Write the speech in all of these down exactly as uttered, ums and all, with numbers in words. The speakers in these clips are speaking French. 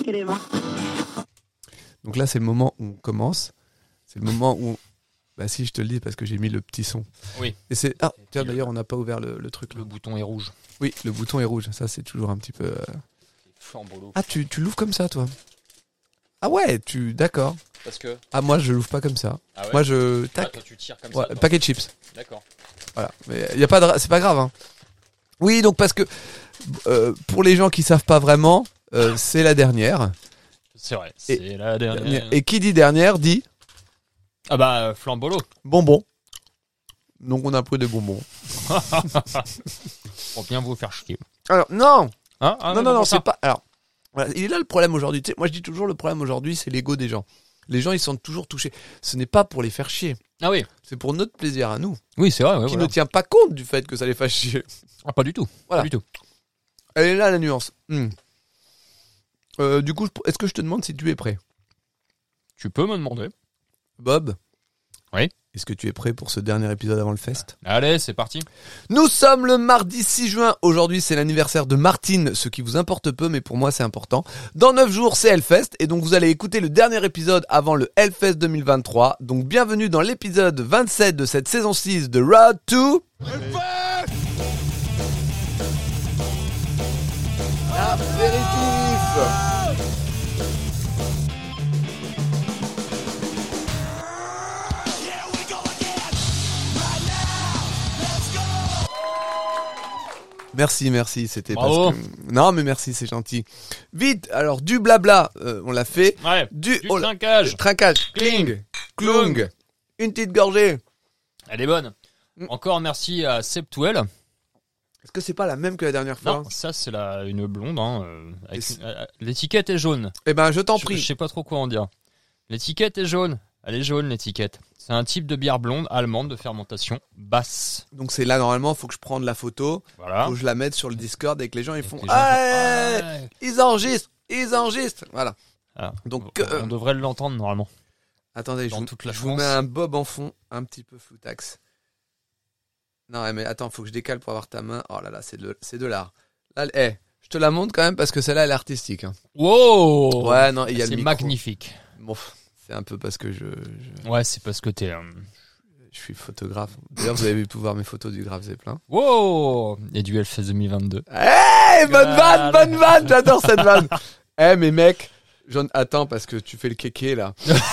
Donc là, c'est le moment où on commence. C'est le moment où... Bah si, je te le dis parce que j'ai mis le petit son. Oui. Et c'est... Ah, tiens, d'ailleurs, on n'a pas ouvert le, le truc. Là. Le bouton est rouge. Oui, le bouton est rouge. Ça, c'est toujours un petit peu... Euh... Flambolo. Ah, tu, tu l'ouvres comme ça, toi? Ah ouais, tu... D'accord. Parce que... Ah, moi, je l'ouvre pas comme ça. Ah ouais. Moi, je... Tac. Ah, toi, tu tires comme Ouais, ça. paquet de chips. D'accord. Voilà. Mais y a pas de... C'est pas grave, hein. Oui, donc parce que... Euh, pour les gens qui savent pas vraiment, euh, c'est la dernière. C'est vrai, c'est et, la dernière. Et qui dit dernière dit... Ah bah, euh, flambolo. Bonbon. Donc on a pris des bonbons. Pour bien vous faire chier. Alors, non hein ah, Non, non, non, c'est pas... Alors, voilà, il est là le problème aujourd'hui. Tu sais, moi, je dis toujours, le problème aujourd'hui, c'est l'ego des gens. Les gens, ils sont toujours touchés. Ce n'est pas pour les faire chier. Ah oui. C'est pour notre plaisir à nous. Oui, c'est vrai. Ouais, qui voilà. ne tient pas compte du fait que ça les fasse chier. Ah, pas du tout. Voilà. Pas du tout. Elle est là, la nuance. Hmm. Euh, du coup, est-ce que je te demande si tu es prêt? Tu peux me demander. Bob? Oui. Est-ce que tu es prêt pour ce dernier épisode avant le fest? Allez, c'est parti. Nous sommes le mardi six juin. Aujourd'hui, c'est l'anniversaire de Martine, ce qui vous importe peu, mais pour moi, c'est important. Dans neuf jours, c'est Hellfest. Et donc, vous allez écouter le dernier épisode avant le Hellfest deux mille vingt-trois. Donc, bienvenue dans l'épisode vingt-sept de cette saison six de Road to... Hellfest! Apéritif! Merci, merci, c'était Bravo. parce que... Non, mais merci, c'est gentil. Vite, alors, du blabla, euh, on l'a fait. Ouais, du, du oh, trinquage. Trinquage, cling, clong, une petite gorgée. Elle est bonne. Mm. Encore merci à Septuel. Est-ce que c'est pas la même que la dernière fois? Non, ça c'est la une blonde. Hein, euh, avec c'est... une, euh, l'étiquette est jaune. Eh ben, je t'en je, prie. Je sais pas trop quoi en dire. L'étiquette est jaune. Elle est jaune, l'étiquette. C'est un type de bière blonde allemande de fermentation basse. Donc c'est là, normalement, faut que je prenne la photo. Voilà. Faut que je la mette sur le Discord et que les gens, ils font... gens Ah, font... Ah ouais. Ils enregistrent, ils enregistrent. Voilà. Ah, Donc, on, euh... on devrait l'entendre normalement. Attendez, Dans je, toute la je France. vous mets un Bob en fond, un petit peu floutax. Non, mais attends, faut que je décale pour avoir ta main. Oh là là, c'est de, c'est de l'art. Là, eh, je te la montre quand même parce que celle-là, elle est artistique. Hein. Wow. Ouais, non, il y a c'est le micro. magnifique. Bon, c'est un peu parce que je... je... Ouais, c'est parce que t'es... Euh... Je suis photographe. D'ailleurs, vous avez pu voir mes photos du Grave Zeppelin. Wow. Et du Hellfest deux mille vingt-deux. Eh, hey, bonne vanne, bonne vanne, j'adore cette vanne. Eh, hey, mais mec, j'en... attends, parce que tu fais le kéké, là.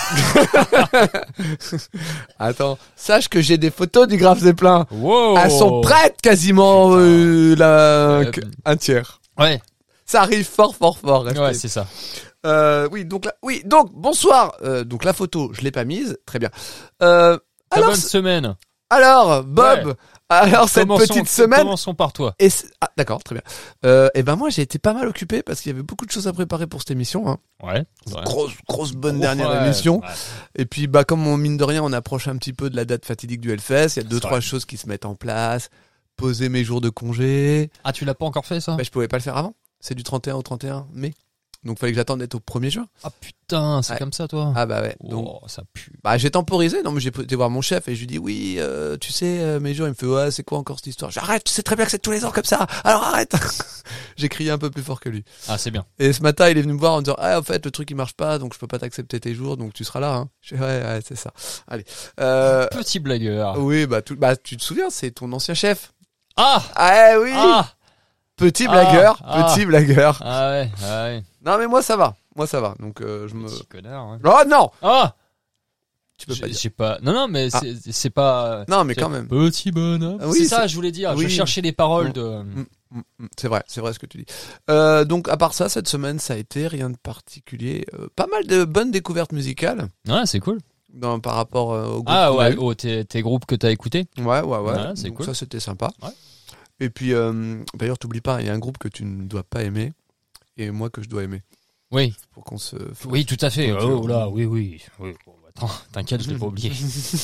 Attends, sache que j'ai des photos du Grave Zeppelin. Wow. Elles sont prêtes quasiment euh, la... euh, un tiers. Ouais. Ça arrive fort, fort, fort. Ouais, c'est ça. Euh, oui, donc là, oui, donc bonsoir. Euh, donc la photo, je l'ai pas mise, très bien. Euh, Ta alors, bonne semaine. Alors, Bob, ouais. alors cette commençons, petite semaine. Commençons par toi. Et ah, d'accord, très bien. Euh, et ben moi, j'ai été pas mal occupé parce qu'il y avait beaucoup de choses à préparer pour cette émission. Hein. Ouais. Grosse, grosse bonne Gros dernière ouais, émission. Ouais. Et puis, bah comme on mine de rien, on approche un petit peu de la date fatidique du Hellfest. Il y a deux, c'est trois vrai. choses qui se mettent en place. Poser mes jours de congé. Ah, tu l'as pas encore fait ça? Bah, je pouvais pas le faire avant. C'est du trente et un au trente et un mai. Donc fallait que j'attende d'être au premier juin. Ah putain, c'est ouais. comme ça toi. Ah bah ouais. Donc oh, ça pue. bah j'ai temporisé. Non mais j'ai été voir mon chef et je lui dis oui, euh, tu sais euh, mes jours. Il me fait ouais, c'est quoi encore cette histoire? J'arrête. Tu sais très bien que c'est tous les ans comme ça. Alors arrête. J'ai crié un peu plus fort que lui. Ah c'est bien. Et ce matin il est venu me voir en me disant ah en fait le truc il marche pas donc je peux pas t'accepter tes jours donc tu seras là. Hein. Je dis ouais ouais c'est ça. Allez. Euh... Petit blagueur. Oui bah tout, bah tu te souviens c'est ton ancien chef. Ah. Ah oui. Ah. Petit blagueur, ah, petit ah. blagueur. Ah ouais, ah ouais. Non mais moi ça va, moi ça va. Donc euh, je me. Petit connard. Hein. Oh non. Ah. Tu peux pas dire. Je sais pas. Non non mais ah. c'est c'est pas. Non mais quand même. Petit bonhomme. Ah, oui, c'est ça, je voulais dire. Oui. Je cherchais les paroles mmh. de. Mmh, mmh, mmh. C'est vrai, c'est vrai ce que tu dis. Euh, donc à part ça, cette semaine ça a été rien de particulier. Euh, pas mal de bonnes découvertes musicales. Ouais, c'est cool. Dans, par rapport euh, au groupe. Ah ouais, oh, tes, tes groupes que t'as écoutés. Ouais ouais ouais. ouais c'est donc cool. Ça c'était sympa. Ouais. Et puis euh, d'ailleurs t'oublies pas, il y a un groupe que tu ne dois pas aimer et moi que je dois aimer. Oui. Pour qu'on se. Oui, tout à fait. Faut oh là, oui, oui. oui. Bon, attends, t'inquiète, je l'ai pas oublié.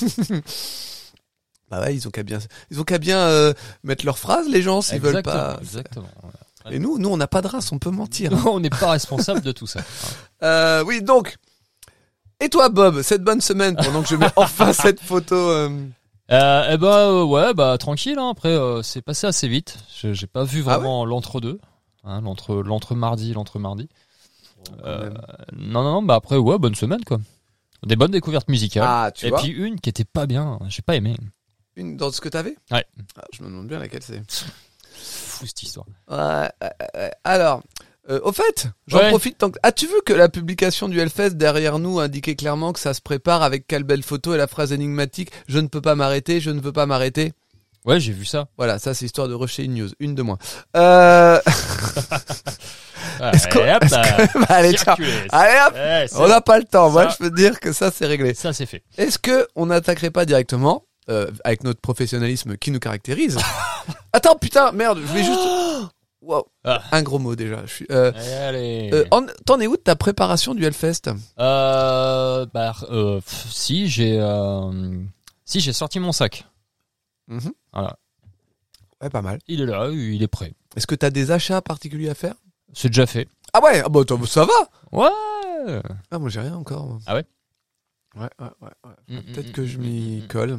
Bah ouais, ils ont qu'à bien, ils ont qu'à bien euh, mettre leurs phrases, les gens, s'ils exactement, veulent pas. Exactement. Et nous, nous, on n'a pas de race, on peut mentir. On n'est pas responsable de tout ça. Euh, oui, donc. Et toi, Bob, cette bonne semaine, pendant que je mets enfin cette photo. Euh... Euh, eh ben euh, ouais, bah tranquille. Hein. Après, euh, c'est passé assez vite. Je, j'ai pas vu vraiment ah ouais l'entre-deux, hein, l'entre l'entre mardi, l'entre mardi. Euh, non, non, non, bah après, ouais, bonne semaine, quoi. Des bonnes découvertes musicales. Ah, tu Et vois. puis une qui était pas bien, j'ai pas aimé. Une dans ce que t'avais. Ouais. Ah, je me demande bien laquelle c'est. Fou cette histoire. Ouais, ouais, ouais. Alors, euh, au fait, j'en Ouais. profite tant que... As-tu vu que la publication du Hellfest derrière nous indiquait clairement que ça se prépare avec quelle belle photo et la phrase énigmatique « Je ne peux pas m'arrêter, je ne veux pas m'arrêter ». Ouais, j'ai vu ça. Voilà, ça c'est histoire de rusher une news, une de moins. Euh... Ah, Est-ce qu'on- et hop est-ce là, que- Bah, allez, ciao. circuler. Allez hop, Ouais, c'est on n'a pas le temps. Moi, Ça- je peux te dire que ça c'est réglé. Ça, c'est fait. Est-ce que on n'attaquerait pas directement euh, avec notre professionnalisme qui nous caractérise? Attends, putain, merde, je vais juste. Wow, Ah. un gros mot déjà. Je suis. Euh, Allez, allez. euh, en- T'en es où de ta préparation du Hellfest? Euh, bah, euh, pff, si, j'ai, euh, si, j'ai sorti mon sac. Mhm. Voilà. Ouais, pas mal. Il est là, il est prêt. Est-ce que t'as des achats particuliers à faire? C'est déjà fait. Ah ouais, ah bah, attends, ça va. Ouais. Ah moi j'ai rien encore. moi. Ah ouais? Ouais, ouais, ouais. ouais. Mm, Peut-être mm, que je mm, m'y mm, mm. colle.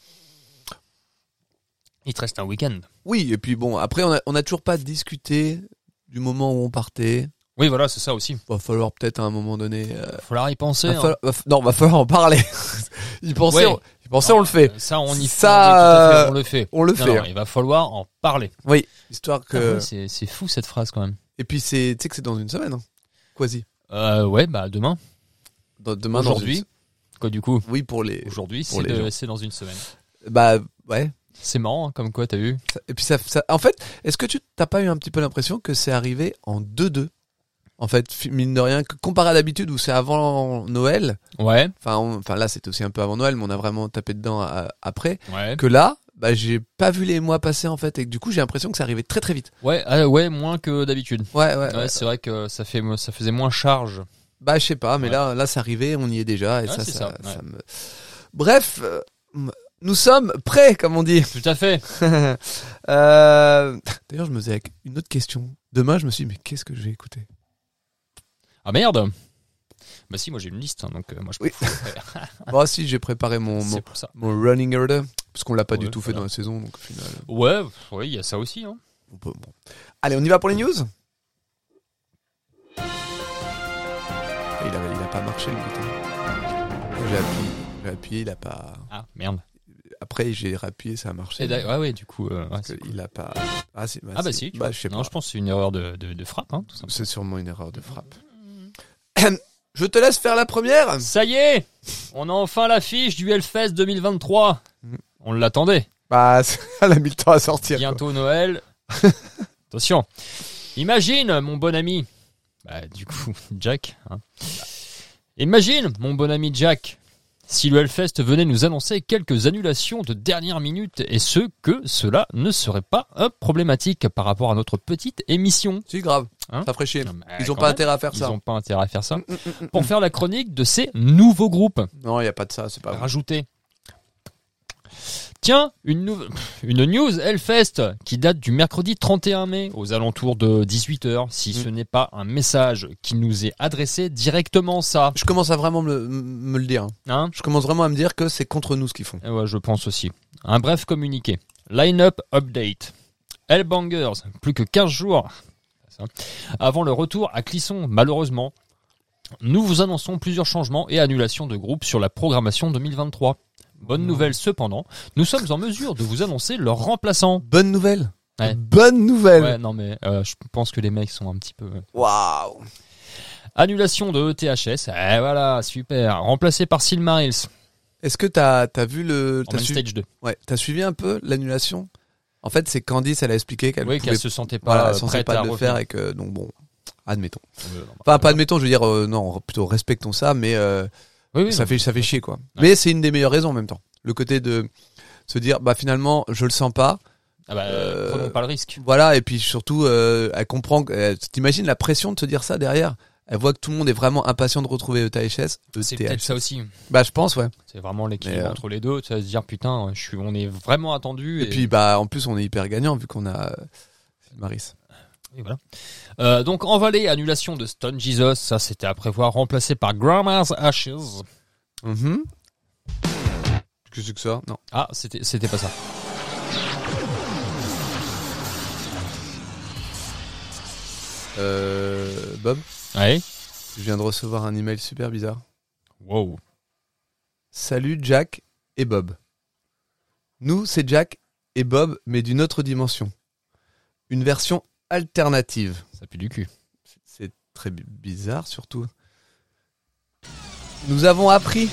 Il te reste un week-end. Oui, et puis bon, après on a, on a toujours pas discuté du moment où on partait. Oui, voilà, c'est ça aussi. Va falloir peut-être à un moment donné. Euh, Il va falloir y penser. va hein. falloir- va f- non, va falloir en parler. y penser, Ouais. on, y penser, on le fait. Euh, Ça, on y Ça, oui, tout à fait, euh, on le fait. On le Non, fait. non, il va falloir en parler. Oui, histoire Ah que. ouais, c'est, c'est fou cette phrase quand même. Et puis c'est, tu sais que c'est dans une semaine, hein. Quasi. Euh, ouais, bah demain. Dans- demain, dans Aujourd'hui. une- Quoi du coup? Oui, pour les. Aujourd'hui, pour c'est, les de- gens. c'est dans une semaine. Bah ouais. C'est marrant, hein, comme quoi, t'as vu? Ça- Et puis ça, ça- en fait, est-ce que tu t'as pas eu un petit peu l'impression que c'est arrivé en deux deux? En fait, fi- mine de rien, que- comparé à d'habitude où c'est avant Noël, Ouais, enfin, on- enfin là c'était aussi un peu avant Noël, mais on a vraiment tapé dedans à- après. ouais. Que là, bah j'ai pas vu les mois passer en fait, et que du coup j'ai l'impression que c'est arrivé très très vite. Ouais, ah, ouais, moins que d'habitude. Ouais, ouais. Ouais, ouais. c'est vrai que ça fait, ça faisait moins charge. Bah je sais pas, mais Ouais. là, là c'est arrivé, on y est déjà, et Ouais, ça, c'est ça, ça, ça ouais. me. Bref, euh, nous sommes prêts, comme on dit. Tout à fait. Euh, D'ailleurs, je me faisais une autre question. Demain, je me suis dit, mais qu'est-ce que je vais écouter? Ah merde. Bah si, moi j'ai une liste, hein, donc euh, moi je peux. Oui. Moi aussi, j'ai préparé mon, mon, C'est pour ça. mon running order, parce qu'on l'a pas Ouais, du tout fait voilà. dans la saison, donc au final, Ouais, ouais, il y a ça aussi. Hein. on peut. Bon. Allez, on y va pour les news. Et il, a, il a pas marché le bouton. J'ai appuyé, j'ai appuyé, il a pas. Ah merde. Après, j'ai réappuyé, ça a marché. Et d'ailleurs- ouais, ouais, du coup. euh, ouais, Parce c'est que cool. il a pas. Ah, si, bah, Ah bah si. si. tu Bah, vois. je sais non, pas. je pense que c'est une erreur de, de, de frappe, hein, tout simplement. C'est sûrement une erreur de frappe. Je te laisse faire la première. Ça y est, on a enfin l'affiche du Hellfest deux mille vingt-trois. Mhm. On l'attendait. Bah, elle a mis le temps à sortir. quoi. Bientôt Noël. Attention. Imagine, mon bon ami. Bah, du coup, Jack. hein. Imagine, mon bon ami Jack, si le Hellfest venait nous annoncer quelques annulations de dernière minute et ce que cela ne serait pas euh, problématique par rapport à notre petite émission. C'est grave. Hein Ça ferait chier. Non, mais Ils ont quand pas même, intérêt à faire Ils ça. n'ont pas intérêt à faire ça. Mm, mm, mm, Pour mm. faire la chronique de ces nouveaux groupes. Non, il y a pas de ça, c'est pas vrai. Rajouter. Tiens, une, nou- une news Hellfest qui date du mercredi trente et un mai aux alentours de dix-huit heures, si Mm. ce n'est pas un message qui nous est adressé directement ça. Je commence à vraiment me, me le dire. Hein Je commence vraiment à me dire que c'est contre nous ce qu'ils font. Et ouais, je pense aussi. Un bref communiqué. Line-up update. Hellbangers, plus que quinze jours ça, avant le retour à Clisson, malheureusement. Nous vous annonçons plusieurs changements et annulations de groupes sur la programmation deux mille vingt-trois. Bonne nouvelle cependant, nous sommes en mesure de vous annoncer leurs remplaçants. Bonne nouvelle. Ouais. Bonne nouvelle. Ouais, non mais euh, je pense que les mecs sont un petit peu... Waouh. Annulation de E T H S, eh voilà, super. Remplacé par Silmarils, Est-ce que t'as as vu le en t'as main suivi, stage deux. ouais, t'as suivi un peu l'annulation? En fait, c'est Candice, elle a expliqué qu'elle Oui, pouvait qu'elle se sentait pas voilà, euh, elle sentait prête pas à de le revenir. faire et que donc bon, admettons. Euh, non, bah, Enfin, pas admettons, je veux dire euh, non, plutôt respectons ça, mais euh, oui, oui, ça non. fait ça fait chier quoi. Mais c'est une des meilleures raisons en même temps. Le côté de se dire bah finalement je le sens pas. Ah bah, Euh, prenons pas le risque. Voilà, et puis surtout euh, elle comprend que euh, t'imagines la pression de se dire ça derrière. Elle voit que tout le monde est vraiment impatient de retrouver E T H S. C'est peut-être ça aussi. Bah je pense ouais. C'est vraiment l'équilibre Mais, euh, entre les deux. Tu vas se dire putain, je suis, on est vraiment attendu. Et, puis bah en plus on est hyper gagnant vu qu'on a euh, Maris. Et voilà. Euh, donc en Valais, annulation de Stone Jesus, ça c'était à prévoir, remplacé par Grandma's Ashes. Mhm. Qu'est-ce que c'est que ça? Non. Ah, c'était c'était pas ça. Euh, Bob. Ouais. Je viens de recevoir un email super bizarre. Wow. Salut Jack et Bob. Nous, c'est Jack et Bob, mais d'une autre dimension. Une version alternative. Ça pue du cul. C'est très bizarre, surtout. Nous avons appris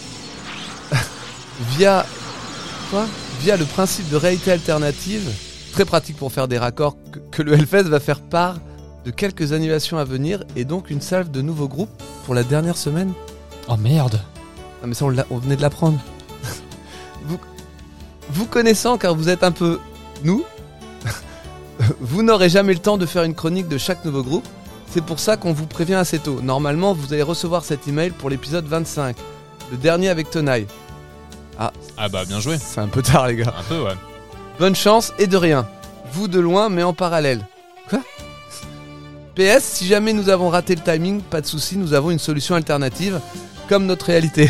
via quoi via le principe de réalité alternative, très pratique pour faire des raccords, que, que le Hellfest va faire part de quelques animations à venir et donc une salve de nouveaux groupes pour la dernière semaine. Oh merde. Ah mais ça on, l'a, on venait de l'apprendre. vous, vous connaissant car vous êtes un peu nous, vous n'aurez jamais le temps de faire une chronique de chaque nouveau groupe. C'est pour ça qu'on vous prévient assez tôt. Normalement vous allez recevoir cet email pour l'épisode vingt-cinq, le dernier avec Tonaï. Ah, ah bah bien joué. C'est un peu tard les gars. Un peu ouais. Bonne chance et de rien. Vous de loin mais en parallèle. Quoi ? P S, si jamais nous avons raté le timing, pas de souci, nous avons une solution alternative, comme notre réalité.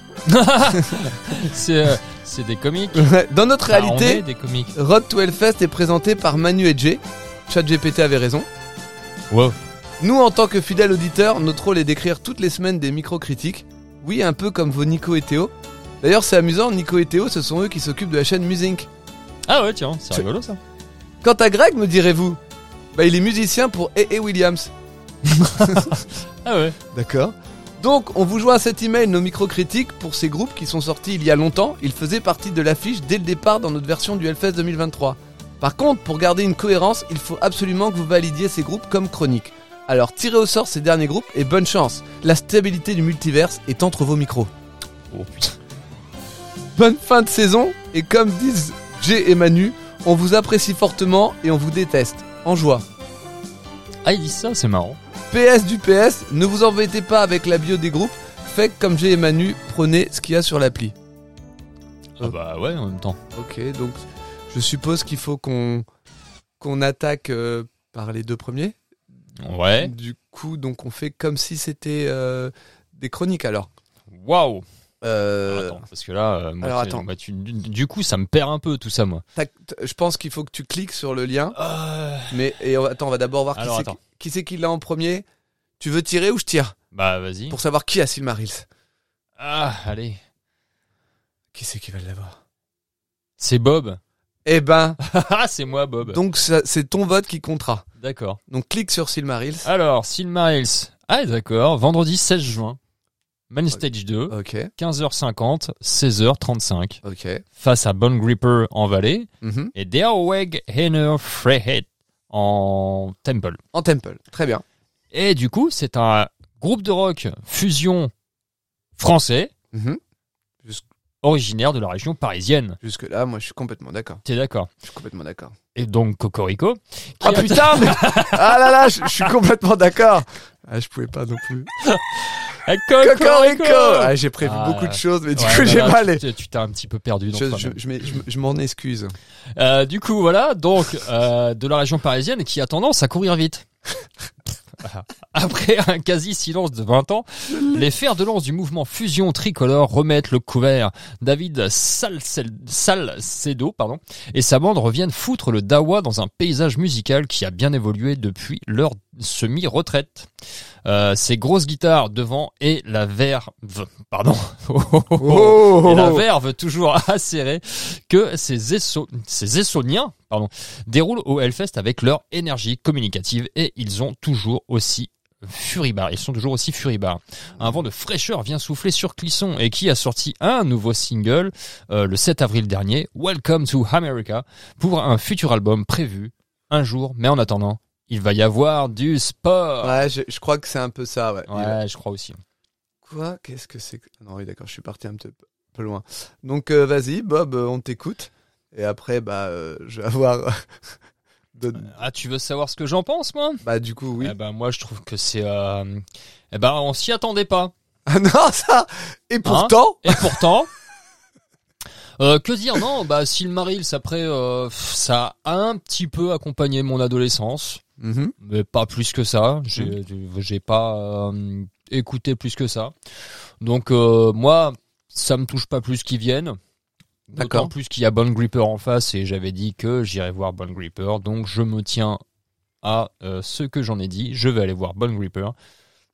c'est, euh, c'est des comiques. Dans notre enfin, réalité, on est des comiques. Road to Hellfest est présenté par Manu et Jay. ChatGPT avait raison. Wow. Nous, en tant que fidèles auditeurs, notre rôle est d'écrire toutes les semaines des micro-critiques. Oui, un peu comme vos Nico et Théo. D'ailleurs, c'est amusant, Nico et Théo, ce sont eux qui s'occupent de la chaîne Musink. Ah ouais, tiens, c'est rigolo ça. Quant à Greg, me direz-vous, bah il est musicien pour A A Williams. Ah ouais. D'accord. Donc, on vous joint à cet email nos micro-critiques pour ces groupes qui sont sortis il y a longtemps. Ils faisaient partie de l'affiche dès le départ dans notre version du Hellfest deux mille vingt-trois. Par contre, pour garder une cohérence, il faut absolument que vous validiez ces groupes comme chroniques. Alors, tirez au sort ces derniers groupes et bonne chance. La stabilité du multiverse est entre vos micros. Oh putain. Bonne fin de saison, et comme disent Jay et Manu, on vous apprécie fortement et on vous déteste. En joie. Ah, ils disent ça, c'est marrant. P S du P S, ne vous embêtez pas avec la bio des groupes, faites comme Jay et Manu, prenez ce qu'il y a sur l'appli. Ah bah ouais, en même temps. Ok, donc je suppose qu'il faut qu'on, qu'on attaque euh, par les deux premiers. Ouais. Du coup, donc on fait comme si c'était euh, des chroniques alors. Waouh. Euh... Alors, attends, parce que là, euh, moi, Alors, tu- attends. moi, tu- du, du coup, ça me perd un peu tout ça, moi. tac, t- Je pense qu'il faut que tu cliques sur le lien. Euh... Mais et on va- attends, on va d'abord voir qui Alors, c'est, attends. qui, qui c'est qui l'a en premier. Tu veux tirer ou je tire Bah, vas-y. pour savoir qui a Silmarils. Ah, allez. Qui c'est qui va l'avoir? C'est Bob. Eh ben, Ah, c'est moi, Bob. donc ça, c'est ton vote qui comptera. D'accord. Donc clique sur Silmarils. Alors, Silmarils. Ah, d'accord. Vendredi seize juin. Main Stage deux. Ok, quinze heures cinquante, seize heures trente-cinq. ok. Face à Bone Gripper en Valley. Mhm. Et Derweg Henner Freyhead en Temple. En Temple, très bien. Et du coup, c'est un groupe de rock fusion français, Mhm. originaire de la région parisienne. Jusque là, moi je suis complètement d'accord. T'es d'accord? Je suis complètement d'accord. Et donc Cocorico. qui Ah a- putain, mais... ah là là, je, je suis complètement d'accord. Ah, je pouvais pas non plus. Ah, Cocorico. Ah, j'ai prévu Ah, beaucoup de choses, mais du Ouais, coup bah j'ai là, pas les. Tu tu t'es un petit peu perdu dans Je, toi-même. je, je, m'ai- je, je m'en excuse. Euh, du coup, voilà, donc euh, de la région parisienne et qui a tendance à courir vite. Après un quasi-silence de vingt ans, les fers de lance du mouvement Fusion Tricolore remettent le couvert. David Salcel- Salcedo pardon, et sa bande reviennent foutre le dawa dans un paysage musical qui a bien évolué depuis leur semi-retraite. Euh, ces grosses guitares devant et la verve, pardon, Oh, et la verve toujours acérée que ces, Esso, ces Essoniens pardon, déroulent au Hellfest avec leur énergie communicative et ils ont toujours aussi furibard. Ils sont toujours aussi furibard. Un vent de fraîcheur vient souffler sur Clisson et qui a sorti un nouveau single euh, le sept avril dernier, Welcome to America, pour un futur album prévu un jour. Mais en attendant, il va y avoir du sport. Ouais, je, je crois que c'est un peu ça, ouais. Il va- Ouais, je crois aussi. Quoi? Qu'est-ce que c'est que... Non, oui, d'accord, je suis parti un petit peu, peu loin. Donc, euh, vas-y, Bob, euh, on t'écoute. Et après, bah, euh, je vais avoir... de- Ah, tu veux savoir ce que j'en pense, moi? Bah, du coup, oui. Eh ben, moi, je trouve que c'est... Euh... Eh ben, on s'y attendait pas. Ah non, ça! Et pourtant... Et pourtant... Euh, que dire, non, bah Silmarils après euh, ça a un petit peu accompagné mon adolescence, Mhm. mais pas plus que ça. J'ai j'ai pas euh, écouté plus que ça. Donc euh, moi, ça me touche pas plus qu'ils viennent. D'accord. D'autant plus qu'il y a Bone Gripper en face et j'avais dit que j'irais voir Bone Gripper, donc je me tiens à euh, ce que j'en ai dit. Je vais aller voir Bone Gripper.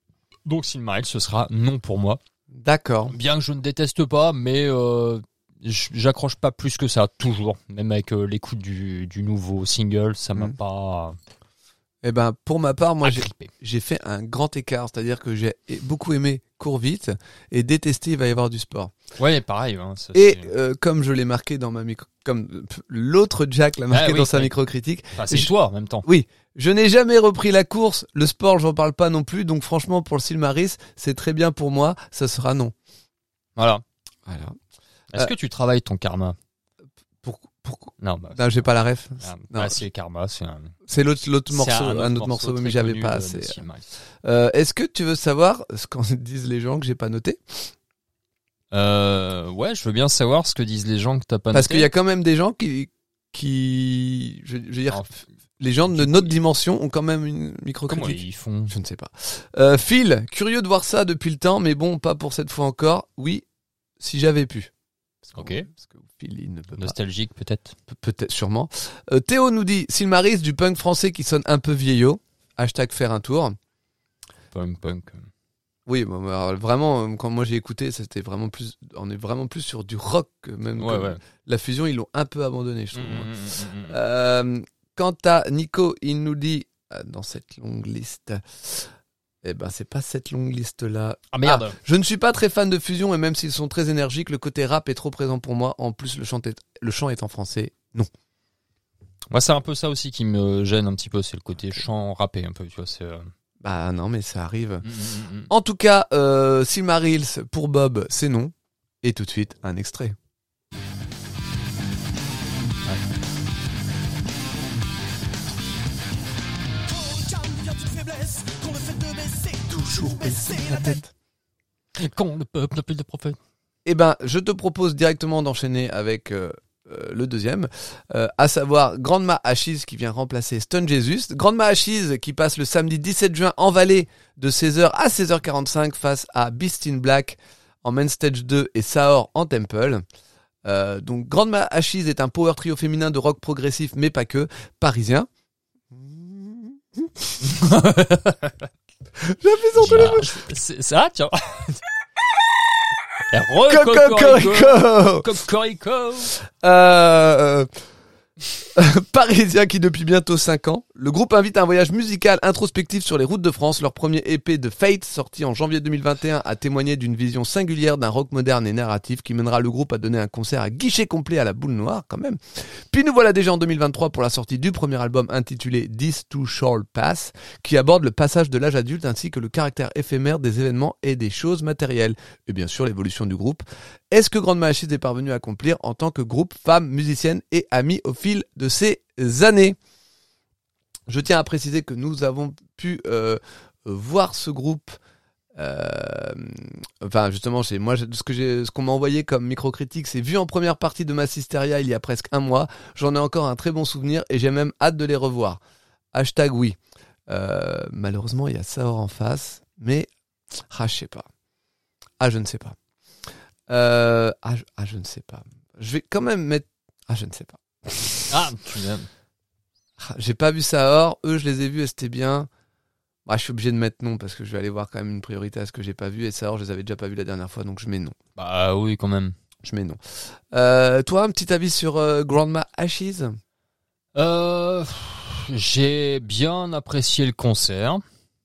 Donc Silmaril, ce sera non pour moi. D'accord. Bien que je ne déteste pas, mais euh, j'accroche pas plus que ça, toujours. Même avec euh, l'écoute du, du nouveau single, ça m'a Mm. pas Eh ben, pour ma part, moi, j'ai, agrippé. j'ai fait un grand écart. C'est-à-dire que j'ai beaucoup aimé Cours vite et détesté Il va y avoir du sport. Ouais, pareil. Hein, ça, Et c'est- euh, comme je l'ai marqué dans ma micro, comme euh, l'autre Jack l'a marqué Ah oui, dans sa oui. micro-critique, Enfin, c'est je- toi en même temps. oui, je n'ai jamais repris la course. Le sport, j'en parle pas non plus. Donc franchement, pour le Silmaris, c'est très bien pour moi. Ça sera non. Voilà. Voilà. Est-ce Euh, que tu travailles ton karma? Pour, pour... Non, bah, Non, j'ai pas la ref. ah, Non, bah, c'est karma, c'est un, c'est l'autre, l'autre c'est morceau, un autre morceau, très mais j'avais connu pas de- assez. de Silmaril. Euh, est-ce que tu veux savoir ce qu'en disent les gens que j'ai pas noté? Euh, ouais, je veux bien savoir ce que disent les gens que t'as pas Parce noté. qu'il y a quand même des gens qui, qui, je, je veux dire, Alors, les gens de du coup, notre dimension ont quand même une comment micro-critique. ils font? Je ne sais pas. Euh, Phil, curieux de voir ça depuis le temps, mais bon, pas pour cette fois encore. Oui, si j'avais pu. Parce que, Ok. Parce que Phil, il ne peut pas. Nostalgique peut-être. Pe- Peut-être, sûrement. Euh, Théo nous dit, Silmaris, du punk français qui sonne un peu vieillot. Hashtag faire un tour. Punk, punk. Oui, bon, bah, vraiment, euh, quand moi j'ai écouté, c'était vraiment plus, on est vraiment plus sur du rock que même. Ouais, que- ouais. La fusion, ils l'ont un peu abandonné, je Mm, trouve. moi. mm, mm, mm, mm. Euh, quant à Nico, il nous dit euh, dans cette longue liste, eh ben c'est pas cette longue liste là. Ah merde. Je ne suis pas très fan de fusion et même s'ils sont très énergiques, le côté rap est trop présent pour moi. En plus, le chant est, le chant est en français. Non. Moi, c'est un peu ça aussi qui me gêne un petit peu, c'est le côté chant rappé un peu, tu vois. C'est. euh, Bah non, mais ça arrive. mm, mm, mm. En tout cas, euh, Silmarils pour Bob, c'est non. Et tout de suite, un extrait. Toujours baisser la tête. Quand le peuple n'a plus de prophète. Eh ben, je te propose directement d'enchaîner avec euh, euh, le deuxième, euh, à savoir Grandma Ashes qui vient remplacer Stone Jesus. Grandma Ashes qui passe le samedi dix-sept juin en Valais de seize heures à seize heures quarante-cinq face à Beast in Black en Main Stage deux et Saor en Temple. Euh, donc Grandma Ashes est un power trio féminin de rock progressif mais pas que, parisien. J'appuie sur tous les mots. C'est ça, tiens. Cocorico. Cocorico. Euh, Parisien qui depuis bientôt cinq ans, le groupe invite à un voyage musical introspectif sur les routes de France. Leur premier E P de Fate, sorti en janvier deux mille vingt et un, a témoigné d'une vision singulière d'un rock moderne et narratif qui mènera le groupe à donner un concert à guichet complet à la Boule Noire quand même. Puis nous voilà déjà en deux mille vingt-trois pour la sortie du premier album intitulé This Too Shall Pass, qui aborde le passage de l'âge adulte ainsi que le caractère éphémère des événements et des choses matérielles. Et bien sûr l'évolution du groupe. Est-ce que Grandma Ashes est parvenu à accomplir en tant que groupe, femme, musicienne et amie au fil de ces années? Je tiens à préciser que nous avons pu euh, voir ce groupe. Euh, enfin, justement, chez moi, ce que j'ai, ce qu'on m'a envoyé comme micro-critique, c'est vu en première partie de Massisteria il y a presque un mois. J'en ai encore un très bon souvenir et j'ai même hâte de les revoir. Hashtag oui. Euh, malheureusement, il y a Saor en face, mais ah, je sais pas. Ah, je ne sais pas. Euh, ah, je, ah, je ne sais pas. Je vais quand même mettre. Ah, je ne sais pas. Ah, tu l'aimes. Ah, j'ai pas vu Saor. Eux, je les ai vus et c'était bien. Bah, je suis obligé de mettre non parce que je vais aller voir quand même une priorité à ce que j'ai pas vu. Et Saor, je les avais déjà pas vus la dernière fois, donc je mets non. Bah oui, quand même. Je mets non. Euh, toi, un petit avis sur euh, Grandma Ashes? Euh, j'ai bien apprécié le concert.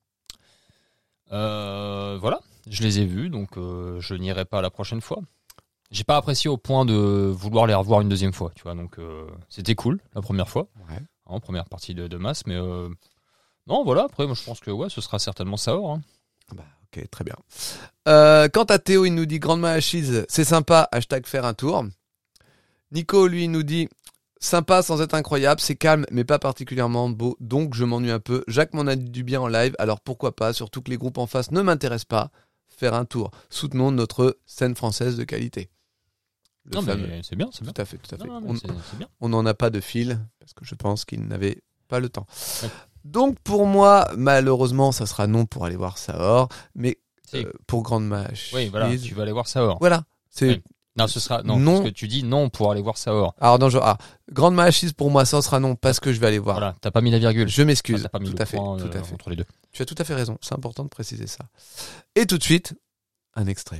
Euh, voilà, je les ai vus, donc euh, je n'irai pas la prochaine fois. J'ai pas apprécié au point de vouloir les revoir une deuxième fois, tu vois. Donc euh, c'était cool la première fois, Ouais. en première partie de, de masse, mais euh, non, voilà. Après, moi, je pense que ouais, ce sera certainement Saor. Hein. Bah, ok, très bien. Euh, quant à Théo, il nous dit Grandma Ashes, c'est sympa, hashtag faire un tour. Nico, lui, nous dit sympa sans être incroyable, c'est calme mais pas particulièrement beau, donc je m'ennuie un peu. Jacques m'en a dit du bien en live, alors pourquoi pas, surtout que les groupes en face ne m'intéressent pas. Faire un tour. Soutenons notre scène française de qualité. Le Non, fameux. mais c'est bien, c'est bien. Tout à fait, tout à fait. Non, non, mais On- c'est c'est bien. On n'en a pas de fil, parce que je pense qu'il n'avait pas le temps. Ouais. Donc pour moi, malheureusement, ça sera non pour aller voir Saor, mais Si. euh, pour Grandma Ashes. Oui, voilà, tu vas aller voir Saor. Voilà, c'est Oui. Non, ce sera non, Non. parce que tu dis non pour aller voir Saor. Alors non, je... ah, Grande Malachise pour moi, ça sera non parce que je vais aller voir. Voilà, t'as pas mis la virgule. Je m'excuse. Enfin, t'as pas mis tout le à fait, point, tout euh, à fait. entre les deux. Tu as tout à fait raison. C'est important de préciser ça. Et tout de suite, un extrait.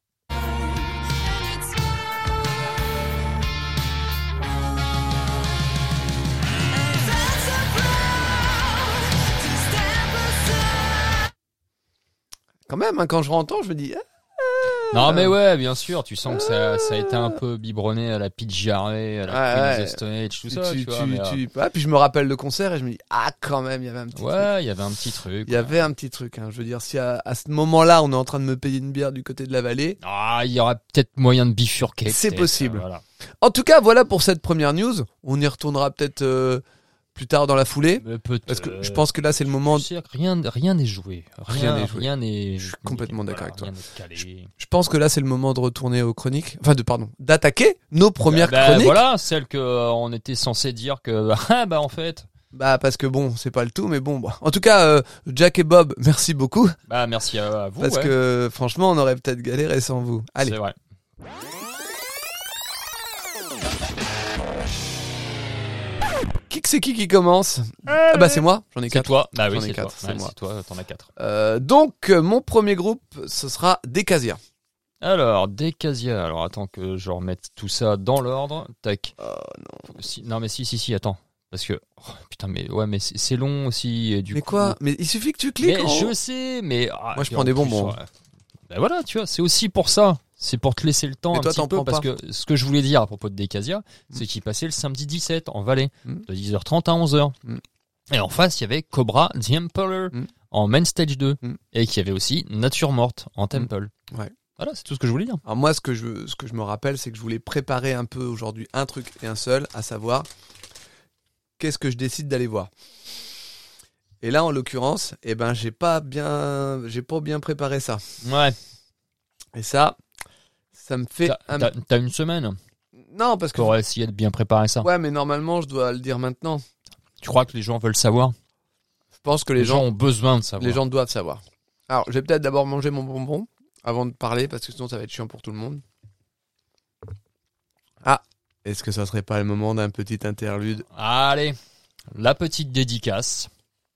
Quand même, hein, quand je rentre, je me dis. Ah, Non mais ouais, bien sûr, tu sens que ça, ça a été un peu biberonné à la Peach Harvey, à la Ouais, Queen ouais. of the Stone Age, tout tu, ça, tu, tu, vois. tu, mais, euh, tu- ah, puis je me rappelle le concert et je me dis ah quand même, il y avait un petit truc. ouais, il y avait un petit truc. Il y avait un petit truc. Hein. Je veux dire, si à, à ce moment-là, on est en train de me payer une bière du côté de la vallée. Ah, il y aura peut-être moyen de bifurquer. C'est peut-être, possible. euh, voilà. En tout cas, voilà pour cette première news. On y retournera peut-être euh, plus tard dans la foulée. Mais peut-être. Parce que je pense que là, c'est le moment. Tu sais, rien, rien n'est joué. Rien Rien n'est joué. Rien n'est. Je suis complètement d'accord avec toi. Rien n'est calé. Je pense que là, c'est le moment de retourner aux chroniques. Enfin, de pardon, d'attaquer nos premières Bah, chroniques. Voilà, celle que euh, on était censé dire que ah bah en fait. Bah parce que bon, c'est pas le tout, mais bon. Bah. En tout cas, euh, Jack et Bob, merci beaucoup. Bah merci à, à vous. Parce ouais. que franchement, on aurait peut-être galéré sans vous. Allez. C'est vrai. Qui que c'est qui qui commence Ah bah c'est moi. J'en ai C'est quatre. toi. Bah oui, J'en ai c'est toi. quatre, c'est Ouais, moi. c'est toi. T'en as quatre. Euh, donc euh, mon premier groupe, ce sera Decasia. Alors, Decasia. Alors, attends que je remette tout ça dans l'ordre. Tac. Oh non. Si- non, mais si, si, si, attends. Parce que, oh, putain, mais ouais, mais c'est c'est long aussi. Et du Mais coup- quoi Mais il suffit que tu cliques. Mais en haut. je sais, mais. ah, Moi, je puis prends en des plus, bonbons. ouais. Ben voilà, tu vois, c'est aussi pour ça. C'est pour te laisser le temps Mais un toi, petit t'en peu. prends Parce pas. que ce que je voulais dire à propos de Decasia, c'est qu'il passait le samedi dix-sept en Valais, Mm. de dix heures trente à onze heures. Mm. Et en face, il y avait Cobra The Emperor Mm. en Main Stage deux. Mm. Et qu'il y avait aussi Nature Morte en Temple. Ouais. Voilà, c'est tout ce que je voulais dire. Alors moi, ce que je, ce que je me rappelle, c'est que je voulais préparer un peu aujourd'hui un truc et un seul, à savoir qu'est-ce que je décide d'aller voir. Et là, en l'occurrence, eh ben, j'ai pas bien, j'ai pas bien préparé ça. Ouais. Et ça, ça me fait T'as un... t'as- t'as une semaine Non, parce que pour essayer de bien préparer ça. ouais, mais normalement, je dois le dire maintenant. Tu crois que les gens veulent savoir? Je pense que Les, les, gens, gens, ont besoin de savoir. les gens doivent savoir. Alors, je vais peut-être d'abord manger mon bonbon avant de parler, parce que sinon, ça va être chiant pour tout le monde. Ah, est-ce que ça serait pas le moment d'un petit interlude? Allez, la petite dédicace.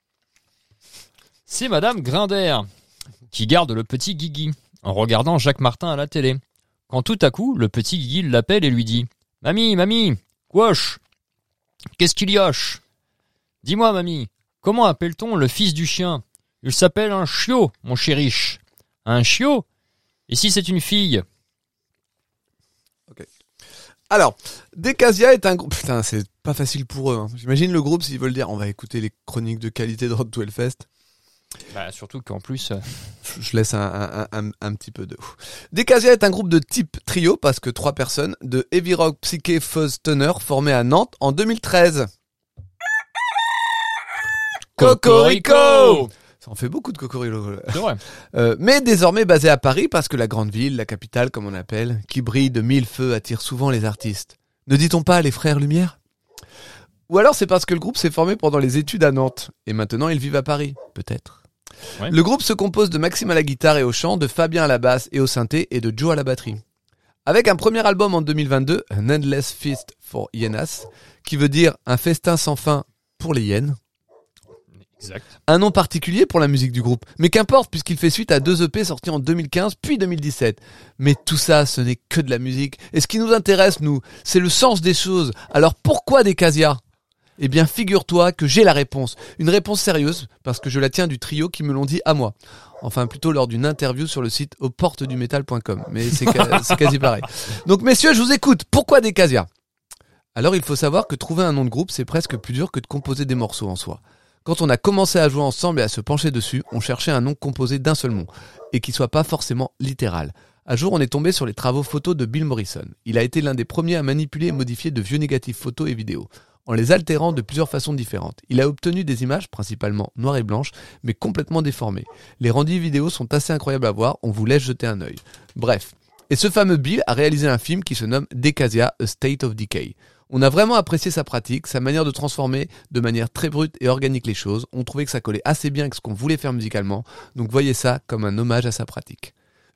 C'est Madame Grinder qui garde le petit Guigui en regardant Jacques Martin à la télé. Quand tout à coup, le petit Guigui l'appelle et lui dit « Mamie, mamie, quoche, qu'est-ce qu'il y hoche ? Dis-moi, mamie, comment appelle-t-on le fils du chien ? Il s'appelle un chiot, mon chériche. Un chiot ? Et si c'est une fille ? Alors, Decasia est un groupe... Putain, c'est pas facile pour eux. Hein. J'imagine le groupe s'ils veulent dire on va écouter les chroniques de qualité de Road to Hellfest. Bah, surtout qu'en plus... euh, Je laisse un, un, un, un petit peu de... Decasia est un groupe de type trio, parce que trois personnes, de heavy rock, psyché, fuzz, stoner, formé à Nantes en deux mille treize. Cocorico! Ça en fait beaucoup de cocorico. C'est vrai. Euh, mais désormais basé à Paris, parce que la grande ville, la capitale comme on appelle, qui brille de mille feux, attire souvent les artistes. Ne dit-on pas les frères Lumière ? Ou alors c'est parce que le groupe s'est formé pendant les études à Nantes, et maintenant ils vivent à Paris, peut-être. Ouais. Le groupe se compose de Maxime à la guitare et au chant, de Fabien à la basse et au synthé, et de Joe à la batterie. Avec un premier album en deux mille vingt-deux, An Endless Feast for Hyenas, qui veut dire un festin sans fin pour les hyènes. Exact. Un nom particulier pour la musique du groupe, mais qu'importe puisqu'il fait suite à deux E P sortis en deux mille quinze puis deux mille dix-sept. Mais tout ça, ce n'est que de la musique. Et ce qui nous intéresse, nous, c'est le sens des choses. Alors pourquoi Decasia ? Eh bien, figure-toi que j'ai la réponse. Une réponse sérieuse, parce que je la tiens du trio qui me l'ont dit à moi. Enfin, plutôt lors d'une interview sur le site aux portes du métal point com. Mais c'est, ca- c'est quasi pareil. Donc messieurs, je vous écoute. Pourquoi Decasia ? Alors il faut savoir que trouver un nom de groupe, c'est presque plus dur que de composer des morceaux en soi. Quand on a commencé à jouer ensemble et à se pencher dessus, on cherchait un nom composé d'un seul mot, et qui soit pas forcément littéral. Un jour, on est tombé sur les travaux photos de Bill Morrison. Il a été l'un des premiers à manipuler et modifier de vieux négatifs photos et vidéos, en les altérant de plusieurs façons différentes. Il a obtenu des images, principalement noires et blanches, mais complètement déformées. Les rendus vidéo sont assez incroyables à voir, on vous laisse jeter un œil. Bref. Et ce fameux Bill a réalisé un film qui se nomme Decasia, A State of Decay. On a vraiment apprécié sa pratique, sa manière de transformer de manière très brute et organique les choses. On trouvait que ça collait assez bien avec ce qu'on voulait faire musicalement, donc voyez ça comme un hommage à sa pratique.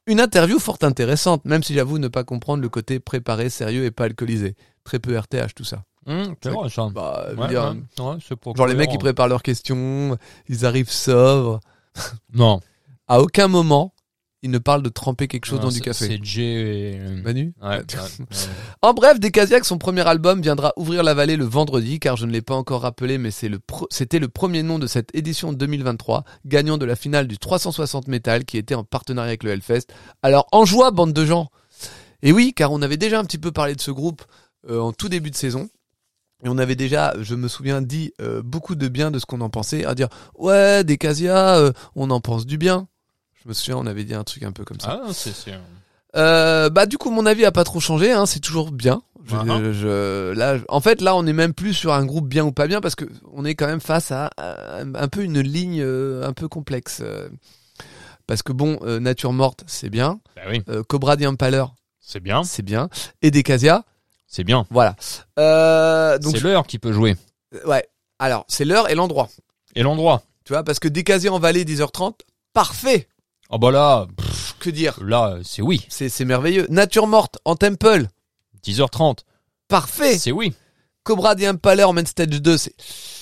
Une interview fort intéressante, même si j'avoue ne pas comprendre le côté préparé, sérieux et pas alcoolisé. Très peu R T H tout ça. Mmh, c'est vrai ça. Bah, je veux Ouais, dire, ouais, ouais, c'est pour genre les mecs cohérent. ils préparent leurs questions, ils arrivent sobres. Non. À aucun moment ils ne parlent de tremper quelque chose Non, dans du c'est- café. C'est Jay et... Manu Ouais, ouais, ouais. En bref, Decasiac, son premier album viendra ouvrir la vallée le vendredi, car je ne l'ai pas encore rappelé, mais c'est le pro- c'était le premier nom de cette édition deux mille vingt-trois, gagnant de la finale du trois cent soixante Metal, qui était en partenariat avec le Hellfest. Alors, en joie, bande de gens. Et oui, car on avait déjà un petit peu parlé de ce groupe euh, en tout début de saison. Et on avait déjà, je me souviens, dit euh, beaucoup de bien de ce qu'on en pensait, à dire « Ouais, Decasia, euh, on en pense du bien ». Je me souviens, on avait dit un truc un peu comme ça. Ah, c'est... c'est... Euh, bah du coup mon avis a pas trop changé, hein, c'est toujours bien. Je, Uh-huh. je- là, je- en fait là on est même plus sur un groupe bien ou pas bien parce que on est quand même face à, à un, un peu une ligne euh, un peu complexe. euh. Parce que bon, euh, Nature Morte c'est bien, Bah oui, euh, Cobra the Impaler c'est bien. c'est bien, et Decasia C'est bien. voilà. Euh, donc C'est l'heure qui peut jouer. je- ouais. Alors c'est l'heure et l'endroit, Et l'endroit. tu vois, parce que Decasia en Vallée dix heures trente, parfait. Oh bah là, pff, Que dire, là, c'est oui. c'est c'est merveilleux. Nature Morte en Temple, dix heures trente. parfait. C'est oui. Cobra the Impaler en Main Stage deux, c'est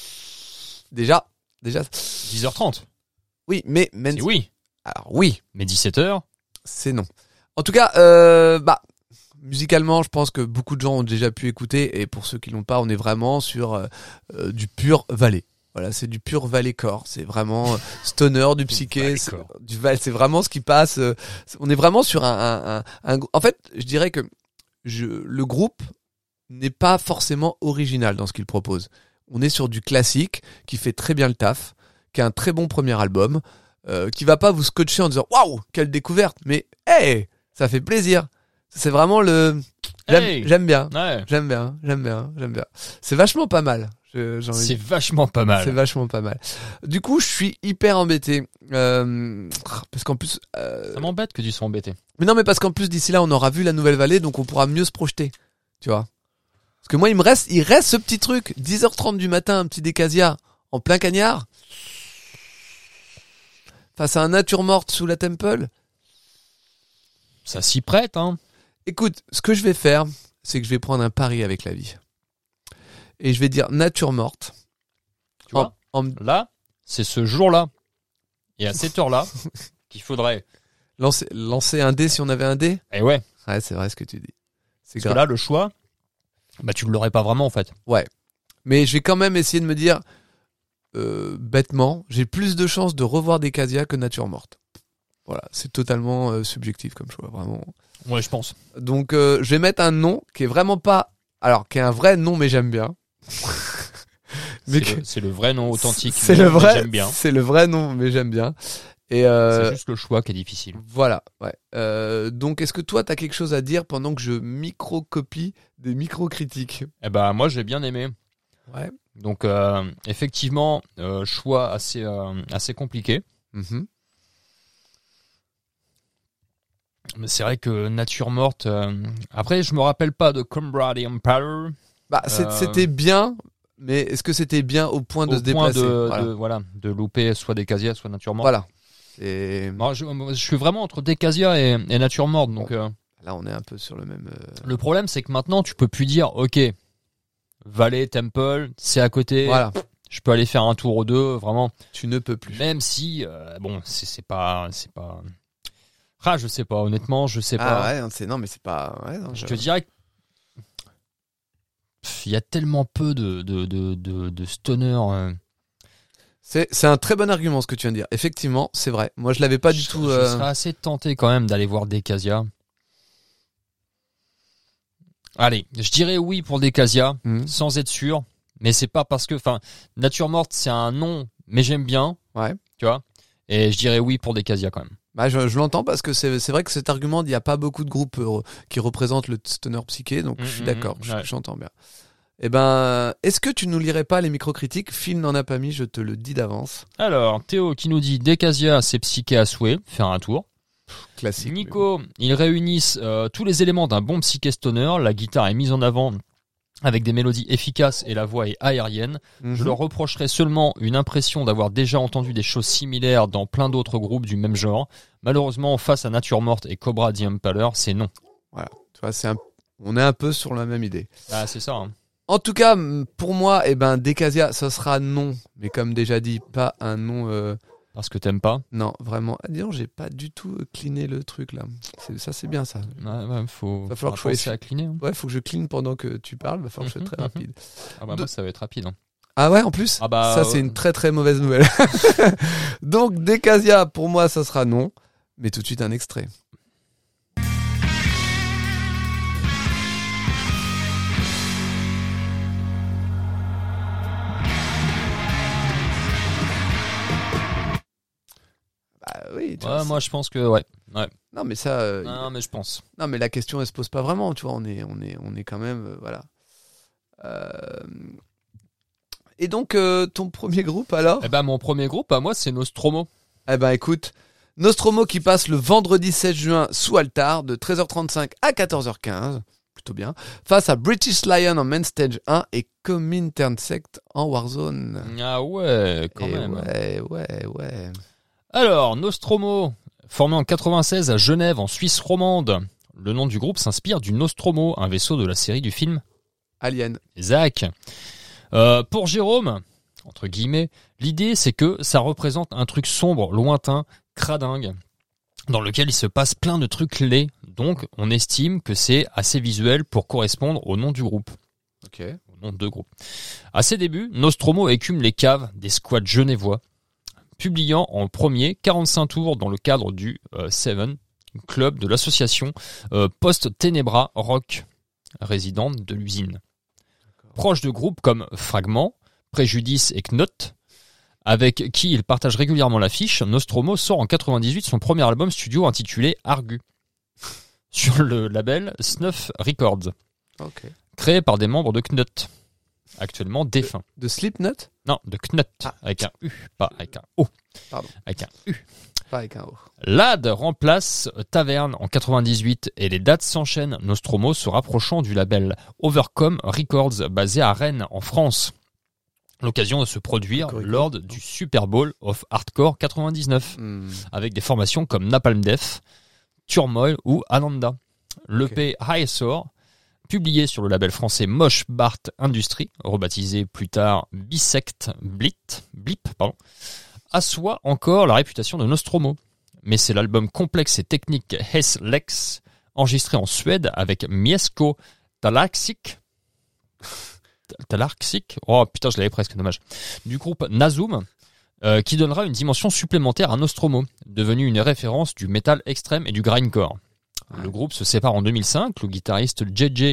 déjà, déjà, dix heures trente. oui, mais main... C'est oui. alors oui, Mais dix-sept heures. c'est non. En tout cas, euh, bah, musicalement, je pense que beaucoup de gens ont déjà pu écouter, et pour ceux qui l'ont pas, on est vraiment sur euh, euh, du pur Valais. Voilà, c'est du pur Valais corps. C'est vraiment euh, stoner, du psyché, c'est, Valais-core. du Val. C'est vraiment ce qui passe. euh, c'est- on est vraiment sur un, un, un, un gr- En fait, je dirais que je, le groupe n'est pas forcément original dans ce qu'il propose. On est sur du classique qui fait très bien le taf, qui a un très bon premier album, euh, qui va pas vous scotcher en disant waouh quelle découverte, mais hey ça fait plaisir. C'est vraiment le j'aime, Hey. j'aime bien, Ouais. j'aime bien, j'aime bien, j'aime bien. C'est vachement pas mal. Je- j'ai envie de C'est vachement pas mal. c'est vachement pas mal. Du coup, je suis hyper embêté euh, parce qu'en plus. Euh... Ça m'embête que tu sois embêté. Mais non, mais parce qu'en plus d'ici là, on aura vu la nouvelle vallée, donc on pourra mieux se projeter. Tu vois. Parce que moi, il me reste, il reste ce petit truc. dix heures trente du matin, un petit Decasia en plein cagnard, face à un Nature Morte sous la Temple. Ça s'y prête, hein. Écoute, ce que je vais faire, c'est que je vais prendre un pari avec la vie. Et je vais dire Nature Morte. Tu vois, En, en- là, c'est ce jour-là et à cette heure-là qu'il faudrait. lancer, lancer un dé si on avait un dé. Et ouais, Ouais, c'est vrai ce que tu dis. C'est parce que grave. là, le choix, bah tu l'aurais pas vraiment en fait. Mais je vais quand même essayer de me dire, euh, bêtement, j'ai plus de chances de revoir Decasia que Nature Morte. Voilà, c'est totalement euh, subjectif comme choix, vraiment. Ouais, je pense. Donc, euh, je vais mettre un nom qui est vraiment pas, alors qui est un vrai nom, mais j'aime bien. Mais C'est que- le, c'est le vrai nom authentique. C'est mais le vrai, J'aime bien. c'est le vrai nom, mais j'aime bien. Et euh, C'est juste le choix qui est difficile. voilà, ouais. Euh, donc, est-ce que toi, t'as quelque chose à dire pendant que je micro-copie des micro-critiques? Eh ben moi, j'ai bien aimé. Ouais. Donc euh, effectivement, euh, choix assez euh, assez compliqué. Mhm. Mais c'est vrai que Nature Morte. euh, Après, je me rappelle pas de Cobra the Empire. Bah, c'est- Euh, c'était bien, mais est-ce que c'était bien au point de Au se point déplacer? de Voilà. de, voilà, de louper soit Decasia, soit Nature Morte. Voilà. Et Moi, je, moi, je suis vraiment entre Decasia et, et Nature Morte. Donc euh, là, on est un peu sur le même. euh, le problème, c'est que maintenant, tu peux plus dire, ok, Valley, Temple, c'est à côté. Voilà. Je peux aller faire un tour aux deux, vraiment. Tu ne peux plus. Même si, euh, bon, c'est c'est pas, c'est pas. Ah, je sais pas. Honnêtement, je sais Ah pas. ouais, c'est non, mais c'est pas. Ouais, non, Je je- te dirais que pff, il y a tellement peu de de de de, de stoner. euh, C'est c'est un très bon argument ce que tu viens de dire. Effectivement, c'est vrai. Moi, je l'avais pas du je, tout. Je euh, serais assez tenté quand même d'aller voir Decasia. Allez, je dirais oui pour Decasia, mhm. sans être sûr. Mais c'est pas parce que, enfin, Nature Morte, c'est un nom, mais j'aime bien, Ouais. tu vois. Et je dirais oui pour Decasia quand même. Bah, je, je l'entends parce que c'est c'est vrai que cet argument, il n'y a pas beaucoup de groupes euh, qui représentent le stoner psyché, donc Mhm, je suis d'accord. mhm, je- ouais. J'entends bien. Eh ben, est-ce que tu nous lirais pas les micro-critiques? Phil n'en a pas mis, je te le dis d'avance. Alors, Théo qui nous dit Decasia, c'est psyché à souhait, faire un tour. Classique. Nico, ils réunissent euh, tous les éléments d'un bon psyché stoner. La guitare est mise en avant avec des mélodies efficaces et la voix est aérienne. Mm-hmm. Je leur reprocherais seulement une impression d'avoir déjà entendu des choses similaires dans plein d'autres groupes du même genre. Malheureusement, face à Nature Morte et Cobra the Impaler, c'est non. Voilà, tu vois, c'est un... on est un peu sur la même idée. Ah, c'est ça. Hein. En tout cas, pour moi, eh ben, Decasia, ça sera non. Mais comme déjà dit, pas un non... Euh... Parce que t'aimes pas. Non, vraiment. Ah, disons, j'ai pas du tout cleané le truc, là. C'est, ça, c'est bien, ça. Ouais, ouais, faut, va falloir faut que je sois à cleaner. Hein. Ouais, faut que je clean pendant que tu parles. Va falloir que je sois très rapide. Ah bah, De... moi, ça va être rapide. Hein. Ah ouais, en plus ah bah, ça, ouais. c'est une très très mauvaise nouvelle. Donc, Decasia, pour moi, ça sera non. Mais tout de suite, un extrait. Bah oui. Tu Ouais, vois, moi, je pense que ouais. ouais. Non, mais ça. Euh, non, il... mais je pense. Non, mais la question, elle se pose pas vraiment. Tu vois, on est, on est, on est quand même, euh, voilà. Euh... Et donc, euh, ton premier groupe alors ? Eh ben, mon premier groupe, à moi, c'est Nostromo. Eh ben, écoute, Nostromo qui passe le vendredi seize juin sous Altar de treize heures trente-cinq à quatorze heures quinze, plutôt bien, face à British Lion en Main Stage un et Comintern Sect en Warzone. Ah ouais, quand et même. Ouais, ouais, ouais. Alors, Nostromo, formé en quatre-vingt-seize à Genève, en Suisse romande. Le nom du groupe s'inspire du Nostromo, un vaisseau de la série du film Alien. Zach. Euh, pour Jérôme, entre guillemets, l'idée c'est que ça représente un truc sombre, lointain, cradingue, dans lequel il se passe plein de trucs laids. Donc, on estime que c'est assez visuel pour correspondre au nom du groupe. Ok. Au nom de deux groupes. À ses débuts, Nostromo écume les caves des squads genevois, publiant en premier quarante-cinq tours dans le cadre du euh, Seven, club de l'association euh, Post-Tenebra Rock, résidente de l'usine. Proche de groupes comme Fragment, Préjudice et Knot, avec qui il partage régulièrement l'affiche, Nostromo sort en quatre-vingt-dix-huit son premier album studio intitulé Argu, sur le label Snuff Records, okay. créé par des membres de Knot, actuellement défunts. De, de Slipknot ? Non, de Knot, ah. avec un U, pas avec un O. Pardon. Avec un U. Pas avec un O. Lad remplace Taverne en quatre-vingt-dix-huit et les dates s'enchaînent, Nostromo se rapprochant du label Overcome Records basé à Rennes en France. L'occasion de se produire Correct. lors du Super Bowl of Hardcore quatre-vingt-dix-neuf mm. avec des formations comme Napalm Death, Turmoil ou Ananda. L'E P okay. Hyesor, publié sur le label français Mosh Bart Industries, rebaptisé plus tard Bisect Blit, Blip, pardon, assoit encore la réputation de Nostromo. Mais c'est l'album complexe et technique Hes Lex, enregistré en Suède avec Miesko Talarsik, Talarsik, oh putain je l'avais presque, dommage, du groupe Nazum, euh, qui donnera une dimension supplémentaire à Nostromo, devenu une référence du metal extrême et du grindcore. Ouais. Le groupe se sépare en deux mille cinq, le guitariste J J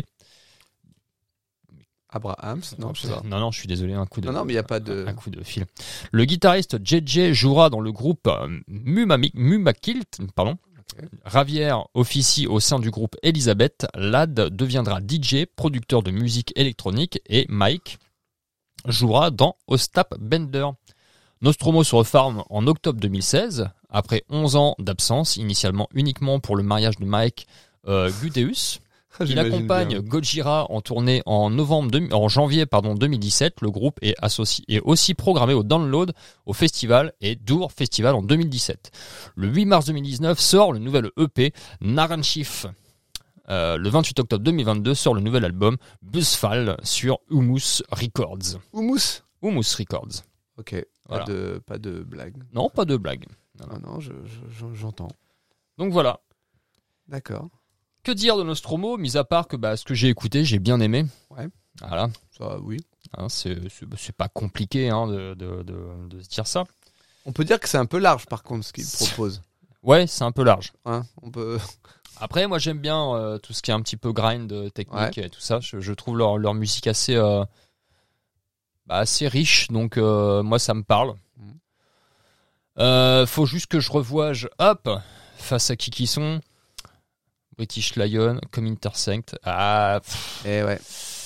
Abrahams, non, je sais pas. Non, non, je suis désolé, un coup de, non, non, mais y a pas de, un coup de fil. Le guitariste J J jouera dans le groupe Mumakilt, pardon. Okay. Ravière officie au sein du groupe Elisabeth. Lad deviendra D J, producteur de musique électronique, et Mike jouera dans Ostap Bender. Nostromo se reforme en octobre deux mille seize, après onze ans d'absence, initialement uniquement pour le mariage de Mike euh, Gudeus. Il accompagne bien. Gojira en tournée en novembre de, en janvier pardon deux mille dix-sept. Le groupe est associé est aussi programmé au Download, au festival et Dour Festival en deux mille dix-sept. Le huit mars deux mille dix-neuf sort le nouvel E P Naranchif. Euh, le vingt-huit octobre deux mille vingt-deux sort le nouvel album Buzzfall sur Humus Records. Humus Humus Records. Ok. Pas voilà. de pas de blague. Non, pas de blague. Non, non, non je, je, j'entends. Donc voilà. D'accord. Que dire de Nostromo, mis à part que bah, ce que j'ai écouté, j'ai bien aimé. Ouais. Voilà. Ça, oui. Hein, c'est, c'est, c'est pas compliqué hein, de, de, de, de se dire ça. On peut dire que c'est un peu large, par contre, ce qu'il propose. Ouais, c'est un peu large. Hein, on peut... Après, moi, j'aime bien euh, tout ce qui est un petit peu grind, euh, technique ouais. et tout ça. Je, je trouve leur, leur musique assez, euh, bah, assez riche, donc euh, moi, ça me parle. Mmh. Euh, faut juste que je revoie, je, hop, face à qui qui sont. British Lion, Comintern Sect. Ah, pff. Eh ouais.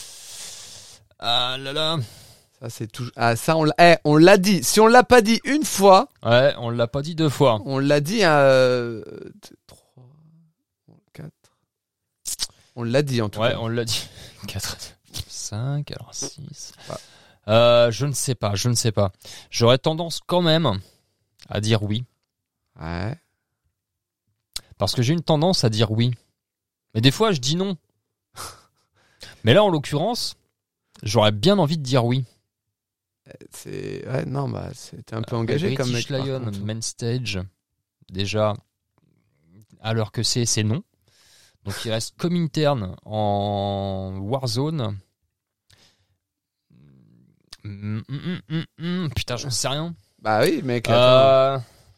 Ah là là. Ça c'est tout. Ah ça on l'a. Eh, on l'a dit. Si on l'a pas dit une fois. Ouais, on l'a pas dit deux fois. On l'a dit à euh, trois, quatre. On l'a dit en tout ouais, cas. Ouais, on l'a dit. quatre. cinq, alors six. Ouais. Euh, je ne sais pas, je ne sais pas. J'aurais tendance quand même à dire oui. Ouais. Parce que j'ai une tendance à dire oui. Mais des fois, je dis non. Mais là, en l'occurrence, j'aurais bien envie de dire oui. C'est ouais non bah c'était un peu engagé euh, comme British mec. Lion, Main Stage, déjà, à l'heure que c'est, c'est non. Donc il reste Comintern en Warzone. Mm, mm, mm, mm, putain, j'en sais rien. Bah oui, mec. Attends, Euh,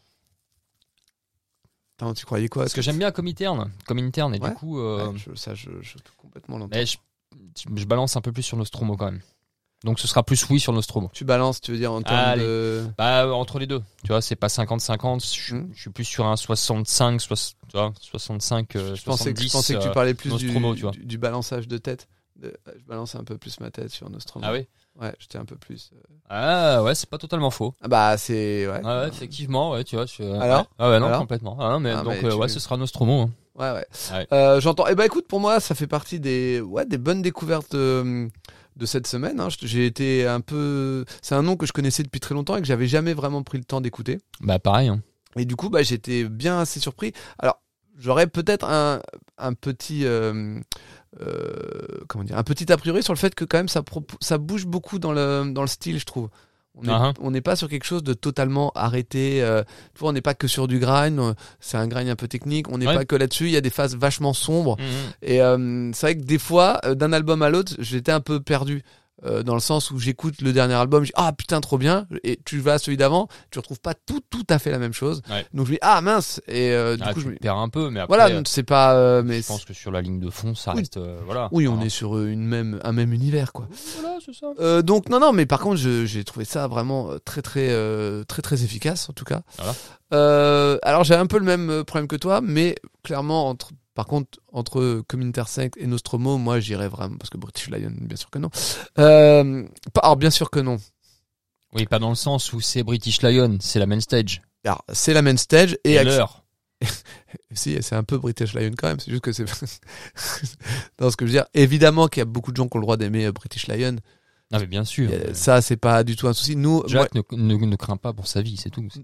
attends tu croyais quoi? parce que j'aime bien Comintern, Comintern et Ouais. du coup, euh, Ouais, je, ça je, je peux complètement l'entendre. mais je, je balance un peu plus sur Nostromo quand même. Donc ce sera plus oui sur Nostromo. Tu balances, tu veux dire en termes Allez. de. Bah entre les deux, tu vois, c'est pas cinquante cinquante. Je, Hmm. je suis plus sur un soixante-cinq, soix- tu vois, soixante-cinq, euh, Je pensais, que, je soixante-dix. pensais que tu euh, parlais plus du, Nostromo, tu vois. du, du balançage de tête. De- je balance un peu plus ma tête sur Nostromo. Ah oui. Ouais, j'étais un peu plus. euh, Ah ouais, c'est pas totalement faux. Ah bah c'est ouais. Ah ouais, effectivement, ouais, tu vois. Je... Alors ouais. Ah ouais, non, Alors complètement. Ah non, mais Ah, donc mais euh, tu- ouais, ce sera Nostromo. Hein. Ouais ouais. Ouais. Euh, j'entends. Eh ben écoute, pour moi, ça fait partie des ouais des bonnes découvertes euh, de cette semaine. Hein. J'ai été un peu. C'est un nom que je connaissais depuis très longtemps et que j'avais jamais vraiment pris le temps d'écouter. Bah pareil. Hein. Et du coup, bah j'étais bien assez surpris. Alors j'aurais peut-être un un petit euh, euh, comment dire un petit a priori sur le fait que quand même ça pro- ça bouge beaucoup dans le dans le style, je trouve. On n'est Uh-huh. on n'est pas sur quelque chose de totalement arrêté. Euh, tu vois, on n'est pas que sur du grind. euh, C'est un grind un peu technique. On n'est Ouais. pas que là-dessus. Il y a des phases vachement sombres. Mhm. Et euh, c'est vrai que des fois, euh, d'un album à l'autre, j'étais un peu perdu. Euh, dans le sens où j'écoute le dernier album, je dis ah putain trop bien, et tu vas à celui d'avant, tu retrouves pas tout tout à fait la même chose. Ouais. Donc je me dis ah mince, et euh, du Ah, coup tu je me te perds un peu, mais après, voilà, euh, c'est pas euh, mais je pense que sur la ligne de fond, ça Oui. reste, euh, voilà. oui on Hein. est sur euh, une même un même univers quoi. Voilà, c'est ça. Euh, donc non non mais par contre je- j'ai trouvé ça vraiment euh, très très euh, très très efficace en tout cas. Voilà. Euh, alors j'ai un peu le même euh, problème que toi, mais clairement entre par contre entre Comintern et Nostromo, moi j'irais vraiment parce que British Lion bien sûr que non. Euh, pas- alors bien sûr que non. Oui, pas dans le sens où c'est British Lion, c'est la main stage. Alors c'est la main stage et, Et acc- l'heure. si c'est un peu British Lion quand même, c'est juste que c'est dans ce que je veux dire. Évidemment qu'il y a beaucoup de gens qui ont le droit d'aimer euh, British Lion. Non, mais bien sûr. Il y a- Ça c'est pas du tout un souci. Nous moi- Jack ne, ne, ne craint pas pour sa vie, c'est tout.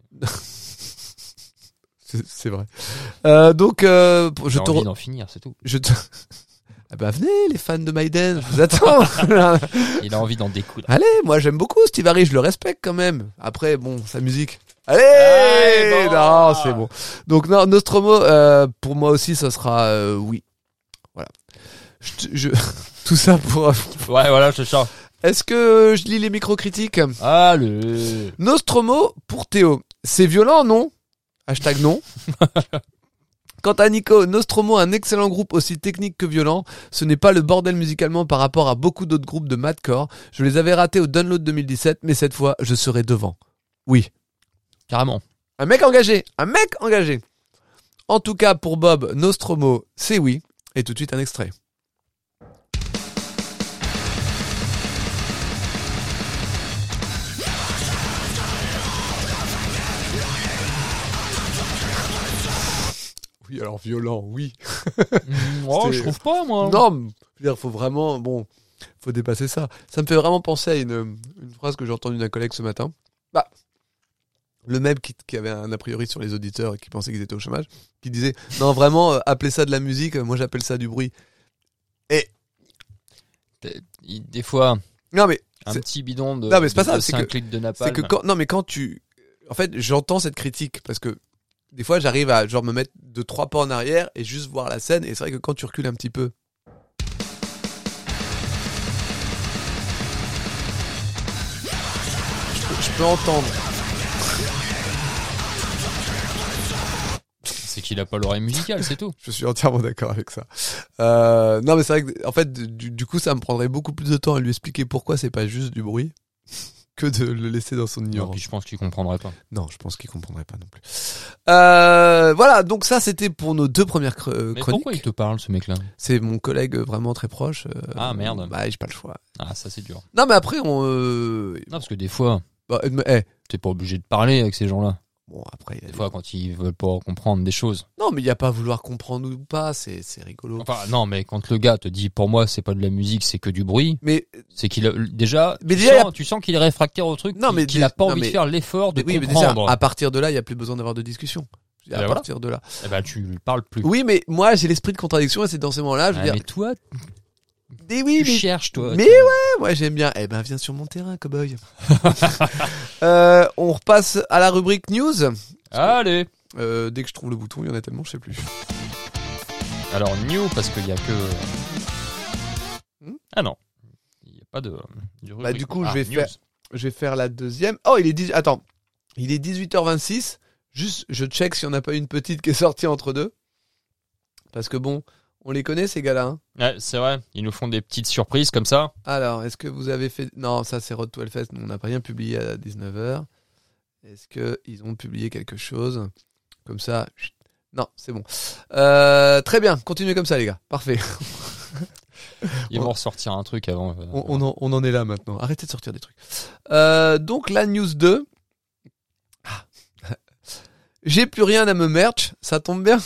c'est c'est vrai. Euh, donc euh, je J'ai te envie re- d'en finir, c'est tout. je te ah bah venez les fans de Maiden, je vous attends. Il a envie d'en découdre. Allez, moi j'aime beaucoup Steve Harris, je le respecte quand même. Après, bon, sa musique. Allez, Allez, bon. non, c'est bon. Donc non, Nostromo, euh, pour moi aussi, ça sera euh, oui. Voilà. Je, te- je- tout ça pour. Ouais, voilà, je chante. Est-ce que je lis les micro-critiques? Allez. Nostromo pour Théo. C'est violent, non? Hashtag non. Quant à Nico, Nostromo, un excellent groupe aussi technique que violent. Ce n'est pas le bordel musicalement par rapport à beaucoup d'autres groupes de madcore. Je les avais ratés au Download deux mille dix-sept, mais cette fois, je serai devant. Oui. Carrément. Un mec engagé. Un mec engagé. En tout cas, pour Bob, Nostromo, c'est oui. Et tout de suite, un extrait. Oui, alors violent, oui. Mm, oh, C'était- je trouve pas, moi. Non, mais, je veux dire, faut vraiment, bon, faut dépasser ça. Ça me fait vraiment penser à une, une phrase que j'ai entendue d'un collègue ce matin. Bah, le même qui, qui avait un a priori sur les auditeurs et qui pensait qu'ils étaient au chômage, qui disait, non, vraiment, euh, appelez ça de la musique, euh, moi j'appelle ça du bruit. Et, Il- Des fois, non mais, un C'est- petit bidon de, Non, mais c'est pas de- ça, de c'est cinq que- litres de c'est napalm. que quand, non mais quand tu, en fait, j'entends cette critique parce que des fois j'arrive à genre me mettre de trois pas en arrière et juste voir la scène et c'est vrai que quand tu recules un petit peu, je peux, je peux entendre. C'est qu'il a pas l'oreille musicale, c'est tout. Je suis entièrement d'accord avec ça. Euh, non mais c'est vrai que en fait du, du coup ça me prendrait beaucoup plus de temps à lui expliquer pourquoi c'est pas juste du bruit que de le laisser dans son Non, ignorance. puis je pense qu'il comprendrait pas. Non, je pense qu'il comprendrait pas non plus. Euh, voilà, donc ça c'était pour nos deux premières cre- euh, Mais chroniques. pourquoi il te parle, ce mec-là? C'est mon collègue euh, vraiment très proche. euh, Ah, merde. Bah j'ai pas le choix. Ah, ça c'est dur. Non mais après on. Euh, Non, parce que des fois, bah, euh, eh, t'es pas obligé de parler avec ces gens-là. Bon, après, il y a Des des- fois, quand ils veulent pas comprendre des choses. Non, mais il y a pas à vouloir comprendre ou pas, c'est c'est rigolo. Enfin, non, mais quand le gars te dit, pour moi, c'est pas de la musique, c'est que du bruit, Mais c'est qu'il a, déjà, Mais tu, déjà, sens, y a- tu sens qu'il est réfractaire au truc, Non, qu'il mais qu'il a dé- pas non, envie mais- de faire l'effort de mais oui, mais déjà, comprendre. à partir de là, il y a plus besoin d'avoir de discussion. À ben voilà. partir de là. Eh ben, tu lui parles plus. Oui, mais moi, j'ai l'esprit de contradiction et c'est dans ces moments-là, je veux Ah, dire. mais toi, Mais oui, tu mais cherches, toi. mais toi. ouais, moi j'aime bien. Eh ben, viens sur mon terrain, cowboy. euh, on repasse à la rubrique news. Allez. Euh, dès que je trouve le bouton, il y en a tellement, je sais plus. Alors, new, parce qu'il y a que. Hmm Ah non. Il n'y a pas de. Du, Bah, du coup, ah, je vais news. faire, je vais faire la deuxième. Oh, il est dix... Attends, il est dix-huit heures vingt-six. Juste, je check s'il n'y en a pas une petite qui est sortie entre deux. Parce que bon, on les connaît ces gars-là. Hein. Ouais, c'est vrai. Ils nous font des petites surprises comme ça. Alors, est-ce que vous avez fait... Non, ça c'est Road to Hellfest, on n'a pas rien publié à dix-neuf heures. Est-ce qu'ils ont publié quelque chose comme ça? Chut. Non, c'est bon. Euh, très bien, continuez comme ça les gars. Parfait. Ils On- vont ressortir un truc avant. euh, On, on en, on en est là maintenant. Arrêtez de sortir des trucs. Euh, donc la news deux. Ah. J'ai plus rien à me merch, ça tombe bien.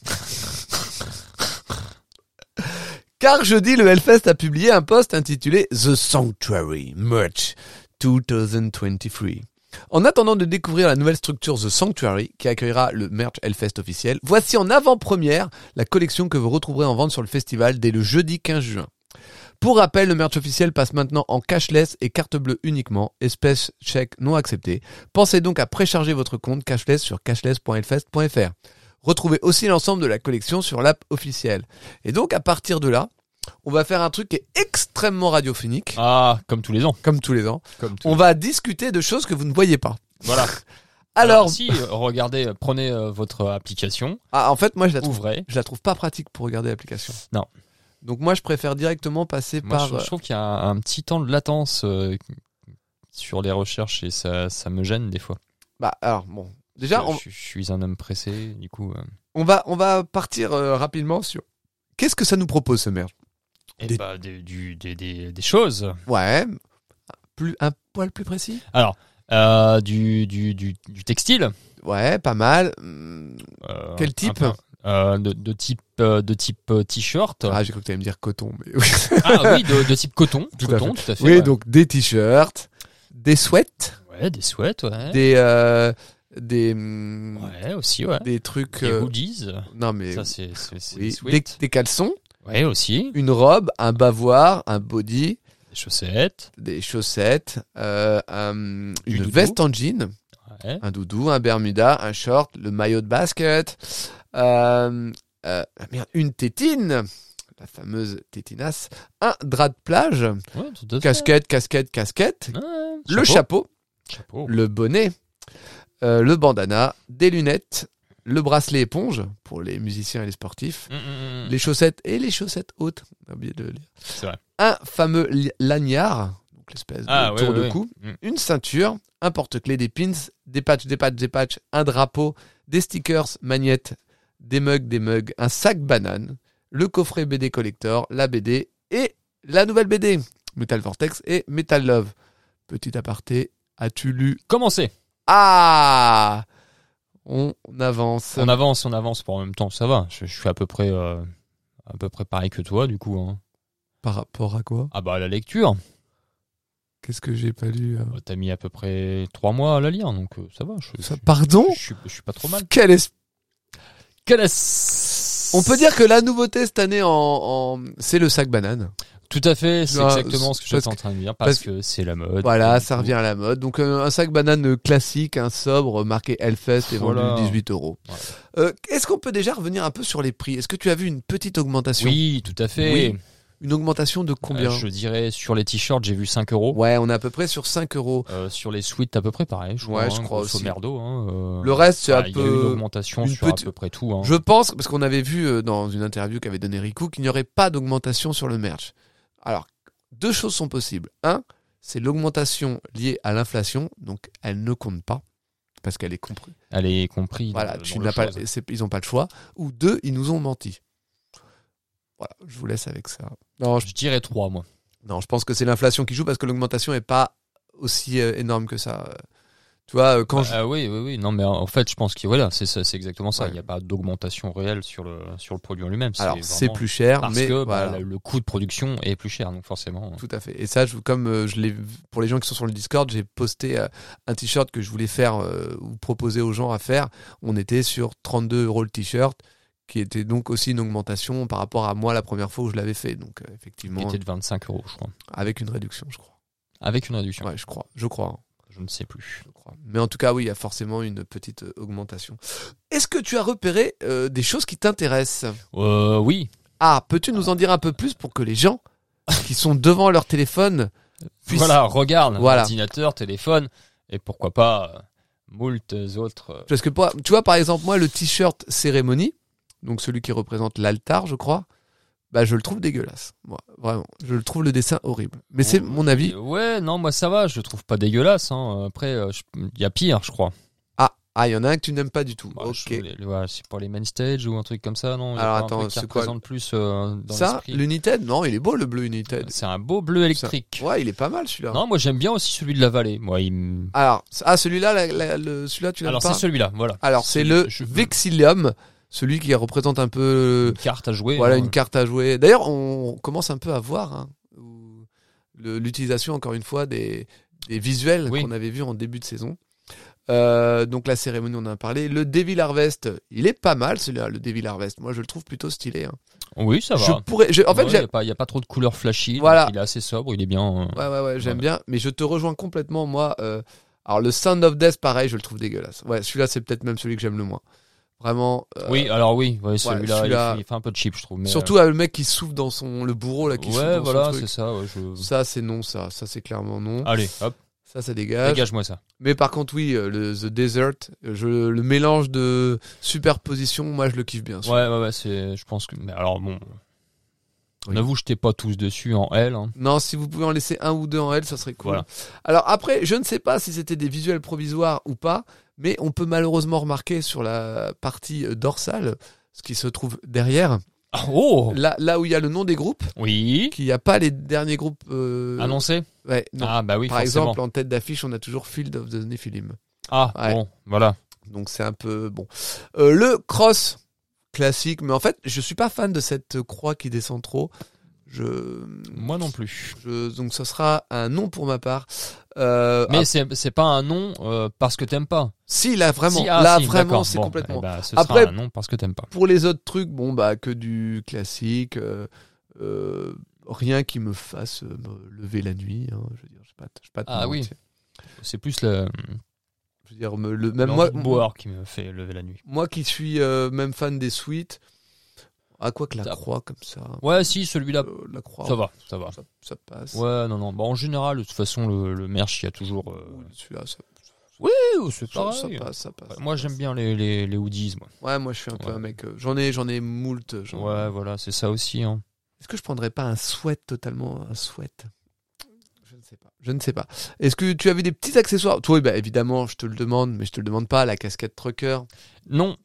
Car jeudi, le Hellfest a publié un post intitulé The Sanctuary Merch deux mille vingt-trois. En attendant de découvrir la nouvelle structure The Sanctuary, qui accueillera le merch Hellfest officiel, voici en avant-première la collection que vous retrouverez en vente sur le festival dès le jeudi quinze juin. Pour rappel, le merch officiel passe maintenant en cashless et carte bleue uniquement, espèce chèque non accepté. Pensez donc à précharger votre compte cashless sur cashless point hellfest point f r. Retrouvez aussi l'ensemble de la collection sur l'app officielle. Et donc, à partir de là, on va faire un truc qui est extrêmement radiophonique, Ah, comme tous les ans. comme tous les ans. Comme tous On va discuter de choses que vous ne voyez pas. Voilà. Alors, si, euh, regardez, euh, prenez euh, votre application, ah, en fait, moi, je la trouve, ouvrez. je la trouve pas pratique pour regarder l'application. Non. Donc moi, je préfère directement passer Moi, par... je, je trouve qu'il y a un, un petit temps de latence euh, sur les recherches et ça, ça me gêne des fois. Bah, alors, bon. Déjà, je, on, je- je suis un homme pressé, du coup. euh, on va, on va partir euh, rapidement sur... Qu'est-ce que ça nous propose, ce merch? et Des- bah, des, du- des, des, des choses. Ouais. Plus, un poil plus précis? Alors, euh, du, du, du, du textile. Ouais, pas mal. Hum, euh, Quel un type peu, euh, de, de type euh, de type euh, t-shirt. Ah, j'ai cru que tu allais me dire coton. Mais oui. Ah oui, de, de type coton. Tout à coton, tout à fait. Oui, ouais. donc des t-shirts, des sweats, Ouais, des sweats, ouais. des... Euh, des, hum, Ouais, aussi, ouais. des trucs... Des euh, hoodies. non, mais... Ça, c'est c'est- c'est oui, des des, sweats. des caleçons, Ouais, aussi. une robe, un bavoir, un body, Des chaussettes. des chaussettes, euh, un- Du une doudou. veste en jean, Ouais. un doudou, un bermuda, un short, le maillot de basket, euh, euh, ah merde, une tétine, la fameuse tétinasse, un drap de plage, Ouais, tout à fait. casquette, casquette, casquette, Ouais, le chapeau, Chapeau. le bonnet, euh, le bandana, des lunettes, le bracelet éponge pour les musiciens et les sportifs, Mm, mm, mm. les chaussettes et les chaussettes hautes, on a oublié de le dire. C'est vrai. Un fameux li- laniard, donc l'espèce de Ah, ouais, tour ouais, de ouais. cou, Mm. une ceinture, un porte-clés, des pins, des patchs, des patchs, des patchs, un drapeau, des stickers, magnettes, des mugs, des mugs, un sac banane, le coffret B D collector, la B D et la nouvelle B D, Metal Vortex et Metal Love. Petit aparté, as-tu lu? Commencez. Ah, on avance. On avance, on avance pour en même temps. Ça va. Je, je suis à peu près, euh, à peu près pareil que toi, du coup. Hein. Par rapport à quoi? Ah bah la lecture. Qu'est-ce que j'ai pas lu? euh Bah, T'as mis à peu près trois mois à la lire, donc euh, ça va. Je, Ça- je- Pardon? je, suis, je suis pas trop mal. Quel es- Quelle est- On peut dire que la nouveauté cette année, en, en... c'est le sac banane. Tout à fait, c'est Ah, exactement ce que parce j'étais en train de dire, parce, parce que c'est la mode. Voilà, Du ça coup, revient à la mode. Donc euh, un sac banane classique, un sobre, marqué Hellfest et Voilà. vendu dix-huit euros. Ouais. Euh, Est-ce qu'on peut déjà revenir un peu sur les prix? Est-ce que tu as vu une petite augmentation? Oui, tout à fait. Oui. Une augmentation de combien? Euh, je dirais sur les t-shirts, j'ai vu cinq euros. Ouais, on est à peu près sur cinq euros. Euh, sur les suites, à peu près pareil. Je Ouais, crois, je hein, crois grosso aussi. merdo. Hein, euh, Le reste, c'est bah, un il y a eu une peu... augmentation une sur petite- à peu près tout. Hein. Je pense, parce qu'on avait vu euh, dans une interview qu'avait donné Riku, qu'il n'y aurait pas d'augmentation sur le merch. Alors, deux choses sont possibles. Un, c'est l'augmentation liée à l'inflation, donc elle ne compte pas, parce qu'elle est comprise. Elle est comprise. Voilà, dans- tu dans le n'as pas, chose. c'est- ils n'ont pas le choix. Ou deux, ils nous ont menti. Voilà, je vous laisse avec ça. Non, je, Je dirais trois, moi. non, je pense que c'est l'inflation qui joue parce que l'augmentation n'est pas aussi euh, énorme que ça. Tu vois, euh, quand bah, je... euh, oui, oui, oui. Non, mais en fait, je pense que voilà, c'est ça, c'est exactement ça. Ouais. Il n'y a pas d'augmentation réelle sur le sur le produit en lui-même. Alors, c'est c'est vraiment plus cher, parce mais que voilà. bah, le coût de production est plus cher, donc forcément. Tout à fait. Et ça, je, comme euh, je l'ai, pour les gens qui sont sur le Discord, j'ai posté euh, un t-shirt que je voulais faire euh, ou proposer aux gens à faire. On était sur trente-deux euros le t-shirt, qui était donc aussi une augmentation par rapport à moi la première fois où je l'avais fait. Donc, euh, effectivement, Qui était de vingt-cinq euros, je crois, avec une réduction, je crois. avec une réduction. Ouais, je crois. Je crois. hein. Je ne sais plus. Je crois. Mais en tout cas, oui, il y a forcément une petite euh, augmentation. Est-ce que tu as repéré euh, des choses qui t'intéressent ? Euh, oui. Ah, peux-tu nous en dire un peu plus pour que les gens qui sont devant leur téléphone puissent... Voilà, regarde, Voilà. ordinateur, téléphone, et pourquoi pas euh, moult autres. euh, Parce que pour- tu vois, par exemple, moi, le t-shirt cérémonie, donc celui qui représente l'altar, je crois, bah, je le trouve dégueulasse. Moi, vraiment. Je le trouve le dessin horrible. Mais c'est oh, mon avis. Ouais, non, moi ça va, je le trouve pas dégueulasse. Hein. Après, euh, je- il y a pire, je crois. Ah, ah, il y en a un que tu n'aimes pas du tout. Bah, ok. je- les- les- ouais, c'est pour les main stage ou un truc comme ça, non? Il y a Alors, pas un attends, truc qui c'est quoi représente plus euh, dans Ça, l'esprit. l'United, non, il est beau le bleu United. C'est un beau bleu électrique. Ouais, il est pas mal celui-là. Non, moi j'aime bien aussi celui de la vallée. Moi, il me- Alors, ah, celui-là, la- la- le- celui-là, tu l'aimes Alors pas c'est celui-là, voilà. Alors, c'est Celui- le je- Vexillium, celui qui représente un peu Une carte à jouer. voilà hein. une carte à jouer. D'ailleurs, on commence un peu à voir hein, où- le- l'utilisation encore une fois des, des visuels Oui. qu'on avait vus en début de saison. Euh, donc la cérémonie, on en a parlé. Le Devil Harvest, il est pas mal celui-là. Le Devil Harvest, moi je le trouve plutôt stylé. hein. Oui, ça va. Je pourrais, je- en fait, Ouais, il j'ai- n'y a, pas- il y a pas trop de couleurs flashy. Voilà. donc il est assez sobre, il est bien. euh, ouais ouais ouais, j'aime Ouais. bien. Mais je te rejoins complètement moi. euh, alors le Sound of Death, pareil, je le trouve dégueulasse. Ouais, celui-là c'est peut-être même celui que j'aime le moins. Vraiment. euh, Oui, alors oui, ouais, celui-là, celui-là- il, fait, il fait un peu cheap, je trouve. Mais, Surtout euh, le mec qui souffle dans son le bourreau là qui souffle ouais, dans voilà, son c'est truc. ça. Ouais, je... Ça c'est non, ça, ça c'est clairement non. Allez, hop, Ça, ça dégage. dégage-moi ça. Mais par contre, oui, euh, le The Desert, je, le mélange de superposition, moi, je le kiffe bien. celui-là. Ouais, ouais, ouais, c'est. Je pense que. Mais alors bon. Oui. N'avoue, j'étais pas tous dessus en L. Hein. Non, si vous pouvez en laisser un ou deux en L, ça serait cool. Voilà. Alors après, je ne sais pas si c'était des visuels provisoires ou pas, mais on peut malheureusement remarquer sur la partie euh, dorsale, ce qui se trouve derrière, Ah, oh là, là où il y a le nom des groupes, Oui. qu'il n'y a pas les derniers groupes. euh, Annoncé Ouais, non. Ah, bah oui, Par forcément. exemple, en tête d'affiche, on a toujours Field of the Nephilim. Ah, Ouais. bon, voilà. Donc c'est un peu bon. Euh, le cross classique, mais en fait, je suis pas fan de cette croix qui descend trop. Je, Moi non plus. je donc ce sera un non pour ma part. Euh, Mais ah, c'est c'est pas un non euh, parce que t'aimes pas. si là vraiment, Si, ah, là si, vraiment, d'accord. c'est Bon, complètement. eh ben, ce Après- sera un non parce que t'aimes pas. Pour les autres trucs, bon bah que du classique, euh, euh, rien qui me fasse euh, me lever la nuit. Hein, je veux dire, je sais pas, je sais pas te Ah oui. mentir. C'est plus le Je veux dire, me- le même moi, boire qui me fait lever la nuit. moi qui suis euh, même fan des suites. À quoi que la Ça- croix comme ça. Ouais, si, celui-là, euh, la croix. ça va, ça va. Ça, ça passe. Ouais, non, non. Bah, en général, de toute façon, le, le merch, il y a toujours. Euh... Celui-là, ça, Oui, c'est ça, ça pareil. passe, ça passe. Ouais, moi, j'aime bien les, les, les hoodies, moi. Ouais, moi je suis un peu Ouais. un mec. euh, J'en ai, j'en ai moult. j'en- Ouais, voilà, c'est ça aussi. Hein. Est-ce que je prendrais pas un sweat totalement, un sweat Je ne sais pas. Je ne sais pas. Est-ce que tu avais des petits accessoires Toi, bah, évidemment, je te le demande, mais je te le demande pas. La casquette trucker, Non,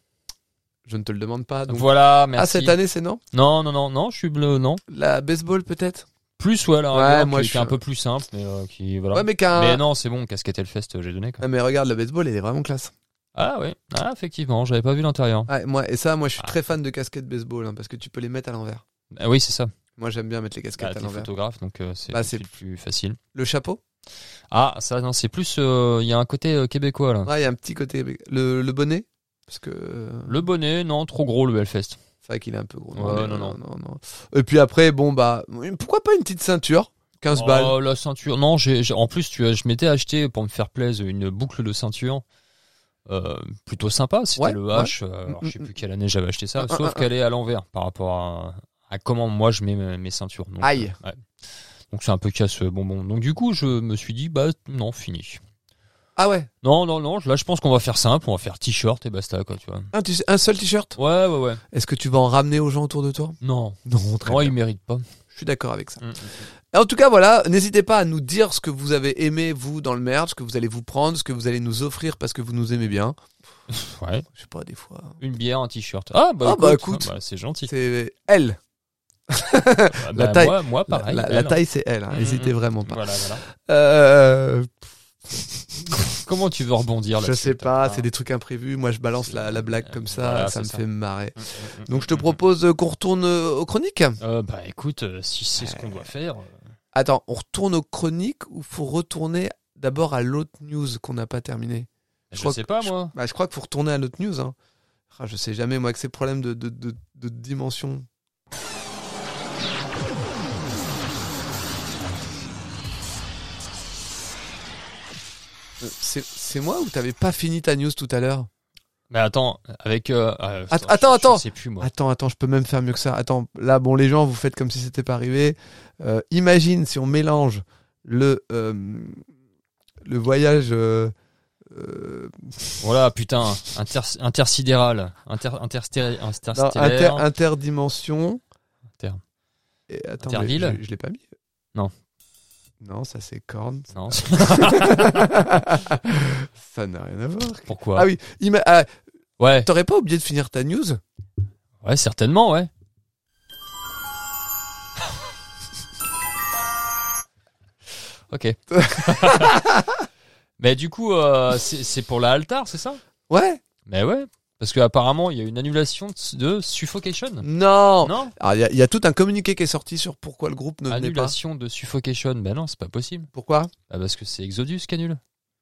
je ne te le demande pas. Donc... voilà, Ah, merci. cette année, c'est non Non, non, non, non, je suis bleu, non. La baseball peut-être Plus, ouais, la Ouais, rigueur, moi, qui, je qui est un suis- peu plus simple, mais euh, qui, voilà. Ouais, mais qu'un. Mais non, c'est bon, casquette Hellfest, euh, j'ai donné, quoi. Ah, mais regarde, le baseball, elle est vraiment classe. Ah, ouais, ah, effectivement, j'avais pas vu l'intérieur. Ouais, moi, et ça, moi, je suis Ah. très fan de casquettes baseball hein, parce que tu peux les mettre à l'envers. Ah, oui, c'est ça. Moi, j'aime bien mettre les Bah, casquettes à t'es l'envers. photographe, donc euh, c'est Bah, c'est c'est- plus facile. Le chapeau Ah, ça, non, c'est plus. euh, Il y a un côté euh, québécois, là. Ouais, il y a un petit côté. Le, le bonnet Parce que. euh, Le bonnet, non, trop gros, le Hellfest. C'est vrai qu'il est un peu gros. Ouais, mais non, non. non, non. Et puis après, bon, bah, pourquoi pas une petite ceinture quinze balles. Oh, la ceinture. Non, j'ai, j'ai- en plus, tu, as- je m'étais acheté pour me faire plaisir une boucle de ceinture. Euh, plutôt sympa, c'était Ouais, le ouais. H. euh, alors, Mm, je sais mm, plus quelle année j'avais acheté ça, Ah, ah, sauf ah, qu'elle est à l'envers par rapport à, à comment moi je mets mes, mes ceintures. Donc, Aïe. euh, ouais. Donc c'est un peu casse bonbon. Donc du coup, je me suis dit, bah non, fini. Ah ouais Non, non, non. Là, je pense qu'on va faire simple, on va faire t-shirt et basta, quoi, tu vois. un, tu sais, un seul t-shirt Ouais, ouais, ouais. Est-ce que tu vas en ramener aux gens autour de toi Non, Non, très non, bien. ils méritent pas. Je suis d'accord avec ça. Mm, mm, Et en tout cas, voilà, n'hésitez pas à nous dire ce que vous avez aimé, vous, dans le merch, ce que vous allez vous prendre, ce que vous allez nous offrir parce que vous nous aimez bien. mm. Ouais. Je sais pas, des fois. Une bière, un t-shirt. Ah bah, Ah, écoute, bah, écoute. ah, bah, c'est gentil. C'est L. Ah, la bah, taille- Moi, moi La, pareil. la- la elle. taille, c'est L. Hein. Mm, N'hésitez mm. vraiment pas. Voilà, voilà. Euh, Comment tu veux rebondir là? Je sais pas, c'est des trucs imprévus. Moi, je balance la, la blague comme ça, Voilà, ça me ça. fait marrer. Mmh, mmh, Donc, je te mmh, propose qu'on retourne aux chroniques. Euh, bah écoute, euh, si c'est ce qu'on doit faire. euh, Attends, on retourne aux chroniques ou faut retourner d'abord à l'autre news qu'on n'a pas terminé? Je, crois sais que- pas moi. Bah, je crois qu'il faut retourner à l'autre news. Hein. Ah, je sais jamais, moi, avec ces problèmes de, de, de, de dimension. Euh, C'est c'est moi ou t'avais pas fini ta news tout à l'heure? Mais attends, avec. Euh, euh, Att- je- attends, je- attends. Je sais plus moi. Attends, attends, je peux même faire mieux que ça. Attends, là, bon, les gens, vous faites comme si c'était pas arrivé. Euh, imagine si on mélange le euh, le voyage. Euh, euh, Voilà, putain, inter, intersidéral, inter, intersté- non, interstellaire. inter- interdimension. Inter- Et, attends, mais Interville je, je l'ai pas mis. Non. Non, ça c'est corne. Non, Ça n'a rien à voir. pourquoi? Ah oui, ima- ah, Ouais, t'aurais pas oublié de finir ta news? ouais, certainement, ouais. Ok. Mais du coup, euh, c'est c'est pour la Altar, c'est ça? Ouais. Mais ouais, parce qu'apparemment, il y a une annulation de, de Suffocation. Non. Non? Alors il y, a- il y a tout un communiqué qui est sorti sur pourquoi le groupe ne venait pas. Annulation de Suffocation. Ben non, c'est pas possible. Pourquoi? Ah, parce que c'est Exodus qui annule.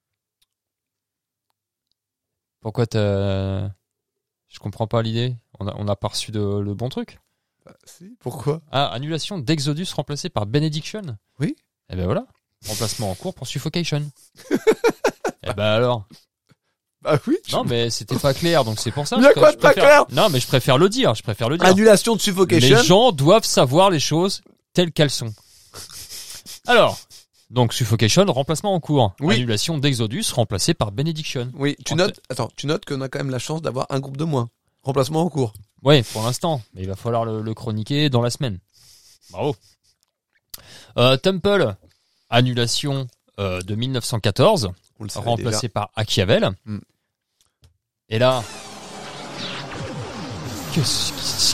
Pourquoi t'as... Je comprends pas l'idée. On a, on a pas reçu de, le bon truc. Bah, si. Pourquoi? Ah, annulation d'Exodus remplacé par Benediction. Oui. Et ben voilà. Remplacement en cours pour Suffocation. Et ben alors. Bah oui. Non, mais c'était pas clair, donc c'est pour ça. Il y a je- quoi je de pas préfère- clair? Non, mais je préfère le dire. Je préfère le dire. Annulation de Suffocation. Les gens doivent savoir les choses telles qu'elles sont. Alors, donc Suffocation, remplacement en cours. Oui. Annulation d'Exodus remplacé par Benediction. Oui, tu En notes. Attends, tu notes qu'on a quand même la chance d'avoir un groupe de moins. Remplacement en cours. Ouais, pour l'instant. Mais il va falloir le, le chroniquer dans la semaine. Bravo. Euh, Temple, annulation euh, de mille neuf cent quatorze, On le savait remplacé déjà. par Achiavel. Hmm. Et là... Qu'est-ce qui...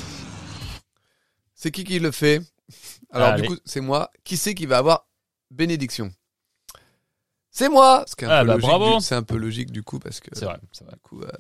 C'est qui qui le fait? Alors Allez. du coup, c'est moi. Qui c'est qui va avoir bénédiction? C'est moi. Ce qui est un Ah peu bah, logique bravo. du- C'est un peu logique du coup parce que. C'est vrai, c'est vrai. Du coup, euh,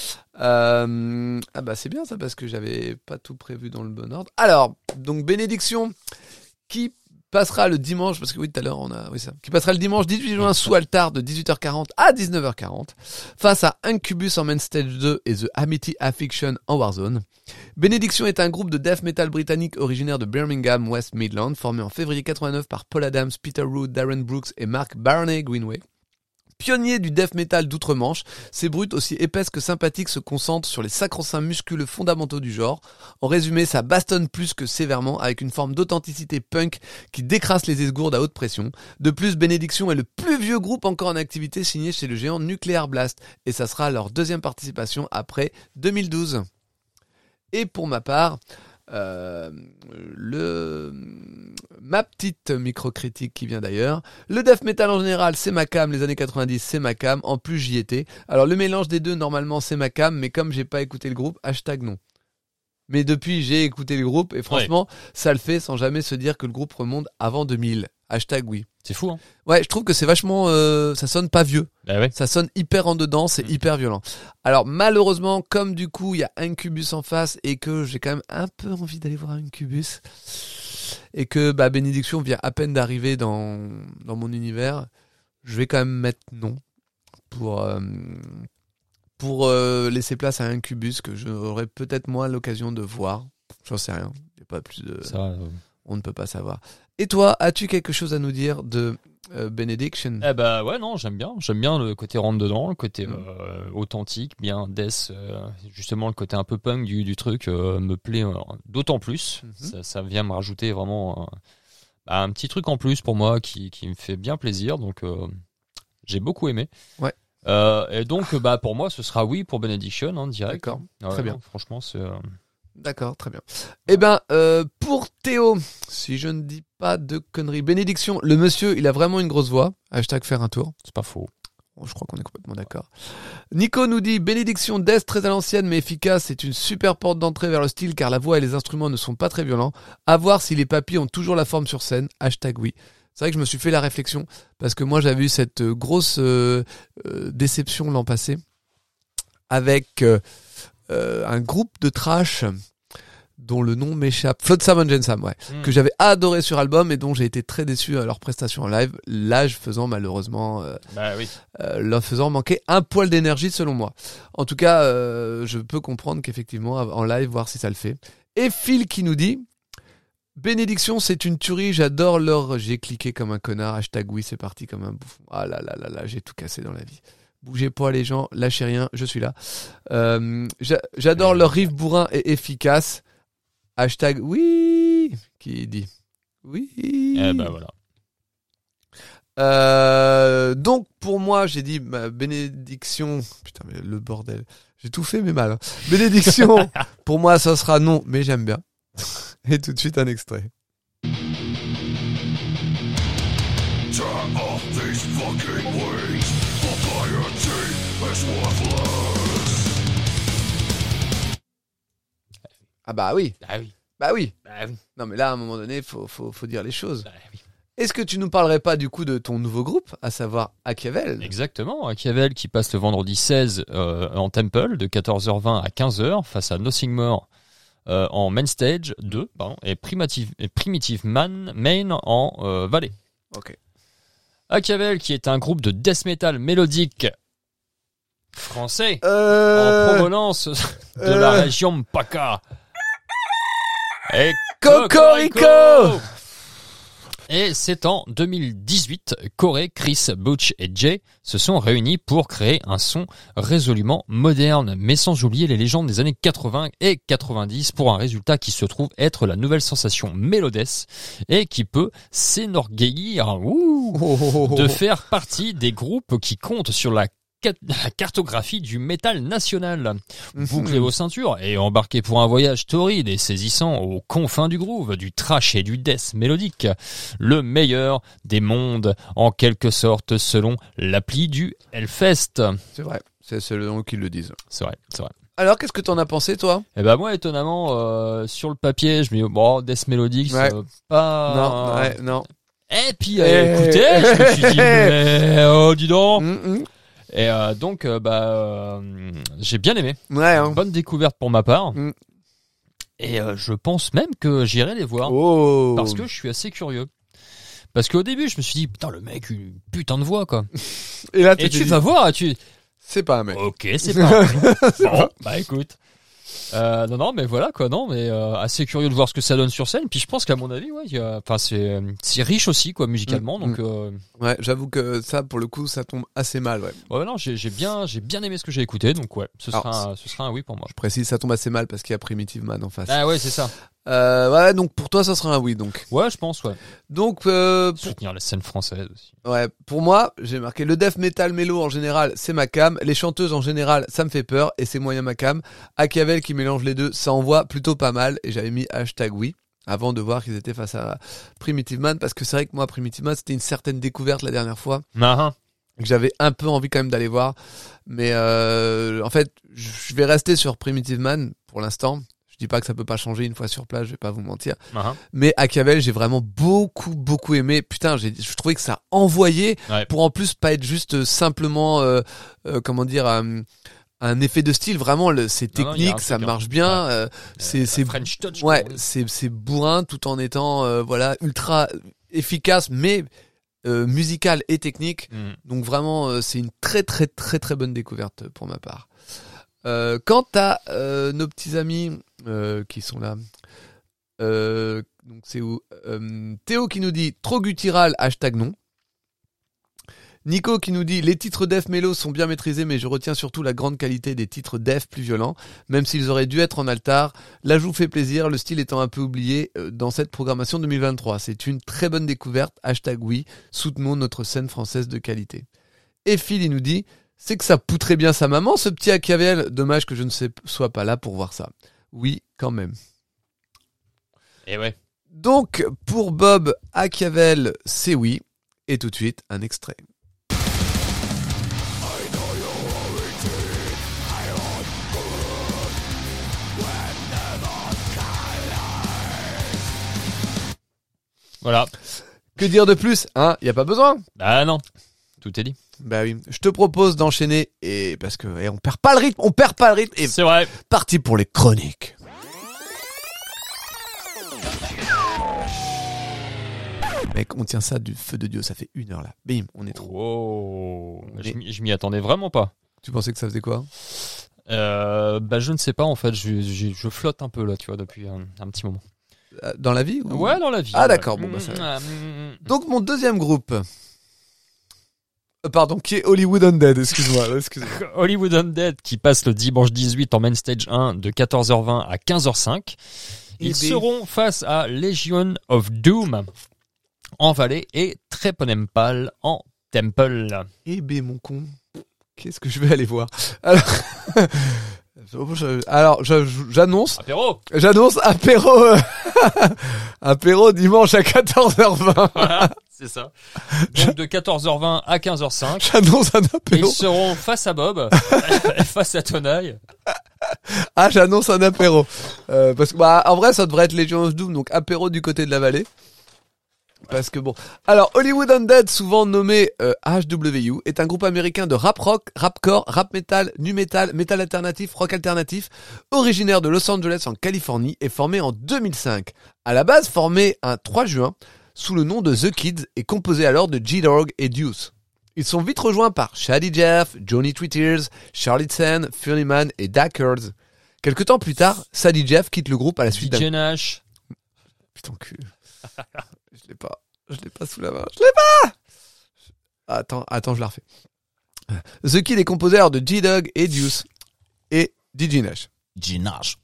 euh, ah bah c'est bien ça parce que j'avais pas tout prévu dans le bon ordre. Alors, donc bénédiction qui passera le dimanche, parce que oui tout à l'heure on a, oui ça, qui passera le dimanche dix-huit juin sous Altar de dix-huit heures quarante à dix-neuf heures quarante face à Incubus en Main Stage deux et The Amity Affliction en Warzone. Bénédiction est un groupe de death metal britannique originaire de Birmingham, West Midlands, formé en février quatre-vingt-neuf par Paul Adams, Peter Root, Darren Brooks et Mark Barney Greenway. Pionnier du death metal d'outre-Manche, ces brutes aussi épaisses que sympathiques se concentrent sur les sacro-saints musculeux fondamentaux du genre. En résumé, ça bastonne plus que sévèrement avec une forme d'authenticité punk qui décrasse les esgourdes à haute pression. De plus, Bénédiction est le plus vieux groupe encore en activité signé chez le géant Nuclear Blast et ça sera leur deuxième participation après deux mille douze. Et pour ma part, euh, le ma petite microcritique qui vient d'ailleurs. Le death metal en général, c'est ma cam. Les années quatre-vingt-dix, c'est ma cam. En plus, j'y étais. Alors le mélange des deux, normalement, c'est ma cam. Mais comme j'ai pas écouté le groupe, hashtag non. Mais depuis, j'ai écouté le groupe et franchement, ça le fait sans jamais se dire que le groupe remonte avant deux mille. Hashtag oui. C'est fou, hein? Ouais, je trouve que c'est vachement, euh, ça sonne pas vieux. Bah ouais. Ça sonne hyper en dedans, c'est Mm. hyper violent. Alors malheureusement, comme du coup il y a Incubus en face et que j'ai quand même un peu envie d'aller voir Incubus et que bah Bénédiction vient à peine d'arriver dans dans mon univers, je vais quand même mettre non pour euh, pour euh, laisser place à Incubus que j'aurais peut-être moins l'occasion de voir. J'en sais rien. Il y a pas plus de. Ça, euh, On ne peut pas savoir. Et toi, as-tu quelque chose à nous dire de euh, Benediction? Eh bah ouais, non, j'aime bien. J'aime bien le côté rentre dedans, le côté Mm. euh, authentique, bien death. euh, justement, le côté un peu punk du, du truc euh, me plaît euh, d'autant plus. Mhm. ça, ça vient me rajouter vraiment un, bah, un petit truc en plus pour moi qui, qui me fait bien plaisir. Donc euh, j'ai beaucoup aimé. Ouais. Euh, et donc bah pour moi, ce sera oui pour Benediction, hein, direct. D'accord. Ouais, Très bien. non, franchement, c'est. euh, D'accord, très bien. Eh ben, euh, pour Théo, si je ne dis pas de conneries, Bénédiction, le monsieur, il a vraiment une grosse voix. Hashtag faire un tour. c'est pas faux. Bon, je crois qu'on est complètement d'accord. Nico nous dit Bénédiction death très à l'ancienne mais efficace, c'est une super porte d'entrée vers le style car la voix et les instruments ne sont pas très violents. À voir si les papis ont toujours la forme sur scène. Hashtag oui. c'est vrai que je me suis fait la réflexion parce que moi j'avais eu cette euh, grosse euh, euh, déception l'an passé avec euh, euh, un groupe de trash dont le nom m'échappe, Flotsam and Jensam, ouais, Mm. que j'avais adoré sur album et dont j'ai été très déçu à leur prestation en live, l'âge faisant malheureusement euh, Bah oui. euh, leur faisant manquer un poil d'énergie selon moi. En tout cas, euh, je peux comprendre qu'effectivement en live voir si ça le fait. Et Phil qui nous dit Bénédiction, c'est une tuerie, j'adore leur... J'ai cliqué comme un connard, hashtag oui, c'est parti comme un bouffon. Ah là là là là, j'ai tout cassé dans la vie. Bougez pas les gens, lâchez rien, je suis là. Euh, j'a- j'adore leur riff bourrin et efficace. Hashtag oui, qui dit oui. Eh ben voilà. Euh, donc pour moi, j'ai dit ma bénédiction. Putain, mais le bordel. J'ai tout fait, mais mal. hein. Bénédiction, pour moi, ça sera non, mais j'aime bien. Et tout de suite, un extrait. Turn off these fucking wings. Society is worthless. Ah bah oui, Ah oui. bah oui. Bah oui. Non mais là, à un moment donné, faut, faut, faut dire les choses. Bah oui. Est-ce que tu nous parlerais pas du coup de ton nouveau groupe, à savoir Achiavel? Exactement, Achiavel qui passe le vendredi seize euh, en Temple de quatorze heures vingt à quinze heures face à Nothing More euh, en Main Stage deux pardon, et, Primitive, et Primitive Man Main en euh, Valley. Ok. Achiavel qui est un groupe de death metal mélodique français Euh... en provenance de euh, la région Mpaka. Et Cocorico. Et c'est en deux mille dix-huit, Corey, Chris, Butch et Jay se sont réunis pour créer un son résolument moderne, mais sans oublier les légendes des années quatre-vingts et quatre-vingt-dix pour un résultat qui se trouve être la nouvelle sensation Melodès et qui peut s'énorgueillir ouh, Oh, oh, oh, oh. de faire partie des groupes qui comptent sur la la cartographie du métal national. Bouclez vos ceintures et embarquez pour un voyage torride et saisissant aux confins du groove, du trash et du death mélodique. Le meilleur des mondes, en quelque sorte, selon l'appli du Hellfest. C'est vrai, c'est c'est le nom qu'ils le disent. C'est vrai, c'est vrai. Alors, qu'est-ce que t'en as pensé, toi? Et ben moi, étonnamment, euh, sur le papier, je me dis, bon, death mélodique, Ouais. ça, pas... Non, ouais, non. Et puis, euh, écoutez, je me suis dit, mais, oh, dis donc. Mm, mm. Et euh, donc, euh, bah, euh, j'ai bien aimé. Ouais, hein. Bonne découverte pour ma part. Mm. Et euh, je pense même que j'irai les voir. Oh. Parce que je suis assez curieux. Parce qu'au début, je me suis dit, putain, le mec, une putain de voix, quoi. Et là, Et tu tu vas voir, tu... c'est pas un mec. Ok, c'est pas un mec. Bon, bah écoute. Euh, non, non, mais voilà, quoi, non, mais euh, assez curieux de voir ce que ça donne sur scène. Puis je pense qu'à mon avis, ouais, il y a... enfin, c'est, c'est riche aussi, quoi, musicalement. Mm, Donc, mm. euh... Ouais, j'avoue que ça, pour le coup, ça tombe assez mal, ouais. ouais, non, j'ai, j'ai bien, j'ai bien aimé ce que j'ai écouté. Donc, ouais, ce sera, Alors, un, ce sera un oui pour moi. Je précise, ça tombe assez mal parce qu'il y a Primitive Man en face. Ah ouais, c'est ça. Euh, ouais, donc pour toi, ça sera un oui, donc. Ouais, je pense, ouais. Donc, euh, pour, Soutenir la scène française aussi. ouais, pour moi, j'ai marqué le death metal mélo en général, c'est ma cam. Les chanteuses en général, ça me fait peur et c'est moyen ma cam. Achiavel qui mélange les deux, ça envoie plutôt pas mal. Et j'avais mis hashtag oui avant de voir qu'ils étaient face à Primitive Man parce que c'est vrai que moi, Primitive Man, c'était une certaine découverte la dernière fois. Ah, Que j'avais un peu envie quand même d'aller voir. Mais euh, en fait, je vais rester sur Primitive Man pour l'instant. Je dis pas que ça peut pas changer une fois sur place, je vais pas vous mentir. ah, Mais Achiavel, j'ai vraiment beaucoup, beaucoup aimé. Putain, j'ai, je trouvais que ça envoyait ouais. pour en plus pas être juste simplement, euh, euh, comment dire, un, un effet de style. Vraiment, le, c'est Non, non, il y a un technique, ça truc, hein. marche bien. Ouais. euh, c'est, Euh, c'est, French touch. ouais, comme on dit. c'est, c'est bourrin tout en étant, euh, voilà, ultra efficace, mais euh, musical et technique. Mm. Donc vraiment, euh, c'est une très, très, très, très bonne découverte pour ma part. Euh, quant à euh, nos petits amis euh, qui sont là, euh, donc c'est où euh, Théo qui nous dit trop guttural, hashtag non. Nico qui nous dit les titres def mélo sont bien maîtrisés, mais je retiens surtout la grande qualité des titres def plus violents, même s'ils auraient dû être en altar. L'ajout fait plaisir, le style étant un peu oublié euh, dans cette programmation deux mille vingt-trois. C'est une très bonne découverte, hashtag oui, soutenons notre scène française de qualité. Et Phil il nous dit c'est que ça poutrait bien sa maman, ce petit Achiavel. Dommage que je ne sais- sois pas là pour voir ça. Oui, quand même. Et ouais. Donc, pour Bob, Achiavel, c'est oui. Et tout de suite, un extrait. Voilà. Que dire de plus, hein? Y a pas besoin. Bah non, tout est dit. Bah oui. Je te propose d'enchaîner et parce que eh, on perd pas le rythme, on perd pas le rythme et C'est vrai. parti pour les chroniques. Mec, on tient ça du feu de Dieu, ça fait une heure là. Bim, on est trop. Wow. Mais- Je m'y- je m'y attendais vraiment pas. Tu pensais que ça faisait quoi? Euh, bah je ne sais pas en fait, je, je, je flotte un peu là, tu vois, depuis un, un petit moment. Euh, Dans la vie ou... Ouais, dans la vie. Ah, ouais. d'accord, bon, bah, ça Mm, mm, Donc mon deuxième groupe. Euh, pardon, qui est Hollywood Undead, excuse-moi, excuse-moi. mm. Hollywood Undead qui passe le dimanche dix-huit en Main Stage un de quatorze heures vingt à quinze heures cinq. Ils Eh ben. seront face à Legion of Doom en Valley et Treponempal en Temple. Eh ben mon con, qu'est-ce que je vais aller voir? Alors, je- alors je- je- j'annonce, Apéro. j'annonce apéro, euh, apéro dimanche à quatorze heures vingt. Voilà, c'est ça. Donc de quatorze heures vingt à quinze heures cinq. J'annonce un Et apéro. ils seront face à Bob, face à Tonaille. Ah, j'annonce un apéro. Euh, parce que bah en vrai ça devrait être Legion of Doom, donc apéro du côté de la vallée. Parce que bon. Alors, Hollywood Undead, souvent nommé euh, H W U, est un groupe américain de rap rock, rapcore, rap metal, nu metal, metal alternatif, rock alternatif, originaire de Los Angeles en Californie et formé en deux mille cinq. À la base, formé un trois juin, sous le nom de The Kids et composé alors de G-Dog et Deuce. Ils sont vite rejoints par Shady Jeff, Johnny Twitters, Charlie Tsen, Furryman et Dackers. Quelque temps plus tard, Sadie Jeff quitte le groupe à la suite d'un... D J Nash. Putain cul. Je l'ai pas. Je l'ai pas sous la main. Je l'ai pas. Attends, attends, je la refais. The Kid est composé alors de G-Dog et Deuce et D J Nash. Ginage.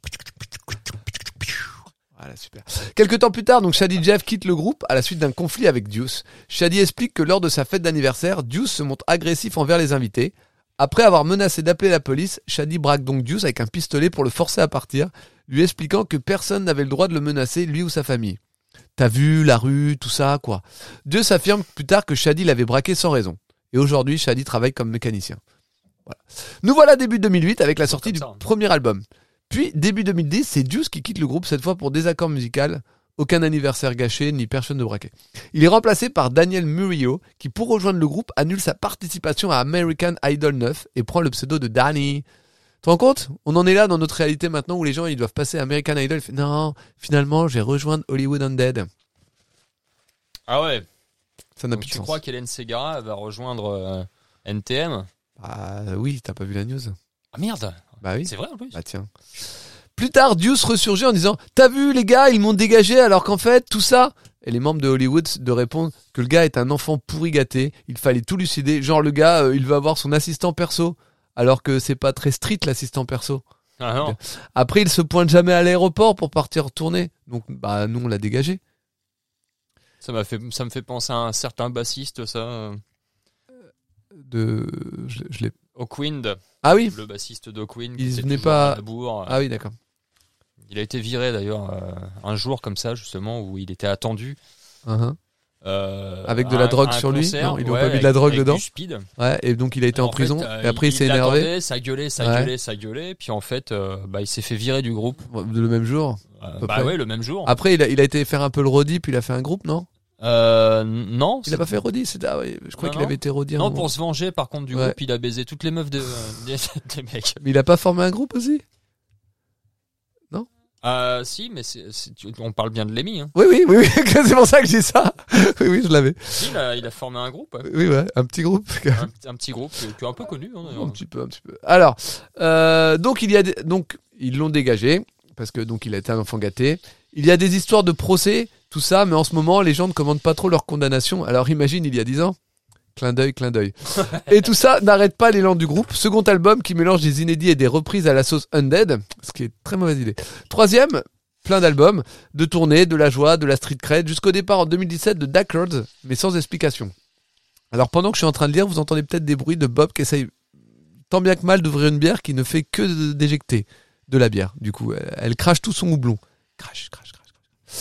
Voilà, super. Quelque temps plus tard, donc Shady Jeff quitte le groupe à la suite d'un conflit avec Deuce. Shady explique que lors de sa fête d'anniversaire, Deuce se montre agressif envers les invités. Après avoir menacé d'appeler la police, Shady braque donc Deuce avec un pistolet pour le forcer à partir, lui expliquant que personne n'avait le droit de le menacer, lui ou sa famille. T'as vu, la rue, tout ça, quoi. Deuce affirme plus tard que Shady l'avait braqué sans raison. Et aujourd'hui, Shady travaille comme mécanicien. Voilà. Nous voilà début deux mille huit avec la sortie Comme du ça. premier album. Puis, début deux mille dix, c'est Deuce qui quitte le groupe, cette fois pour désaccord musical. Aucun anniversaire gâché, ni personne de braqué. Il est remplacé par Daniel Murillo, qui pour rejoindre le groupe annule sa participation à American Idol neuf et prend le pseudo de Danny. Tu te rends compte? On en est là dans notre réalité maintenant où les gens ils doivent passer à American Idol. Ils font, non, finalement, je vais rejoindre Hollywood Undead. Ah ouais. Ça n'a Donc plus de tu sens. crois qu'Hélène Ségara va rejoindre euh, N T M? Ah oui, t'as pas vu la news? Ah merde. Bah oui. C'est vrai en plus. Bah tiens. Plus tard, Deuce ressurgit en disant « T'as vu les gars, ils m'ont dégagé alors qu'en fait, tout ça... » Et les membres de Hollywood de répondre que le gars est un enfant pourri gâté, il fallait tout lucider. Genre le gars, euh, il veut avoir son assistant perso, alors que c'est pas très street l'assistant perso. Ah non. Après, il se pointe jamais à l'aéroport pour partir tourner. Donc bah nous, on l'a dégagé. Ça m'a fait, ça me fait penser à un certain bassiste, ça. euh, De... Je, je l'ai... Hawkwind, Ah oui. le bassiste d'Hawkwind. Il qui était venait toujours pas- à la bourre. Ah oui, d'accord. Il a été viré d'ailleurs euh, un jour comme ça justement où il était attendu. Uh-huh. euh, Avec de à la un- drogue à un sur lui concert, Non, ils lui ont ouais, pas mis de la drogue avec dedans du speed. Ouais, et donc il a été en, En prison. fait, euh, et après, il, s'est énervé. l'attendait, ça gueulait, ça Ouais. gueulait, ça gueulait. Puis en fait, euh, bah, il s'est fait virer du groupe. Le même jour. Euh, peu bah près. ouais, le même jour. Après, il a, il a été faire un peu le Roddy, puis il a fait un groupe, non? Euh, non. Il a pas fait Roddy, c'était, ah oui, je crois Non, qu'il non. avait été Roddy. à un Non, moment. pour se venger, par contre, du Ouais. groupe, il a baisé toutes les meufs de, des, des mecs. Mais il a pas formé un groupe aussi? Euh, si, mais c'est, c'est- tu- on parle bien de Lemmy. Hein. Oui, oui, oui, oui, c'est pour ça que je dis ça. Oui, oui, je l'avais. Si, il a, il a formé un groupe, ouais. Oui, ouais, un petit groupe. un, un petit groupe qui, qui est un peu connu. Hein, d'ailleurs. Un petit peu, un petit peu. Alors, euh, donc il y a, des- donc ils l'ont dégagé parce que donc il a été un enfant gâté. Il y a des histoires de procès, tout ça, mais en ce moment les gens ne commandent pas trop leur condamnation. Alors imagine il y a dix ans. Clin d'œil, clin d'œil. Et tout ça n'arrête pas l'élan du groupe. Second album qui mélange des inédits et des reprises à la sauce Undead, ce qui est très mauvaise idée. Troisième, plein d'albums, de tournées, de la joie, de la street cred, jusqu'au départ en deux mille dix-sept de Dackers, mais sans explication. Alors pendant que je suis en train de lire, vous entendez peut-être des bruits de Bob qui essaye tant bien que mal d'ouvrir une bière qui ne fait que de- d'éjecter de la bière. Du coup, elle, elle crache tout son houblon. Crache, crache, crache. crache.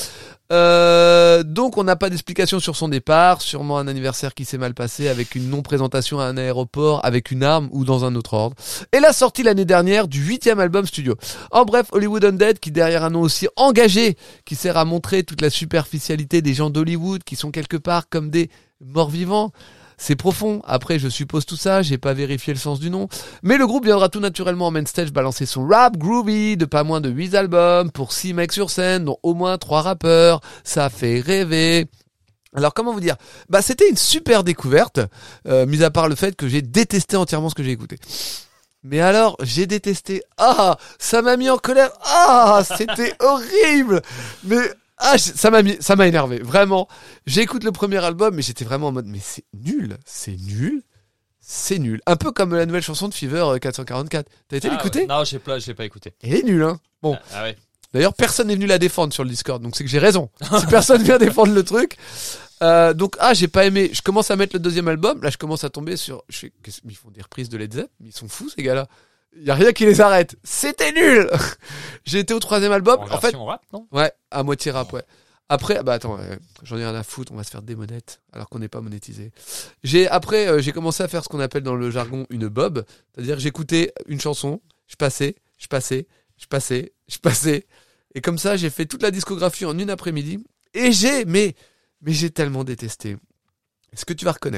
Euh, donc on n'a pas d'explication sur son départ, sûrement un anniversaire qui s'est mal passé avec une non-présentation à un aéroport avec une arme ou dans un autre ordre. Et la sortie l'année dernière du huitième album studio. En bref, Hollywood Undead qui derrière un nom aussi engagé, qui sert à montrer toute la superficialité des gens d'Hollywood qui sont quelque part comme des morts vivants. C'est profond. Après, je suppose tout ça, j'ai pas vérifié le sens du nom. Mais le groupe viendra tout naturellement en main stage balancer son rap groovy de pas moins de huit albums pour six mecs sur scène, dont au moins trois rappeurs. Ça fait rêver. Alors comment vous dire ? Bah c'était une super découverte, euh, mis à part le fait que j'ai détesté entièrement ce que j'ai écouté. Mais alors, j'ai détesté. Ah, ça m'a mis en colère. Ah, c'était horrible. Mais ah, ça m'a mis, ça m'a énervé, vraiment. J'écoute le premier album, mais j'étais vraiment en mode, mais c'est nul, c'est nul, c'est nul. Un peu comme la nouvelle chanson de Fever quatre cent quarante-quatre. T'as été Ah, l'écouter ? ouais. Non, j'ai pas, je l'ai pas écouté. Elle est nulle, hein. Bon. Ah, ah ouais. D'ailleurs, personne n'est venu la défendre sur le Discord, donc c'est que j'ai raison. Si personne vient défendre le truc. Euh, donc, ah, j'ai pas aimé. Je commence à mettre le deuxième album. Là, je commence à tomber sur, je fais, qu'est-ce- ils font des reprises de Led Zepp, mais ils sont fous, ces gars-là. Il y a rien qui les arrête. C'était nul. J'ai été au troisième album. En, En fait, version rap, non? ouais, à moitié rap, ouais. Après, bah attends, euh, j'en ai rien à foutre, on va se faire démonette, alors qu'on n'est pas monétisé. J'ai après, euh, j'ai commencé à faire ce qu'on appelle dans le jargon une bob, c'est-à-dire que j'écoutais une chanson, je passais, je passais, je passais, je passais, et comme ça, j'ai fait toute la discographie en une après-midi, et j'ai, mais, mais j'ai tellement détesté. Est-ce que tu vas reconnaître ?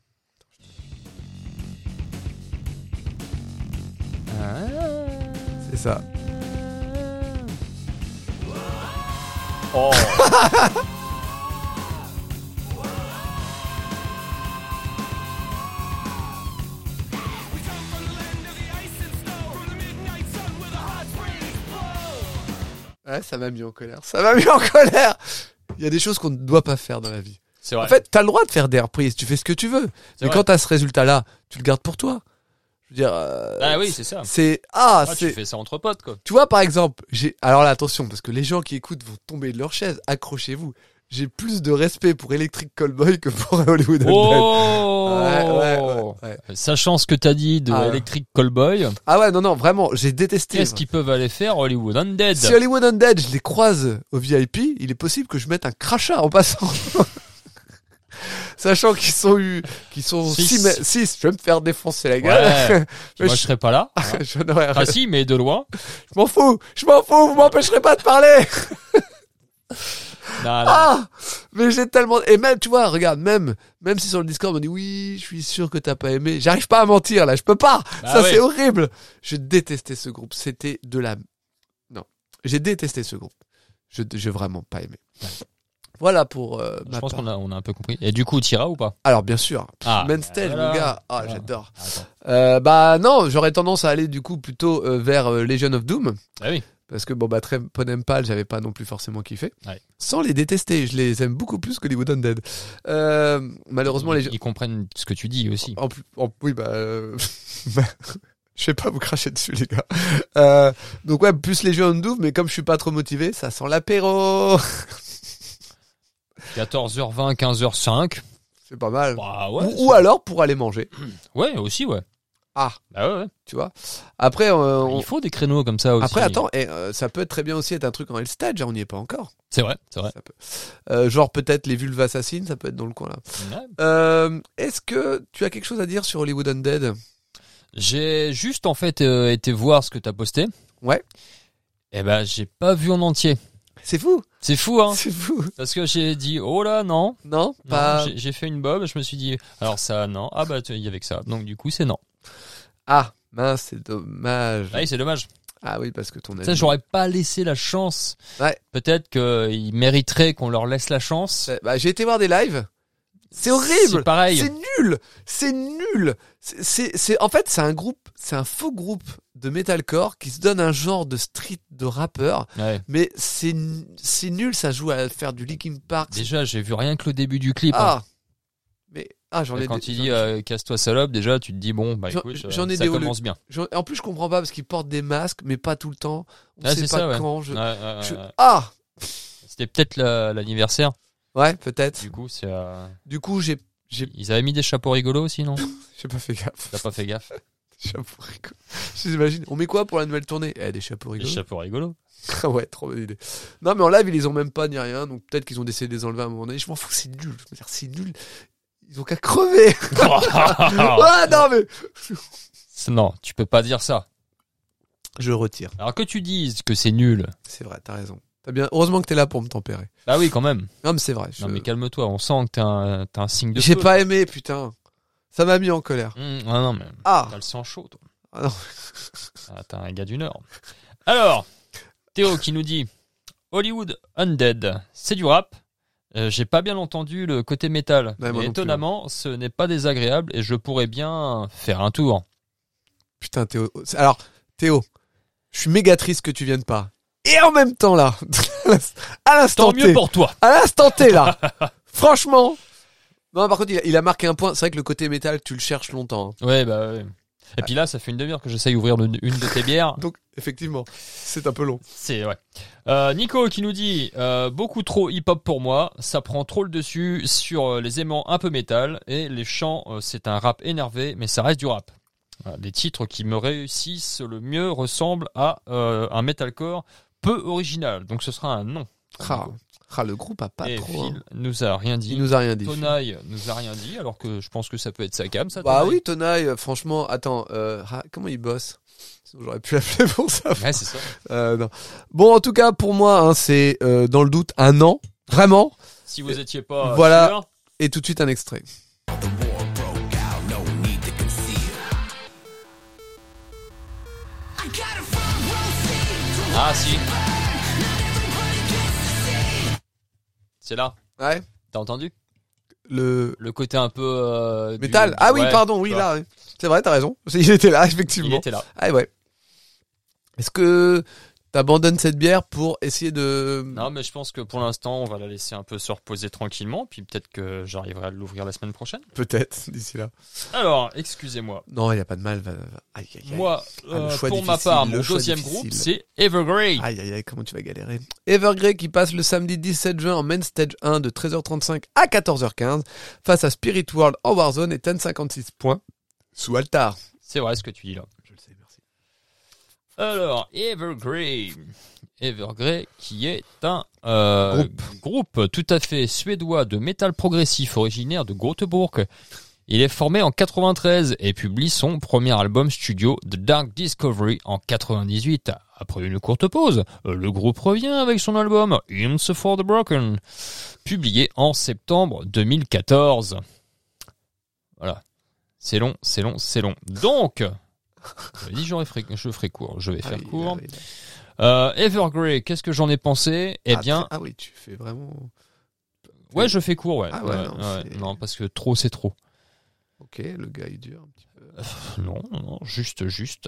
C'est ça. Oh. Ouais, ça m'a mis en colère, ça m'a mis en colère. Il y a des choses qu'on ne doit pas faire dans la vie. C'est vrai. En fait, t'as le droit de faire des reprises, tu fais ce que tu veux. C'est Mais vrai. quand t'as ce résultat-là, tu le gardes pour toi. Je veux dire, euh, Ah oui, c'est ça. c'est ah, Ah, c'est. tu fais ça entre potes, quoi. Tu vois, par exemple, j'ai. Alors là, attention, parce que les gens qui écoutent vont tomber de leur chaise. Accrochez-vous. J'ai plus de respect pour Electric Callboy que pour Hollywood Undead. Oh. Ouais, ouais, ouais, ouais. Sachant ce que t'as dit de Ah. Electric Callboy, Ah ouais, non, non, vraiment, j'ai détesté. qu'est-ce qu'ils peuvent aller faire Hollywood Undead? Si Hollywood Undead, je les croise au V I P, il est possible que je mette un crachat en passant. Sachant qu'ils sont eu, qu'ils sont Six. six, mais- six, je vais me faire défoncer la gueule. Ouais. Mais Moi, je- je serais pas là. hein. je n'aurais rien. Ah si, mais de loin. Je m'en fous, je m'en fous, vous m'empêcherez pas de parler. Non, non. Ah, mais j'ai tellement, et même, tu vois, regarde, même, même si sur le Discord on dit oui, je suis sûr que t'as pas aimé, j'arrive pas à mentir là, je peux pas. Bah Ça ouais. c'est horrible. Je détestais ce groupe, c'était de la, non, j'ai détesté ce groupe. Je, j'ai vraiment pas aimé. Voilà pour euh, Je ma pense part. qu'on a, on a un peu compris. Et du coup, t'iras ou pas? Alors bien sûr, Ah. main stage Voilà. mon gars, ah Voilà. j'adore. Attends. Euh, bah non, j'aurais tendance à aller du coup plutôt euh, vers euh, Legion of Doom. Ah oui. Parce que bon bah très Ponempal j'avais pas non plus forcément kiffé. Ouais. Sans les détester, je les aime beaucoup plus que Hollywood Undead. Euh, malheureusement ils, les ils comprennent ce que tu dis aussi. en, plus- en- oui bah, euh, bah, je vais pas vous cracher dessus les gars. Euh, donc ouais plus Legion of Doom, mais comme je suis pas trop motivé, ça sent l'apéro. quatorze heures vingt, quinze heures cinq. C'est pas mal. Bah ouais. ou, ou alors pour aller manger. Ouais, aussi, ouais. Ah, Bah ouais, ouais. tu vois. Après euh, on- Il faut des créneaux comme ça aussi. après attends, et, euh, ça peut très bien aussi être un truc en L-Stage, hein, on n'y est pas encore. C'est vrai, c'est vrai. Ça peut. Euh, genre peut-être les vulves assassines, ça peut être dans le coin là. Ouais. Euh, est-ce que tu as quelque chose à dire sur Hollywood Undead ? J'ai juste en fait euh, été voir ce que t'as posté. Ouais. Et ben j'ai pas vu en entier. C'est fou, C'est fou, hein. c'est fou. Parce que j'ai dit oh là non. Non, Non, pas. j'ai- j'ai fait une bob, je me suis dit alors ça non. Ah bah il y avait que ça. Donc du coup c'est non. Ah, mince, c'est dommage. Ah oui, c'est dommage. Ah oui, parce que ton Ça ami. j'aurais pas laissé la chance. Ouais. Peut-être qu'ils mériteraient qu'on leur laisse la chance. C'est- Bah, j'ai été voir des lives. C'est C'est horrible. pareil. C'est nul. C'est nul. C'est, c'est, c'est- en fait, c'est un groupe, c'est un faux groupe de metalcore qui se donne un genre de street de rappeur. Ouais. Mais c'est, c'est nul. Ça joue à faire du Linkin Park. Déjà j'ai vu rien que le début du clip. hein. Ah. Mais, ah, j'en ai Quand des- il j'en- dit euh, casse-toi salope, déjà tu te dis bon bah J'en- écoute, euh, j'en ai ça des commence bien. j'en- en plus, je comprends pas parce qu'ils portent des masques, mais pas tout le temps. On Ah, sait c'est pas ça, ouais. quand. Je... Ouais, ouais, je- ouais, ouais. Ah. C'était peut-être la- l'anniversaire. Ouais, peut-être. Du coup c'est. euh, Du coup, j'ai, j'ai, Ils avaient mis des chapeaux rigolos aussi non? j'ai pas fait gaffe. T'as pas fait gaffe. Chapeau rigolo. J'imagine. On met quoi pour la nouvelle tournée? Eh, des chapeaux Les rigolos. chapeaux rigolos. Ah ouais, trop bonne idée. Non, mais en live, ils les ont même pas ni rien, donc peut-être qu'ils ont décidé de les enlever à un moment donné. Je m'en fous, c'est nul. Je veux dire, c'est nul. Ils ont qu'à crever. Ah non, mais. Non, tu peux pas dire ça. Je retire. Alors que tu dises que c'est nul. C'est vrai, t'as raison. T'as bien. Heureusement que t'es là pour me tempérer. Bah oui, quand même. Non, mais c'est vrai. Je... Non mais calme-toi, on sent que t'as un, t'as un signe de J'ai feu. pas aimé, putain. Ça m'a mis en colère. Mmh, ah non mais Ah. t'as le sang chaud toi. Ah non. Ah, t'es un gars du Nord. Alors, Théo qui nous dit Hollywood Undead, c'est du rap. Euh, j'ai pas bien entendu le côté métal. Ouais, moi mais non étonnamment, ce n'est pas désagréable et je pourrais bien faire un tour. Putain, Théo. Alors, Théo, je suis méga triste que tu viennes pas. Et en même temps, là, à l'instant Tant T, mieux pour toi. à l'instant T, là, franchement. Non, par contre, il a, il a marqué un point. C'est vrai que le côté métal, tu le cherches longtemps. hein. Ouais, bah ouais. Et puis là, ça fait une demi-heure que j'essaye d'ouvrir une, une de tes bières. Donc, effectivement, c'est un peu long. C'est ouais. Euh, Nico qui nous dit euh, beaucoup trop hip-hop pour moi, ça prend trop le dessus sur euh, les aimants un peu métal et les chants euh, c'est un rap énervé mais ça reste du rap. Voilà, les titres qui me réussissent le mieux ressemblent à euh, un metalcore peu original, donc ce sera un non. Ah, ah, le groupe a pas et trop. Phil hein. nous a rien dit. Il nous a rien dit. Tonaï nous a rien dit alors que je pense que ça peut être sa cam ça. Bah Tonaï. oui, Tonaï, euh, franchement, attends, euh, ah, comment il bosse? Sinon, j'aurais pu l'appeler pour ça. Ouais c'est ça. Euh, non. Bon, en tout cas, pour moi, hein, c'est euh, dans le doute un an, vraiment. Si vous étiez pas Voilà. sûr, Et tout de suite un extrait. ah si. C'est là. Ouais. T'as entendu? Le Le côté un peu euh, du- métal. du- Ah oui, ouais, pardon, oui tu vois. là. oui. C'est vrai, t'as raison. Il était là, Il effectivement. était là. Ah ouais. Est-ce que t'abandonnes cette bière pour essayer de... Non, mais je pense que pour l'instant, on va la laisser un peu se reposer tranquillement, puis peut-être que j'arriverai à l'ouvrir la semaine prochaine. Peut-être, d'ici là. Alors, excusez-moi. Non, il n'y a pas de mal. va- va- Aïe, aïe, aïe. Moi, Ah, le euh, choix pour ma difficile, part, le mon choix deuxième difficile. groupe, c'est Evergrey. Aïe, aïe, aïe, comment tu vas galérer. Evergrey qui passe le samedi dix-sept juin en Main Stage un de treize heures trente-cinq à quatorze heures quinze face à Spirit World en Warzone et ten cinquante-six points sous Altar. C'est vrai ce que tu dis là. Je le sais, merci. Alors, Evergrey. Evergrey qui est un euh, Groupe. groupe tout à fait suédois de métal progressif originaire de Göteborg. Il est formé en quatre-vingt-treize et publie son premier album studio The Dark Discovery en quatre-vingt-dix-huit. Après une courte pause, le groupe revient avec son album Hymns for the Broken, publié en septembre deux mille quatorze. Voilà. C'est long, c'est long, c'est long. Donc, j'avais dit j'aurais fait- je ferai court, je vais Ah faire oui, court. ah oui, d'accord. Euh, Evergrey, qu'est-ce que j'en ai pensé? Eh Ah, bien, très- Ah oui, tu fais vraiment... ouais, je fais court, ouais. Ah ouais, Ouais, non, ouais, c'est- non, parce que trop, c'est trop. Ok, le gars il dure un petit peu. Non, non, non, juste, juste.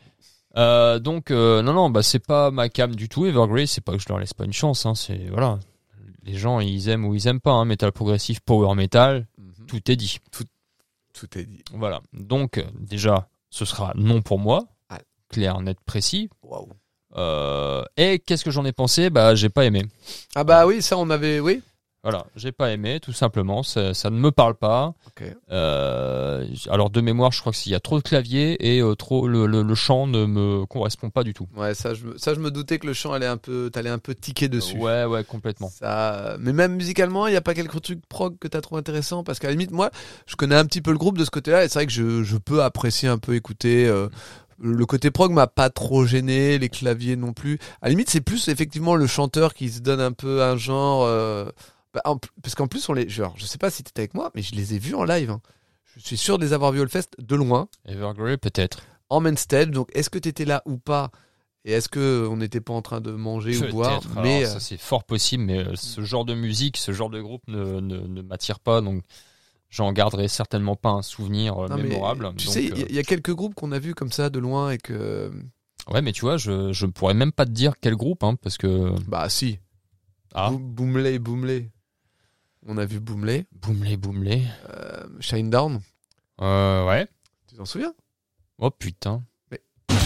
Euh, donc, euh, non, non, bah c'est pas ma cam du tout. Evergrey, c'est pas que je leur laisse pas une chance, hein. C'est voilà, les gens ils aiment ou ils aiment pas. Hein. Metal progressif, power metal, Mhm. tout est dit. Tout est dit. Voilà. Donc euh, déjà, ce sera non pour moi, Ah. clair, net, précis. Waouh. Euh, et qu'est-ce que j'en ai pensé? Bah, j'ai pas aimé. Ah bah oui, ça on avait... Oui. Voilà, j'ai pas aimé, tout simplement. Ça, ça ne me parle pas. Ok. Euh, alors de mémoire, je crois que s'il y a trop de clavier et euh, trop le, le, le chant ne me correspond pas du tout. Ouais, ça je, me- ça je me doutais que le chant allait un peu... T'allais un peu tiquer dessus. Ouais, ouais, complètement. Ça... Mais même musicalement, il n'y a pas quelques trucs prog que t'as trouvé intéressant? Parce qu'à la limite, moi, je connais un petit peu le groupe de ce côté-là et c'est vrai que je, je peux apprécier un peu écouter... euh, Le côté prog m'a pas trop gêné, les claviers non plus. À la limite, c'est plus effectivement le chanteur qui se donne un peu un genre... euh, bah, en p- parce qu'en plus, on les... genre, je sais pas si t'étais avec moi, mais je les ai vus en live. hein. Je suis sûr de les avoir vus au Hellfest de loin, Evergrey, peut-être. en main stage. Donc, est-ce que t'étais là ou pas? Et est-ce que on n'était pas en train de manger ou boire? Peut-être. Alors, Mais ça c'est fort possible, mais euh, ce genre de musique, ce genre de groupe ne, ne, ne m'attire pas, donc j'en garderai certainement pas un souvenir euh, non, mais mémorable. tu donc, sais, il euh, y, a- il y a quelques groupes qu'on a vus comme ça de loin et que... ouais, mais tu vois, je je pourrais même pas te dire quel groupe, hein, parce que Bah si, ah, Bo- Boomley, Boomley. On a vu Boomley, boomley, boomley. euh, Shinedown, Euh, ouais. tu t'en souviens? Oh putain. Mais-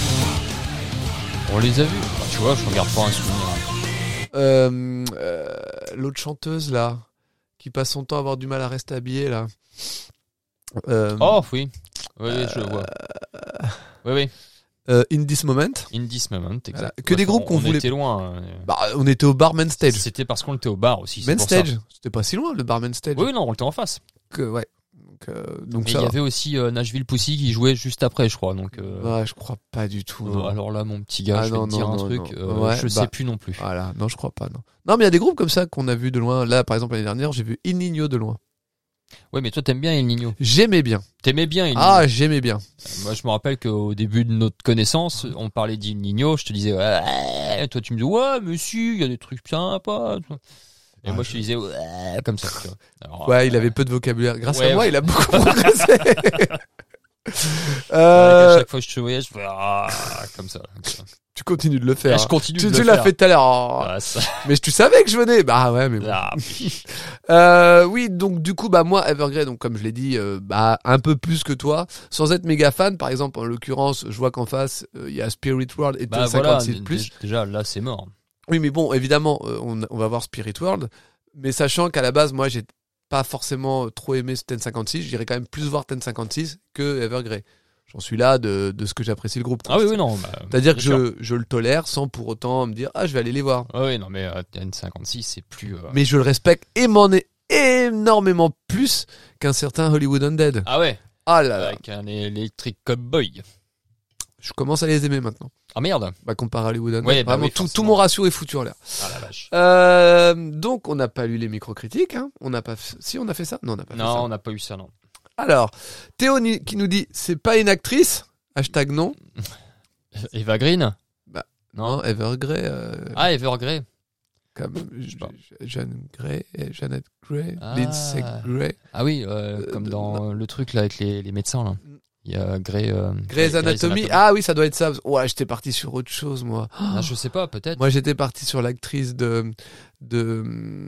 On les a vus. Bah, tu vois, je regarde pas un souvenir. Euh, euh, L'autre chanteuse là, qui passe son temps à avoir du mal à rester habillée là. Euh, Oh oui. Oui, oui, je vois. Oui, oui. Euh, In This Moment. In This Moment, exact. Voilà. Que des groupes on, qu'on on voulait. était loin. euh, Bah, on était au bar Main Stage. C'était parce qu'on était au bar aussi. c'est Main pour Stage. ça. C'était pas si loin, le bar Main Stage. Oui, oui, non, on était en face. Que, ouais. Donc, euh, donc Et ça. il y va. avait aussi euh, Nashville Pussy qui jouait juste après, je crois. Donc, euh, Ouais, je crois pas du tout. euh, non. alors là, mon petit gars, Ah je vais non, te dire non, un non, truc. non. euh, Ouais, je bah, sais plus non plus. Voilà. Non, je crois pas, non. Non, mais il y a des groupes comme ça qu'on a vu de loin. Là, par exemple, l'année dernière, j'ai vu Il Niño de loin. Ouais, mais toi, t'aimes bien El Niño. J'aimais bien. T'aimais bien El Niño. Ah, j'aimais bien. Moi, je me rappelle qu'au début de notre connaissance, on parlait d'Il Niño. Je te disais, ouais. Toi, tu me dis, ouais, mais si, il y a des trucs sympas. Et Ouais, moi, je te je- disais, ouais, comme ça. Tu vois. Alors, Ouais, euh, il avait peu de vocabulaire. Grâce ouais, à moi, ouais. il a beaucoup progressé. À euh, chaque fois que je te voyais, je fais, ah, comme ça. Comme ça. tu continues de le faire. Et je continue Tu, de tu le l'as faire. fait tout à l'heure. Oh. Ah, ça. Mais tu savais que je venais. Bah ouais, mais bon. Ah, Euh, oui, donc du coup, bah moi, Evergrey, donc comme je l'ai dit, euh, bah un peu plus que toi, sans être méga fan. Par exemple, en l'occurrence, je vois qu'en face, euh, il y a Spirit World et bah T voilà, cinquante-six plus. dé- déjà, là, c'est mort. Oui, mais bon, évidemment, euh, on, on va voir Spirit World, mais sachant qu'à la base, moi, j'ai pas forcément trop aimé ce Ten cinquante-six, j'irais quand même plus voir Ten cinquante-six que Evergrey. J'en suis là de, de ce que j'apprécie le groupe. quoi. Ah oui, oui, non. Bah, C'est-à-dire que bien sûr. je, je le tolère sans pour autant me dire ah je vais aller les voir. Ah oui, non, mais euh, N cinquante-six, c'est plus. euh, Mais je le respecte et m'en est énormément plus qu'un certain Hollywood Undead. Ah ouais, Ah là là, avec un électrique cowboy. je commence à les aimer maintenant. Ah merde. Bah comparé à Hollywood Undead, Ouais, bah vraiment oui, tout, tout forcément. mon ratio est foutu en l'air. Ah la vache. Euh, donc on n'a pas lu les micro-critiques, hein. On n'a pas, f- si on a fait ça, non on n'a pas fait Non, ça. on n'a pas eu ça, non. Alors Théo ni- qui nous dit c'est pas une actrice. Hashtag non. Eva Green. Bah, Non. Non, Evergrey. Euh, Ah, Evergrey. comme sais pas. Jeanne Grey, Janet Grey, Ah. Lindsay Grey. Ah oui, euh, Euh, comme dans le truc là avec les, les médecins là. Il y a Grey. Euh, Grey's Anatomy. Ah oui, ça doit être ça. Ouais, j'étais parti sur autre chose, moi. Ah, je sais pas, peut-être. Moi, j'étais parti sur l'actrice de de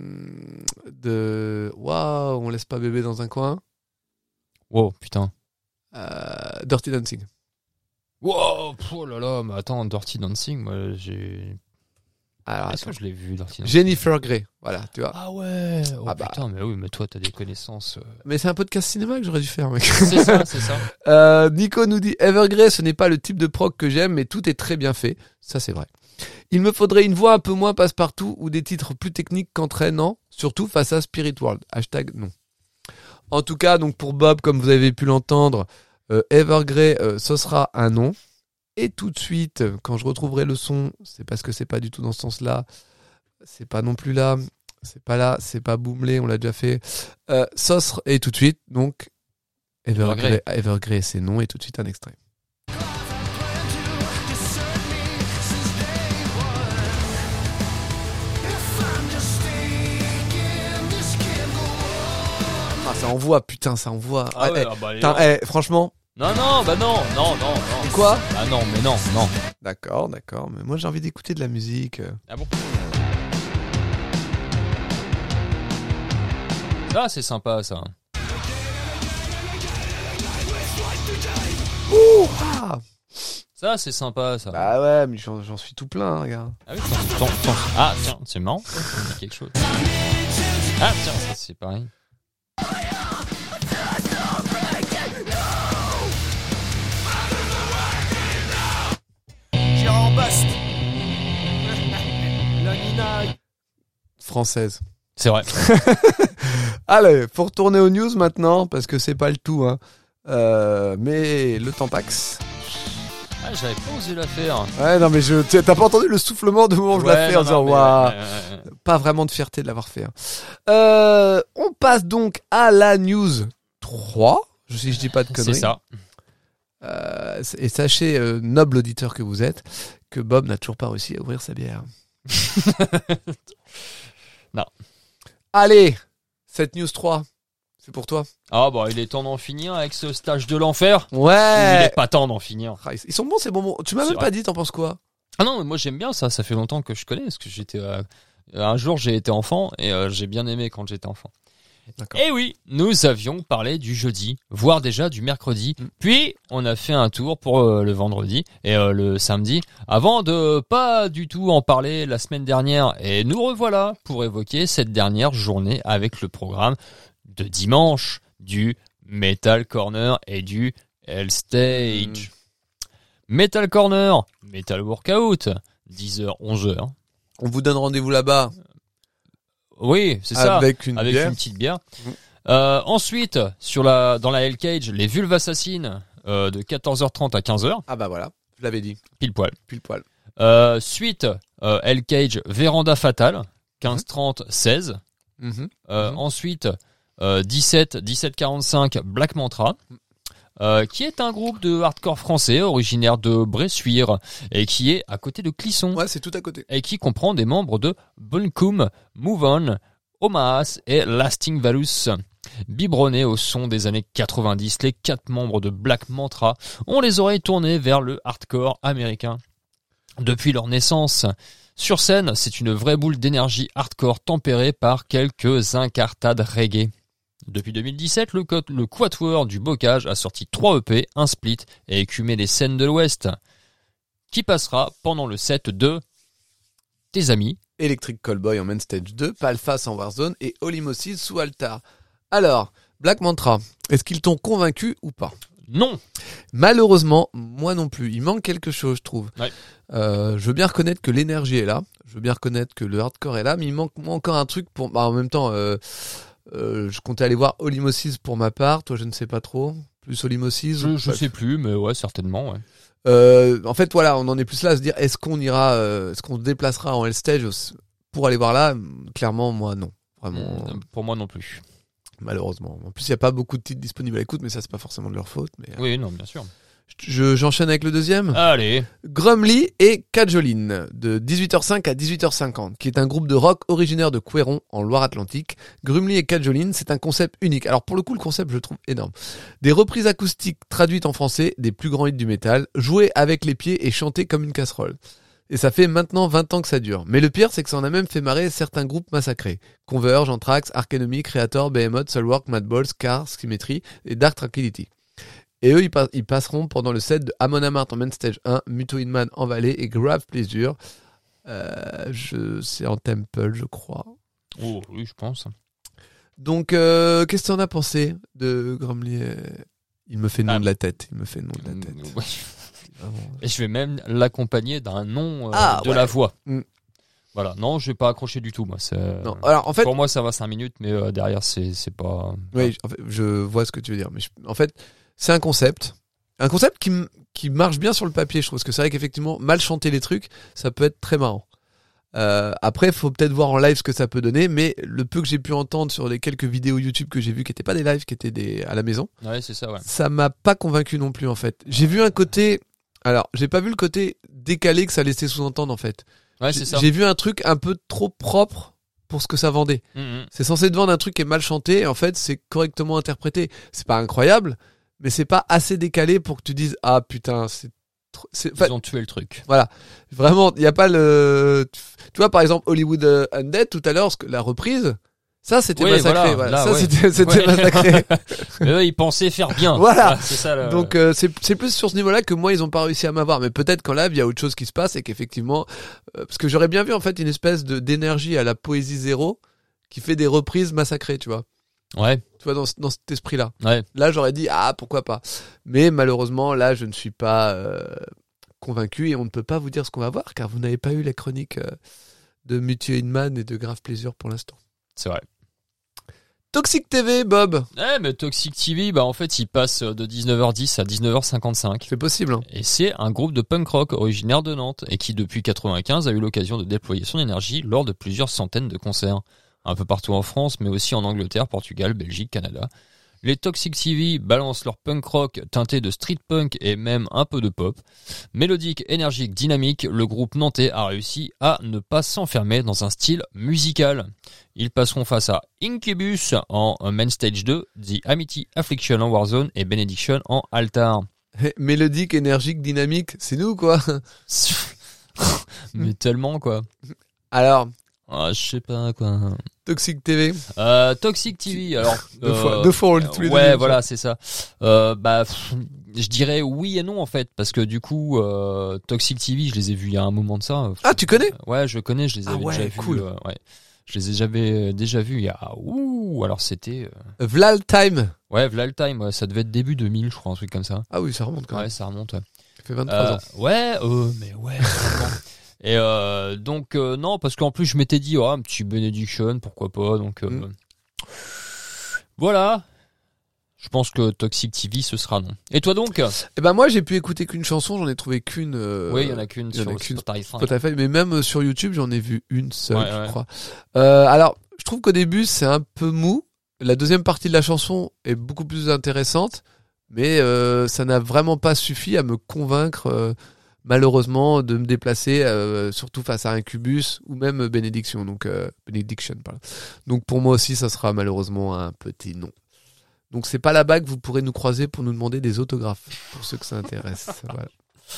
de. Waouh, on laisse pas bébé dans un coin. Wow, putain. Euh, Dirty Dancing. Wow, pff, oh là là, mais attends, Dirty Dancing, moi j'ai. Alors, Est-ce attends. que je l'ai vu Dirty Dancing? Jennifer Grey. Voilà, tu vois. Ah ouais. Oh Ah bah. putain, mais oui, mais toi t'as des connaissances. euh. Mais c'est un podcast cinéma que j'aurais dû faire, mec. C'est ça, c'est ça. Euh, Nico nous dit Evergrey, ce n'est pas le type de prog que j'aime, mais tout est très bien fait. Ça, c'est vrai. Il me faudrait une voix un peu moins passe-partout ou des titres plus techniques qu'entraînants, surtout face à Spirit World. Hashtag non. En tout cas, donc pour Bob, comme vous avez pu l'entendre, euh, Evergrey, euh, ce sera un non. Et tout de suite, quand je retrouverai le son, c'est parce que c'est pas du tout dans ce sens-là. C'est pas non plus là. C'est pas là. C'est pas Boomley, on l'a déjà fait. Euh, ça sera- et tout de suite, donc Evergrey, Evergrey, c'est non. Et tout de suite un extrait. Ah, ça envoie, putain, ça envoie. Ah Ah, ouais, eh, ah bah, putain, eh, franchement, Non, non, bah non, non, non, non. quoi? Ah non, mais non, non. D'accord, d'accord, mais moi j'ai envie d'écouter de la musique. Ah bon? Ça, c'est sympa, ça. Ah, Ça, c'est sympa, ça. bah ouais, mais j'en j'en suis tout plein, regarde. Ah oui, attends, attends, attends. Ah, tiens, c'est marrant. Ça me dit quelque chose. Ah, tiens, ça, c'est pareil. Française. C'est vrai. Allez, faut retourner aux news maintenant, parce que c'est pas le tout, hein. Euh, mais le temps passe. Ah, j'avais pas osé la faire. Ouais, non, mais je, t'as pas entendu le soufflement de moment où je Ouais, la fais en non, disant, non, mais waouh. ouais, ouais, ouais. Pas vraiment de fierté de l'avoir fait. hein. Euh, on passe donc à la news trois, si je dis pas de conneries. C'est ça. Euh, et sachez, euh, noble auditeur que vous êtes, que Bob n'a toujours pas réussi à ouvrir sa bière. Non. Allez, cette news trois, c'est pour toi. Ah, bah, il est temps d'en finir avec ce stage de l'enfer. Ou il Ouais. est pas temps d'en finir. Ah, Ils sont bons ces bonbons. Tu m'as C'est même vrai. pas dit, t'en penses quoi? Ah non, mais moi j'aime bien ça, ça fait longtemps que je connais, parce que j'étais... euh, un jour j'ai été enfant, et euh, j'ai bien aimé quand j'étais enfant. D'accord. Et oui, nous avions parlé du jeudi, voire déjà du mercredi, Mm. puis on a fait un tour pour euh, le vendredi et euh, le samedi, avant de pas du tout en parler la semaine dernière, et nous revoilà pour évoquer cette dernière journée avec le programme de dimanche du Metal Corner et du Hell Stage. Metal Corner, Metal Workout, dix heures, onze heures. On vous donne rendez-vous là-bas. Oui, c'est ça. Avec une avec bière. une petite bière. Mmh. Euh, ensuite, sur la, dans la Hell Cage, les Vulves Assassines, euh, de quatorze heures trente à quinze heures. Ah bah voilà, je l'avais dit, Pile poil. pile poil. Euh, suite, euh, Hell Cage, Véranda Fatale, quinze trente, seize. Mhm. Euh, Mhm. Ensuite, euh, dix-sept, dix-sept quarante-cinq, Black Mantra, euh, qui est un groupe de hardcore français originaire de Bressuire et qui est à côté de Clisson Ouais, c'est tout à côté. et qui comprend des membres de Bunkum, Move On, Omas et Lasting Valus. Biberonnés au son des années quatre-vingt-dix, les quatre membres de Black Mantra ont les oreilles tournées vers le hardcore américain. Depuis leur naissance, sur scène, c'est une vraie boule d'énergie hardcore tempérée par quelques incartades reggae. Depuis deux mille dix-sept, le, co- le Quatuor du Bocage a sorti trois E P, un split et écumé les scènes de l'Ouest, qui passera pendant le set de Tes Amis. Electric Callboy en Main Stage deux, Palfas en Warzone et Olimosis sous Altar. Alors, Black Mantra, est-ce qu'ils t'ont convaincu ou pas? Non. Malheureusement, moi non plus. Il manque quelque chose, je trouve. Ouais. Euh, je veux bien reconnaître que l'énergie est là. Je veux bien reconnaître que le hardcore est là, mais il manque moi encore un truc pour. Bah, en même temps, euh, euh, je comptais aller voir Olimosis pour ma part. Toi, je ne sais pas trop. Plus Olimosis. Je, je sais plus, mais ouais, certainement, ouais. Euh, en fait, voilà, on en est plus là à se dire est-ce qu'on ira, euh, est-ce qu'on se déplacera en Hell Stage pour aller voir là? Clairement, moi, non. Vraiment, Euh, Pour moi non plus. malheureusement. En plus, il n'y a pas beaucoup de titres disponibles à l'écoute, mais ça, c'est pas forcément de leur faute. Mais euh, Oui, non, bien sûr. je, j'enchaîne avec le deuxième. Allez. Grumly et Cajoline, de dix-huit heures cinq à dix-huit heures cinquante, qui est un groupe de rock originaire de Couéron, en Loire-Atlantique. Grumly et Cajoline, c'est un concept unique. Alors pour le coup, le concept, je le trouve énorme. Des reprises acoustiques traduites en français des plus grands hits du métal, jouées avec les pieds et chantées comme une casserole. Et ça fait maintenant vingt ans que ça dure. Mais le pire, c'est que ça en a même fait marrer certains groupes massacrés. Converge, Anthrax, Arch Enemy, Creator, Behemoth, Soulwork, Madballs, Scar, Symmetry et Dark Tranquillity. Et eux, ils, pa- ils passeront pendant le set de Amon Amarth en Main Stage un, Muto Inman en Vallée et Grave Pleasure. Euh, je, c'est en Temple, je crois. Oh, oui, je pense. Donc, euh, qu'est-ce que tu en as pensé de Grumly? Il me fait nom Ah. de la tête. Il me fait nom de la tête. Mm, ouais. Vraiment. Et je vais même l'accompagner d'un nom euh, Ah, de ouais. la voix. Mm. Voilà. Non, je vais pas accrocher du tout, moi. C'est... Non, alors en fait, Pour moi, ça va cinq minutes, mais euh, derrière, c'est, c'est pas. oui, en fait, je vois ce que tu veux dire. Mais je- en fait, c'est un concept. Un concept qui, m- qui marche bien sur le papier, je trouve. Parce que c'est vrai qu'effectivement, mal chanter les trucs, ça peut être très marrant. Euh, après, faut peut-être voir en live ce que ça peut donner. Mais le peu que j'ai pu entendre sur les quelques vidéos YouTube que j'ai vues, qui n'étaient pas des lives, qui étaient des à la maison, Ouais, c'est ça, ouais. ça m'a pas convaincu non plus, en fait. J'ai vu un côté... Alors, j'ai pas vu le côté décalé que ça laissait sous-entendre, en fait. Ouais, J'ai- c'est ça. J'ai vu un truc un peu trop propre pour ce que ça vendait. Mm, mm. C'est censé te vendre un truc qui est mal chanté, et en fait, c'est correctement interprété. C'est pas incroyable, mais c'est pas assez décalé pour que tu dises ah putain, c'est trop... c'est enfin, Ils ont tué le truc. vraiment, il y a pas le tu vois par exemple Hollywood euh, Undead tout à l'heure, ce que- la reprise, ça c'était Oui, massacré, voilà, voilà. là, Ça ouais. c'était c'était Ouais. massacré. Mais eux, ils pensaient faire bien. Voilà. C'est ça. Le... Donc euh, c'est c'est plus sur ce niveau-là que moi ils ont pas réussi à m'avoir, mais peut-être qu'en live il y a autre chose qui se passe et qu'effectivement euh, parce que j'aurais bien vu en fait une espèce de d'énergie à la Poésie Zéro qui fait des reprises massacrées, tu vois. ouais, Tu vois dans ce- dans cet esprit-là. ouais. Là, j'aurais dit ah pourquoi pas. Mais malheureusement, là, je ne suis pas euh, convaincu et on ne peut pas vous dire ce qu'on va voir car vous n'avez pas eu la chronique euh, de Mutual Inman et de Grave Pleasure pour l'instant. C'est vrai. Toxic T V, Bob, Ouais, mais Toxic T V, bah en fait, il passe de dix-neuf heures dix à dix-neuf heures cinquante-cinq. c'est possible. Hein. Et c'est un groupe de punk rock originaire de Nantes et qui, depuis quatre-vingt-quinze, a eu l'occasion de déployer son énergie lors de plusieurs centaines de concerts. Un peu partout en France, mais aussi en Angleterre, Portugal, Belgique, Canada. Les Toxic T V balancent leur punk rock teinté de street punk et même un peu de pop. Mélodique, énergique, dynamique, le groupe nantais a réussi à ne pas s'enfermer dans un style musical. Ils passeront face à Incubus en Main Stage deux, The Amity Affliction en Warzone et Benediction en Altar. Mélodique, énergique, dynamique, c'est nous quoi. Mais tellement quoi. Alors, Ah, je sais pas quoi. Toxic T V, Euh, Toxic T V, alors deux euh, fois, deux fois on tous les deux. ouais, voilà, c'est ça. Euh, bah, pff, je dirais oui et non en fait, parce que du coup, euh, Toxic T V, je les ai vus il y a un moment de ça. Ah, tu connais? Ouais, je connais, je les Ah avais ouais, déjà cool. vus. euh, ouais. Je les ai jamais déjà vus il y a ouh, alors c'était. euh, Vlal Time. Ouais, v'là le time, ouais, ça devait être début deux mille, je crois, un truc comme ça. Ah oui, ça remonte quand même. Ouais, ça remonte, ouais. Ça fait vingt-trois Euh, ans. ouais, euh, mais ouais. vraiment. Et euh, donc euh, non, parce qu'en plus je m'étais dit, oh, un petit Benediction, pourquoi pas. Donc euh, Mm. voilà. Je pense que Toxic T V ce sera non. Et toi donc? Eh ben moi j'ai pu écouter qu'une chanson, j'en ai trouvé qu'une. Euh, Oui, il y en a qu'une il y en sur a qu'une Spotify. Spotify, mais même euh, sur YouTube j'en ai vu une seule, Ouais, je ouais. crois. Euh, alors je trouve qu'au début c'est un peu mou. La deuxième partie de la chanson est beaucoup plus intéressante, mais euh, ça n'a vraiment pas suffi à me convaincre. Euh, malheureusement de me déplacer euh, surtout face à Incubus ou même Benediction donc euh, Benediction pardon. Donc pour moi aussi ça sera malheureusement un petit non. Donc c'est pas là-bas que vous pourrez nous croiser pour nous demander des autographes pour ceux que ça intéresse. Voilà.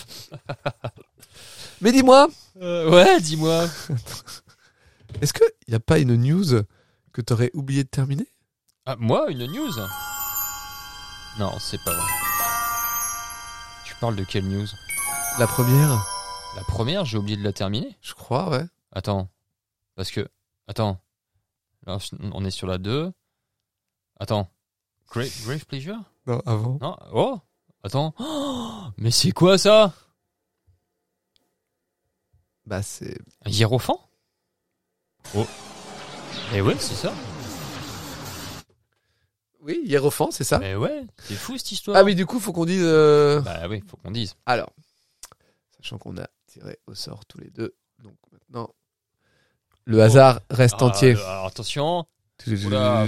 Mais dis-moi, Euh, ouais, dis-moi. est-ce que y a pas une news que t'aurais oublié de terminer? Ah, moi, une news? Non, c'est pas vrai. Tu parles de quelle news? La première, La première, j'ai oublié de la terminer. je crois, ouais. Attends. Parce que... Attends. Là, on est sur la deux. Attends. Grave, Grave Pleasure? Non, avant. Non. Oh. Attends. Oh, mais c'est quoi ça? Bah c'est. Hiérophant? Oh. Eh ouais, c'est ça. Oui, Hiérophant, c'est ça. Mais ouais, c'est fou cette histoire. Ah oui, du coup, faut qu'on dise. euh, Bah oui, faut qu'on dise. Alors, sachant qu'on a tiré au sort tous les deux, donc maintenant, le hasard reste Ah, entier. le- alors attention. Oula.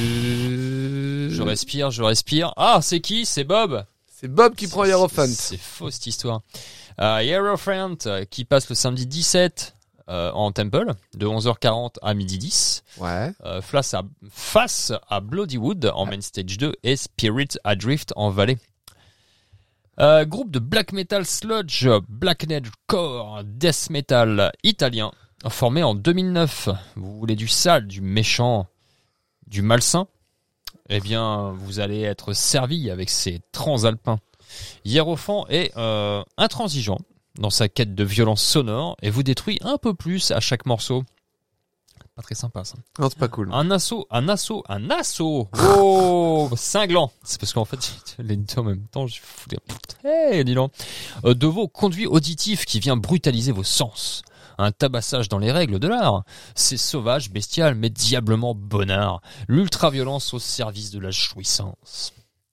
Je respire, je respire. Ah, c'est qui? C'est Bob. C'est Bob qui prend C'est- Hierophant. C'est faux cette histoire. Euh, Hierophant euh, qui passe le samedi dix-sept euh, en Temple de onze heures quarante à midi dix. Ouais. Euh, face, à, face à Bloodywood en Main Stage deux et Spirit Adrift en Valley. Euh, groupe de black metal sludge, black core, death metal italien formé en deux mille neuf. Vous voulez du sale, du méchant, du malsain? Eh bien, vous allez être servi avec ces transalpins. Hiérophant est euh, intransigeant dans sa quête de violence sonore et vous détruit un peu plus à chaque morceau. Pas très sympa ça. Non, c'est pas cool. Un assaut, un assaut, un assaut. Oh, cinglant. C'est parce qu'en fait, les deux en même temps, je fous des... Hey, dis donc. Euh, de vos conduits auditifs qui vient brutaliser vos sens. Un tabassage dans les règles de l'art. C'est sauvage, bestial, mais diablement bonnard. L'ultra-violence au service de la jouissance.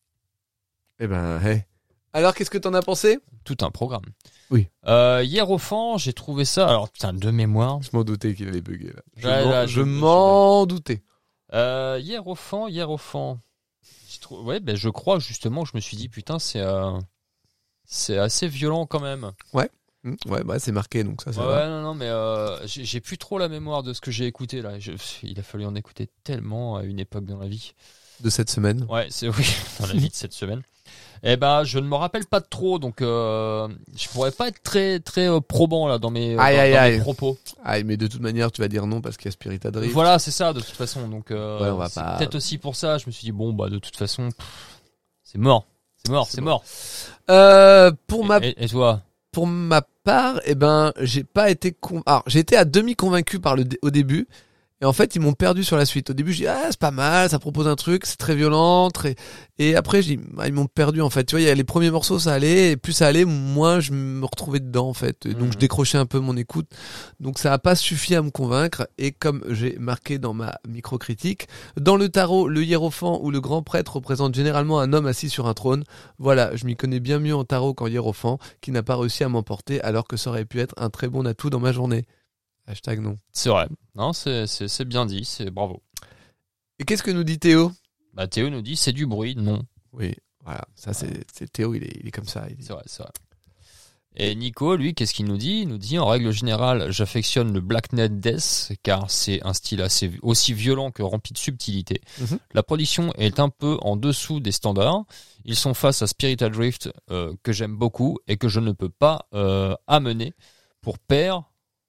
Eh ben, hey. Alors, qu'est-ce que t'en as pensé? Tout un programme. Oui. Euh, Hiérophant, j'ai trouvé ça, alors putain, de mémoire. Je m'en doutais qu'il allait bugger, là. Je Ouais, m'en, là, je je- m'en doutais. Euh, Hiérophant, Hiérophant. J'ai trou- Ouais, ben je crois justement, je me suis dit, putain, c'est euh, c'est assez violent quand même. Hum, Ouais, bah, c'est marqué, donc ça, ça Ouais, va. ouais, non, non, mais euh, j'ai j'ai plus trop la mémoire de ce que j'ai écouté là. Je- il a fallu en écouter tellement à une époque dans la vie. De cette semaine. Ouais, c'est oui, dans la vie de cette semaine. Eh ben, je ne me rappelle pas de trop, donc euh, je pourrais pas être très très euh, probant là dans mes, Aïe, dans, aïe, dans mes aïe. propos. Ah, mais de toute manière, tu vas dire non parce qu'il y a Spirit Adrift. Voilà, c'est ça de toute façon. Donc euh, Ouais, on va c'est pas- peut-être aussi pour ça. Je me suis dit bon bah de toute façon, pff, c'est mort, c'est mort, C'est c'est mort. Euh, pour ma, Et, et toi? pour ma part, eh ben, j'ai pas été con... Alors, j'ai été à demi convaincu par le dé- au début. Et en fait, ils m'ont perdu sur la suite. Au début, j'ai dit, ah, c'est pas mal, ça propose un truc, c'est très violent, très... Et après, j'ai dit, ah, ils m'ont perdu, en fait. Tu vois, il y a les premiers morceaux, ça allait, et plus ça allait, moins je me retrouvais dedans, en fait. Et donc, Mhm. je décrochais un peu mon écoute. Donc, ça a pas suffi à me convaincre. Et comme j'ai marqué dans ma micro-critique, dans le tarot, le hiérophant ou le grand prêtre représente généralement un homme assis sur un trône. Voilà, je m'y connais bien mieux en tarot qu'en hiérophant, qui n'a pas réussi à m'emporter, alors que ça aurait pu être un très bon atout dans ma journée. Hashtag non. C'est vrai. Non, c'est c'est c'est bien dit, c'est bravo. Et qu'est-ce que nous dit Théo? Bah Théo nous dit c'est du bruit, non. Oui, voilà, ça c'est c'est Théo, il est, il est comme ça. Il est- C'est vrai, c'est vrai. Et Nico, lui, qu'est-ce qu'il nous dit? Il nous dit, en règle générale, j'affectionne le Black Net Death, car c'est un style assez aussi violent que rempli de subtilité. Mhm. La production est un peu en dessous des standards. Ils sont face à Spirit Adrift, euh, que j'aime beaucoup, et que je ne peux pas euh, amener pour père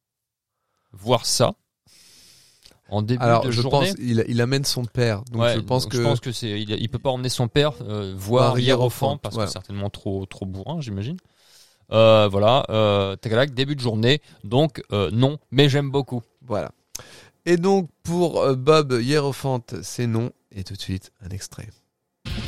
voir ça en début Alors de je journée. pense il, il amène son père, donc Ouais, je pense donc que je pense que c'est il, il peut pas emmener son père euh, voir Voir Hiérophant Hiérophant, parce voilà. que certainement trop trop bourrin, j'imagine. Euh, voilà, euh, Tagalac, début de journée, donc euh, non, mais j'aime beaucoup. voilà. Et donc pour euh, Bob Hiérophante, c'est non. Et tout de suite un extrait.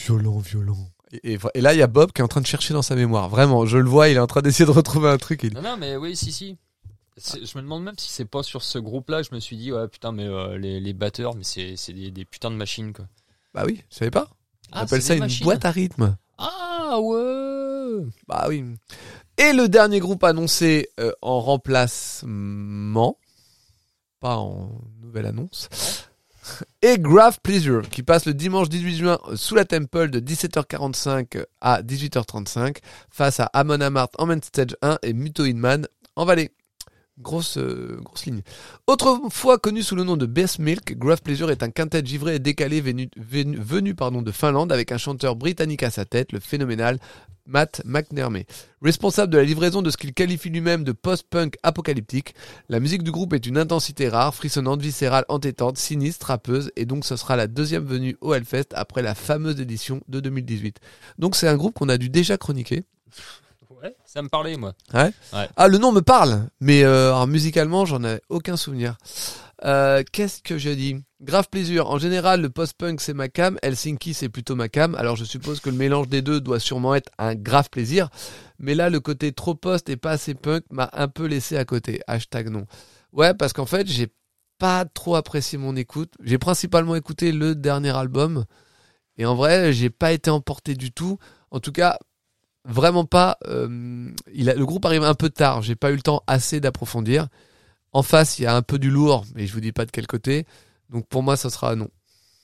violent, violent. Et, et, et là, il y a Bob qui est en train de chercher dans sa mémoire. Vraiment, je le vois, il est en train d'essayer de retrouver un truc. Il... Non, non, mais oui, si, si. C'est, je me demande même si c'est pas sur ce groupe-là. Je me suis dit, ouais, putain, mais euh, les, les batteurs, mais c'est, c'est des, des putains de machines, quoi. Bah oui, je savais pas. On Ah, appelle c'est ça des une machines. boîte à rythme. Ah, ouais. Bah oui. Et le dernier groupe annoncé euh, en remplacement, pas en nouvelle annonce, est Grave Pleasure, qui passe le dimanche dix-huit juin sous la Temple de dix-sept heures quarante-cinq à dix-huit heures trente-cinq face à Amon Amarth en Main Stage un et Muto Inman en Vallée. Grosse, euh, grosse ligne. Autrefois connu sous le nom de Best Milk, Grave Pleasure est un quintet givré et décalé venu, venu, venu pardon, de Finlande avec un chanteur britannique à sa tête, le phénoménal Matt McNerney. Responsable de la livraison de ce qu'il qualifie lui-même de post-punk apocalyptique, la musique du groupe est une intensité rare, frissonnante, viscérale, entêtante, sinistre, rappeuse, et donc ce sera la deuxième venue au Hellfest après la fameuse édition de deux mille dix-huit. Donc c'est un groupe qu'on a dû déjà chroniquer. Ouais, ça me parlait, moi. Ouais. Ouais. Ah, le nom me parle, mais euh, alors, musicalement, j'en ai aucun souvenir. Euh, qu'est-ce que je dis ? Grave Pleasure. En général, le post-punk, c'est ma cam. Helsinki, c'est plutôt ma cam. Alors, je suppose que le mélange des deux doit sûrement être un grave plaisir. Mais là, le côté trop post et pas assez punk m'a un peu laissé à côté. Hashtag non. Ouais, parce qu'en fait, j'ai pas trop apprécié mon écoute. J'ai principalement écouté le dernier album. Et en vrai, j'ai pas été emporté du tout. En tout cas... Vraiment pas. Euh, il a, le groupe arrive un peu tard. J'ai pas eu le temps assez d'approfondir. En face, il y a un peu du lourd, mais je vous dis pas de quel côté. Donc pour moi, ça sera non.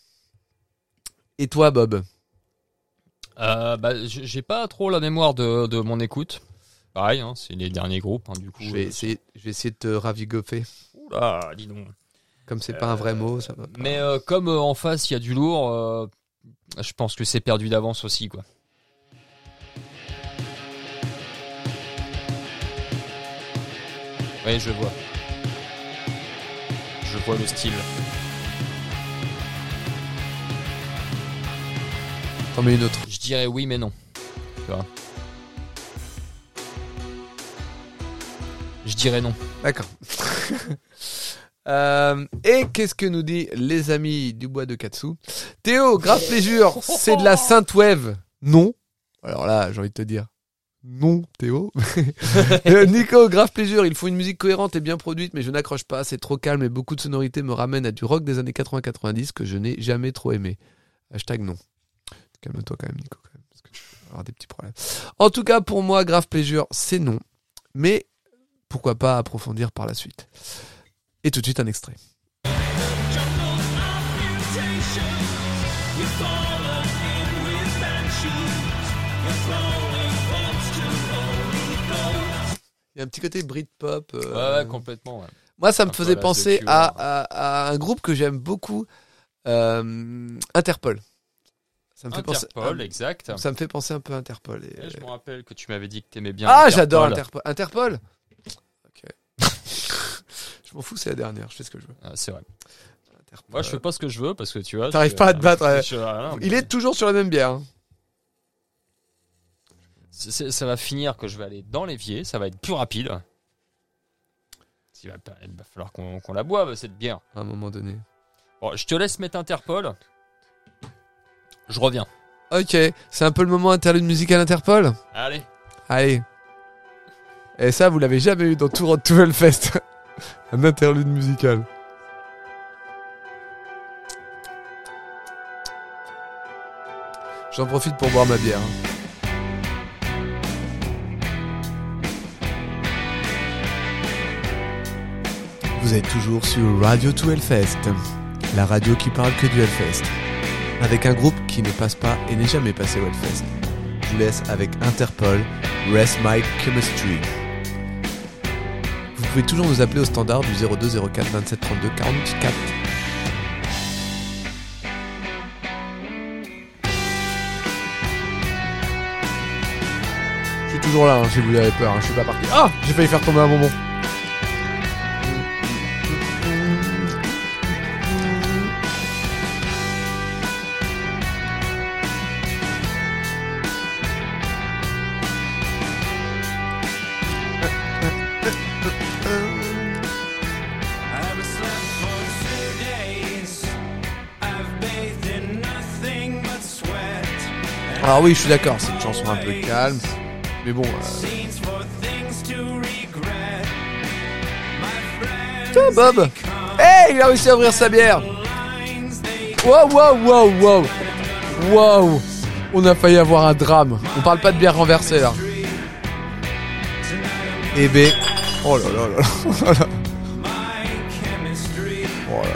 Et toi, Bob ? Euh, bah, j'ai pas trop la mémoire de, de mon écoute. Pareil, hein, c'est les derniers groupes, hein, du coup. Je vais euh, essayer, je vais essayer de te ravigofer. Oula, dis donc. Comme c'est pas un vrai mot, ça va pas. Mais euh, comme euh, en face, il y a du lourd, euh, je pense que c'est perdu d'avance aussi, quoi. Oui, je vois. Je vois le style. T'en mets une autre. Je dirais oui, mais non. Tu vois. Je dirais non. D'accord. euh, et qu'est-ce que nous dit les amis du bois de Katsu ? Théo, Grave Pleasure, c'est de la synthwave. Non. Alors là, j'ai envie de te dire. Non, Théo. euh, Nico, Grave Pleasure, il faut une musique cohérente et bien produite, mais je n'accroche pas, c'est trop calme et beaucoup de sonorités me ramènent à du rock des années quatre-vingts quatre-vingt-dix que je n'ai jamais trop aimé. Hashtag non. Calme-toi quand même, Nico, quand même, parce que tu peux avoir des petits problèmes. En tout cas, pour moi, Grave Pleasure, c'est non. Mais pourquoi pas approfondir par la suite. Et tout de suite, un extrait. Il y a un petit côté Britpop. Euh... Ouais, ouais, complètement. Ouais. Moi, ça me Un faisait peu penser Cure. à, à, à un groupe que j'aime beaucoup, euh, Interpol. Ça me fait Interpol, penser, exact. ça me fait penser un peu à Interpol. Et... Et je me rappelle que tu m'avais dit que t'aimais bien. Ah, Interpol. j'adore Interpol. Interpol. Ok. Je m'en fous, c'est la dernière. Je fais ce que je veux. Ah, c'est vrai. Interpol. Moi, je fais pas ce que je veux parce que tu vois. T'arrives je- pas à te battre, ouais. je- ah, non, Il mais est toujours sur la même bière. hein. c'est- c'est- ça va finir que je vais aller dans l'évier. Ça va être plus rapide. Il va, il va falloir qu'on qu'on la boive cette bière. À un moment donné. Bon, je te laisse mettre Interpol. Je reviens. Ok, c'est un peu le moment interlude musical Interpol. Allez. Allez. Et ça, vous l'avez jamais eu dans tout Road to Hellfest. Un interlude musical. J'en profite pour boire ma bière. hein. Vous êtes toujours sur Radio to Hellfest, la radio qui parle que du Hellfest, avec un groupe qui ne passe pas et n'est jamais passé au Hellfest. Je vous laisse avec Interpol, Rest My Chemistry. Vous pouvez toujours nous appeler au standard du zéro deux zéro quatre vingt-sept trente-deux quarante-quatre. Je suis toujours là, hein, si vous avez peur, hein, je suis pas parti. Ah, j'ai failli faire tomber un bonbon. I've slept for two days. I've bathed in nothing but sweat. Alors oui, je suis d'accord, c'est une chanson un peu calme. Mais bon... Euh... Putain, Bob. Hey, il a réussi à ouvrir sa bière. Wow, wow, wow, wow. Wow. On a failli avoir un drame. On parle pas de bière renversée, là. Eh ben... Oh là là là là. Oh là là. Oh là là.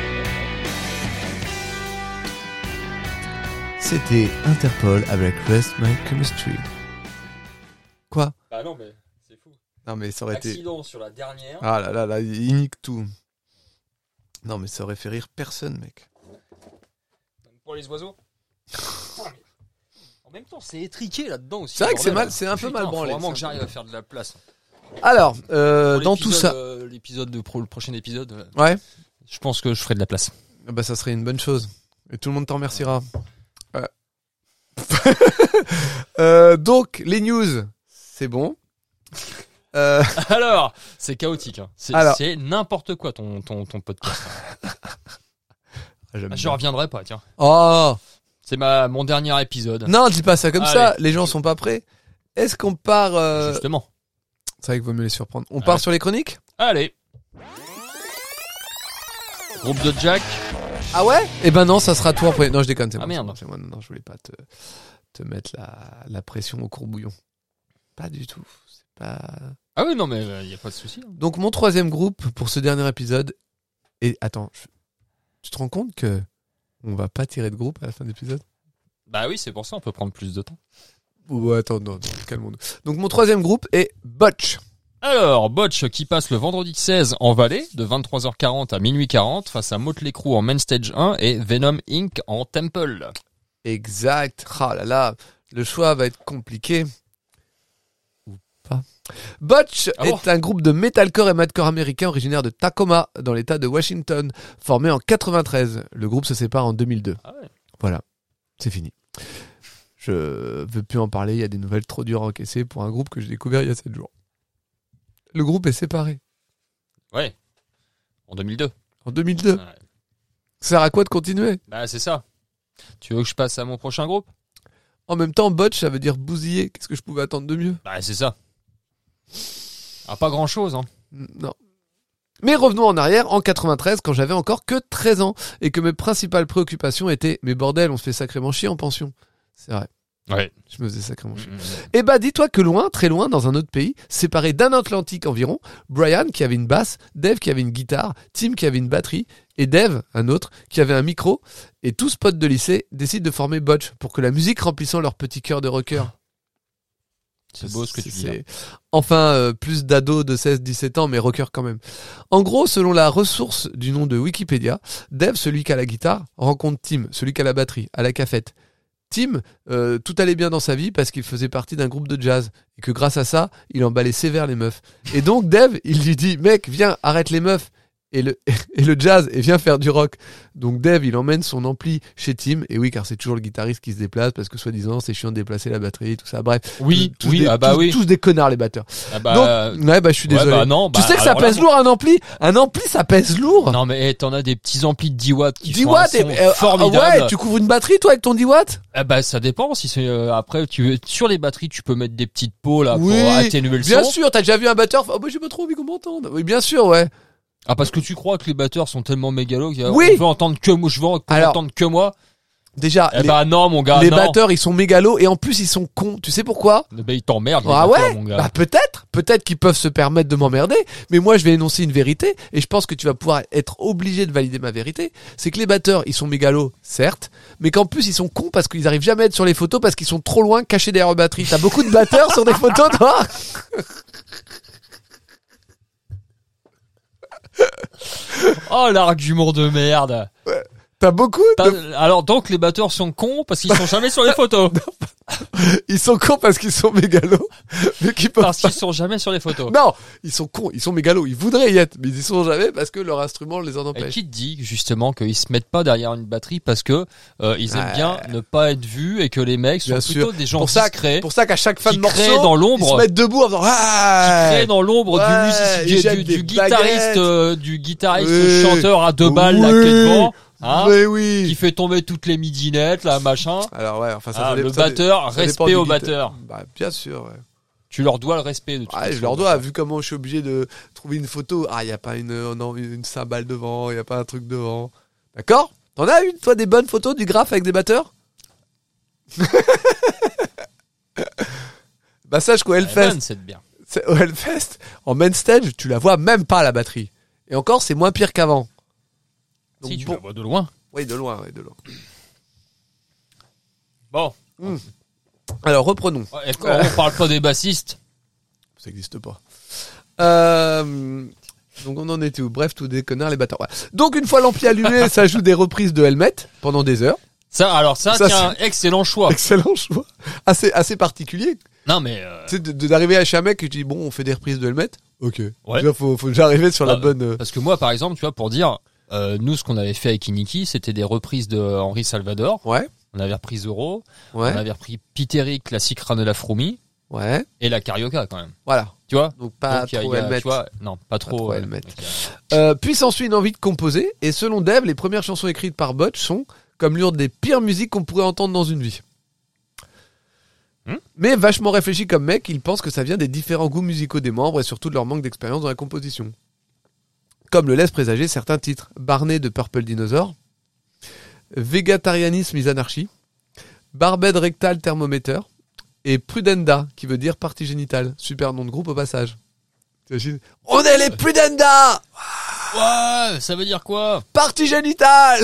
C'était Interpol avec Rest My Chemistry. Quoi? Bah non, mais c'est fou. Non mais ça aurait été... Accident sur la dernière. Ah là là là, il nique tout. Non mais ça aurait fait rire personne, mec. Pour les oiseaux. En même temps, c'est étriqué là-dedans aussi. C'est vrai que c'est bordel. mal, c'est un peu Putain, mal branlé. Faut vraiment c'est que un j'arrive peu- à faire de la place. Alors, euh, Pour dans tout l'épisode, ça... euh, l'épisode de pro, le prochain épisode, euh, Ouais, je pense que je ferai de la place. bah ça serait une bonne chose. Et tout le monde t'en remerciera. Ouais. euh, donc, les news, c'est bon. Euh, Alors, c'est chaotique. Hein. C'est, Alors. c'est n'importe quoi ton, ton, ton podcast. j'aime Je bien. reviendrai pas, tiens. Oh C'est ma, mon dernier épisode. non, dis pas ça comme Allez. ça. Les gens sont pas prêts. Est-ce qu'on part euh, Justement. C'est vrai qu'il vaut mieux les surprendre. On Ouais. part sur les chroniques? Allez. Groupe de Jack. Ah ouais? Eh ben non, ça sera toi après. Non, je déconne. C'est Ah moi, merde. c'est moi, c'est moi. Non, non, je voulais pas te te mettre la la pression au courbouillon. Pas du tout. C'est pas. Ah oui, non, mais il euh, y a pas de souci. hein. Donc mon troisième groupe pour ce dernier épisode. Et attends, je- tu te rends compte que on va pas tirer de groupe à la fin de l'épisode? Bah oui, c'est pour ça, on peut prendre plus de temps. Ou attends, non, non, calmons-nous. Donc mon troisième groupe est Butch. Alors, Botch qui passe le vendredi seize en Valais, de vingt-trois heures quarante à minuit quarante, face à Motley Crue en Main Stage un et Venom Incorporated en Temple. Exact. Ah là là, le choix va être compliqué. Ou pas. Butch Ah bon est un groupe de metalcore et madcore américain originaire de Tacoma, dans l'état de Washington, formé en quatre-vingt-treize. Le groupe se sépare en deux mille deux. Ah ouais. Voilà, c'est fini. Je veux plus en parler, il y a des nouvelles trop dures à encaisser pour un groupe que j'ai découvert il y a sept jours. Le groupe est séparé Ouais. En deux mille deux. en deux mille deux. Ouais. Ça sert à quoi de continuer? Bah c'est ça. Tu veux que je passe à mon prochain groupe? En même temps, Butch, ça veut dire bousiller. Qu'est-ce que je pouvais attendre de mieux? Bah c'est ça. Ah, pas grand chose, hein. Non. Mais revenons en arrière, en quatre-vingt-treize, quand j'avais encore que treize ans, et que mes principales préoccupations étaient « Mais bordel, on se fait sacrément chier en pension. » C'est vrai, Ouais. je me faisais sacrément chier. Mm, mm. Et bah dis-toi que loin, très loin, dans un autre pays, séparé d'un Atlantique environ, Brian qui avait une basse, Dave qui avait une guitare, Tim qui avait une batterie, et Dave, un autre, qui avait un micro, et tous potes de lycée décident de former Butch pour que la musique remplissant leur petit cœur de rocker. C'est beau ce que tu dis. là. C'est- Enfin, euh, plus d'ados de seize dix-sept ans, mais rockers quand même. En gros, selon la ressource du nom de Wikipédia, Dave, celui qui a la guitare, rencontre Tim, celui qui a la batterie, à la cafette. Tim, euh, tout allait bien dans sa vie parce qu'il faisait partie d'un groupe de jazz et que grâce à ça, il emballait sévère les meufs. Et donc Dave, il lui dit, mec, viens, arrête les meufs et le et le jazz et viens faire du rock. Donc Dave, il emmène son ampli chez Tim, et oui, car c'est toujours le guitariste qui se déplace parce que soi-disant c'est chiant de déplacer la batterie, tout ça. Bref, Oui, tous oui, des, ah bah tous, oui. tous des connards les batteurs. Ah bah, Donc, ouais, bah je suis ouais, désolé. bah non, bah, tu sais que ça alors là, pèse bon. lourd un ampli. Un ampli, ça pèse lourd. non mais hey, t'en as des petits amplis de dix watts qui dix font watts, un son et, euh, formidable. ah ouais, tu couvres une batterie toi avec ton dix watts. Ah bah ça dépend si c'est euh, après tu veux sur les batteries tu peux mettre des petites pots là Oui, pour atténuer le Bien son. sûr, t'as déjà vu un batteur. Oh, bah j'ai pas trop envie qu'on m'entende. Oui, bien sûr, ouais. Ah parce que tu crois que les batteurs sont tellement mégalos qu'il y a- Oui. on veut entendre que moi je veux Alors, entendre que moi. Déjà, Eh les, bah non mon gars les non. batteurs, ils sont mégalos et en plus ils sont cons. Tu sais pourquoi? Eh ben, ils t'emmerdent les Ah batteurs, ouais? mon gars. Bah peut-être, peut-être qu'ils peuvent se permettre de m'emmerder, mais moi je vais énoncer une vérité et je pense que tu vas pouvoir être obligé de valider ma vérité. C'est que les batteurs, ils sont mégalos, certes, mais qu'en plus ils sont cons parce qu'ils arrivent jamais à être sur les photos parce qu'ils sont trop loin cachés derrière leur batterie. T'as beaucoup de batteurs sur des photos, toi? Oh l'argument de merde. T'as beaucoup T'as- de... Alors donc les batteurs sont cons parce qu'ils sont jamais sur les photos. Ils sont cons parce qu'ils sont mégalos, mais qu'ils peuvent Parce pas... qu'ils sont jamais sur les photos. Non, ils sont cons, ils sont mégalos, ils voudraient y être, mais ils y sont jamais parce que leur instrument les en Et empêche. qui te dit justement qu'ils se mettent pas derrière une batterie parce que euh, ils aiment Ouais. bien ne pas être vus et que les mecs sont Bien plutôt sûr. des gens Pour ça, discrets pour ça qu'à chaque fin qui de morceau, créent dans ils l'ombre se mettent debout en faisant qui ah créent dans l'ombre Ouais, du ils music, jettent du, des du guitariste baguettes. euh, du guitariste Oui. chanteur à deux balles là Oui. qui est devant. Hein Mais oui. Qui fait tomber toutes les midinettes, là, machin. Alors ouais, enfin ça, Ah, ça dé- le ça dé- batteur, ça dépend respect du au guitar- batteur. Bah bien sûr, ouais. Tu leur dois le respect de toute Ouais, façon. je leur dois, vu comment je suis obligé de trouver une photo. Ah, il y a pas une euh, non, une cymbale devant, il y a pas un truc devant. D'accord? T'en as une toi des bonnes photos du graphe avec des batteurs? Bah sache qu'au Elle est Hellfest, bonne, cette bière. c'est- au Hellfest, en main stage, tu la vois même pas la batterie. Et encore, c'est moins pire qu'avant. Donc Si, tu bon, la vois de loin. oui, de loin, oui, de loin. Bon. Alors reprenons. Et quand on parle pas des bassistes. Ça n'existe pas. Euh, donc on en était où? Bref, tout des connards, les batteurs. Ouais. Donc une fois l'ampli allumé, ça joue des reprises de Helmet pendant des heures. Ça, alors ça, Ça, tiens, excellent choix. Excellent choix. Assez, assez particulier. Non, mais, euh, Tu sais, de- de- d'arriver chez un mec et tu dis bon, on fait des reprises de Helmet. Ok. Ouais. Déjà, faut, faut déjà arriver sur la Ah, bonne. euh, parce que moi, par exemple, tu vois, pour dire, euh, nous, ce qu'on avait fait avec Iniki, c'était des reprises de Henri Salvador. Ouais. On avait repris Euro. Ouais. On avait repris Piteri, classique Ranella Froumi. Ouais. Et la Carioca, quand même. Voilà. Tu vois? Donc pas Donc, il y a- trop il y a, Helmet. tu vois, non, pas trop, trop euh, Helmet. donc, il y a- Euh, puis s'ensuit une envie de composer. Et selon Dave, les premières chansons écrites par Butch sont comme l'une des pires musiques qu'on pourrait entendre dans une vie. Hmm. Mais vachement réfléchi comme mec, il pense que ça vient des différents goûts musicaux des membres et surtout de leur manque d'expérience dans la composition. Comme le laissent présager certains titres. Barney de Purple Dinosaur, Vegetarianisme is Anarchy, Barbed Rectal Thermometer et Prudenda, qui veut dire partie génitale. Super nom de groupe au passage. T'imagines ? On est les Prudenda! Ouais, ça veut dire quoi? Partie génitale!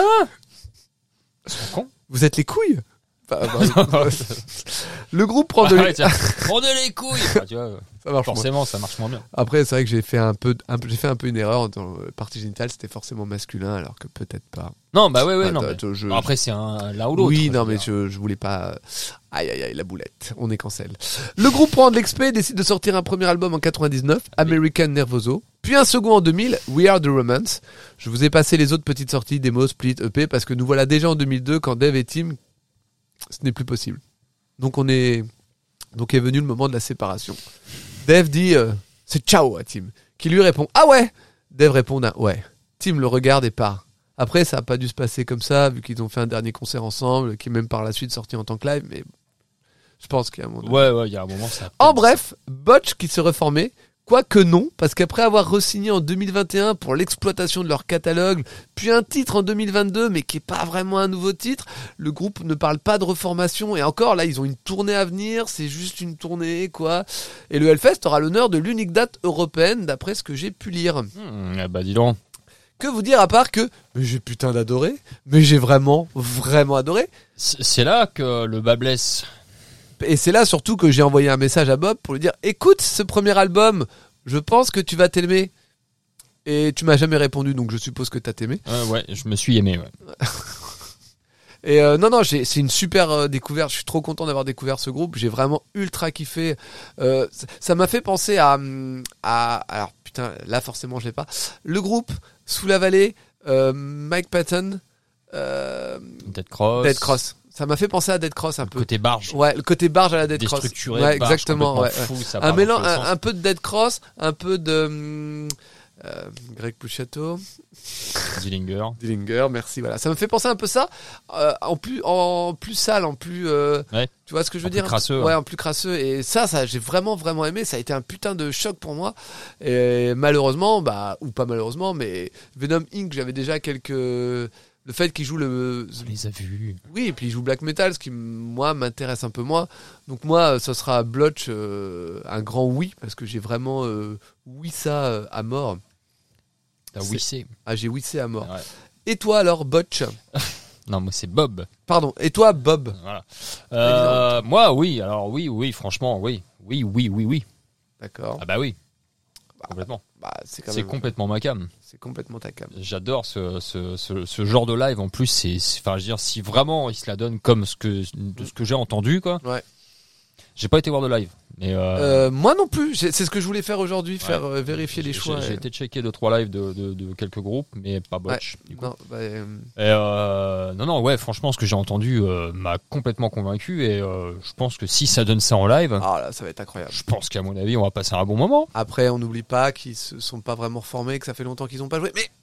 Ils sont cons. Vous êtes les couilles? Enfin, bah, le groupe prend de Ouais, l'é- tiens, Rendez les couilles. Enfin, tu vois, ça marche moins. forcément, ça marche moins bien. Après, c'est vrai que j'ai fait un peu, un peu- j'ai fait un peu une erreur dans le partie génitale, c'était forcément masculin, alors que peut-être pas. Non, bah ouais, ouais, non. Attends, mais- attends, je- Bon, après, c'est un l'un ou l'autre. oui, je non, veux mais dire. je, je voulais pas. Aïe, aïe, aïe, la boulette. On est cancel. Le groupe prend de l'expé et décide de sortir un premier album en quatre-vingt-dix-neuf, American Nervoso, puis un second en deux mille, We Are the Romance. Je vous ai passé les autres petites sorties, démos, split, E P, parce que nous voilà déjà en deux mille deux quand Dave et Tim, ce n'est plus possible. Donc on est, donc est venu le moment de la séparation. Dave dit, euh, c'est ciao à Tim, qui lui répond, ah ouais. Dave répond, ah ouais. Tim le regarde et part. Après, ça a pas dû se passer comme ça, vu qu'ils ont fait un dernier concert ensemble, qui est même par la suite sorti en tant que live, mais je pense qu'il y a un moment donné. Ouais, ouais, il y a un moment, ça. En bref, Butch qui se reformait, quoique non, parce qu'après avoir re-signé en deux mille vingt et un pour l'exploitation de leur catalogue, puis un titre en deux mille vingt-deux, mais qui est pas vraiment un nouveau titre, le groupe ne parle pas de reformation, et encore là, ils ont une tournée à venir, c'est juste une tournée, quoi. Et le Hellfest aura l'honneur de l'unique date européenne, d'après ce que j'ai pu lire. Hmm, ah bah dis donc. Que vous dire à part que, mais j'ai putain d'adoré, mais j'ai vraiment, vraiment adoré. C'est c'est là que le bas blesse. Et c'est là surtout que j'ai envoyé un message à Bob pour lui dire, écoute ce premier album, je pense que tu vas t'aimer. Et tu m'as jamais répondu, donc je suppose que t'as t'aimé. Ouais, ouais, je me suis aimé, ouais. Et euh, non, non, j'ai- c'est une super euh, découverte. Je suis trop content d'avoir découvert ce groupe. J'ai vraiment ultra kiffé. Euh, c- ça m'a fait penser à, hum, à, alors putain, là forcément je l'ai pas. Le groupe Sous la Vallée, euh, Mike Patton, euh, Dead Cross. Dead Cross. Ça m'a fait penser à Dead Cross un peu. Côté barge. Ouais, le côté barge à la Dead Cross. Déstructuré. Ouais, barge, exactement. Ouais, complètement ouais. fou, ça Un part dans mélange, tous les un, sens. un peu de Dead Cross, un peu de hum, euh, Greg Puciato, Dillinger. Dillinger, merci. Voilà, ça me fait penser un peu ça, euh, en plus, en plus sale, en plus, euh, Ouais. tu vois ce que je veux En dire, plus crasseux, ouais, ouais. en plus crasseux. Et ça, ça, j'ai vraiment, vraiment aimé. Ça a été un putain de choc pour moi. Et malheureusement, bah, ou pas malheureusement, mais Venom Incorporated, j'avais déjà quelques. Le fait qu'il joue le. On les a vus. Oui, et puis il joue black metal, ce qui, moi, m'intéresse un peu moins. Donc, moi, ce sera Blotch, euh, un grand oui, parce que j'ai vraiment euh, oui ça euh, à mort. T'as C'est- wissé. Ah, j'ai wissé à mort. Ouais. Et toi, alors, Botch? Non, moi, c'est Bob. Pardon, et toi, Bob? Voilà. Euh, moi, oui. Alors, oui, oui, franchement, oui. Oui, oui, oui, oui. D'accord. Ah bah oui. Complètement. Bah, c'est quand C'est même. complètement ma cam. C'est complètement ta cam. J'adore ce, ce, ce, ce genre de live. En plus, c'est, c'est- enfin, je veux dire, si vraiment il se la donne comme ce que, de ce que j'ai entendu, quoi. Ouais. J'ai pas été voir de live, mais euh, Euh, moi non plus. J'ai- C'est ce que je voulais faire aujourd'hui, faire euh, vérifier les j'ai- choix. J'ai et- été checker deux trois lives de, de, de quelques groupes, mais pas Botch. du coup. Non, bah, euh, Et euh, non, non, ouais, franchement, ce que j'ai entendu euh, m'a complètement convaincu et euh, je pense que si ça donne ça en live, ah là, ça va être incroyable. je pense qu'à mon avis, on va passer un bon moment. Après, on n'oublie pas qu'ils se sont pas vraiment reformés, que ça fait longtemps qu'ils n'ont pas joué. Mais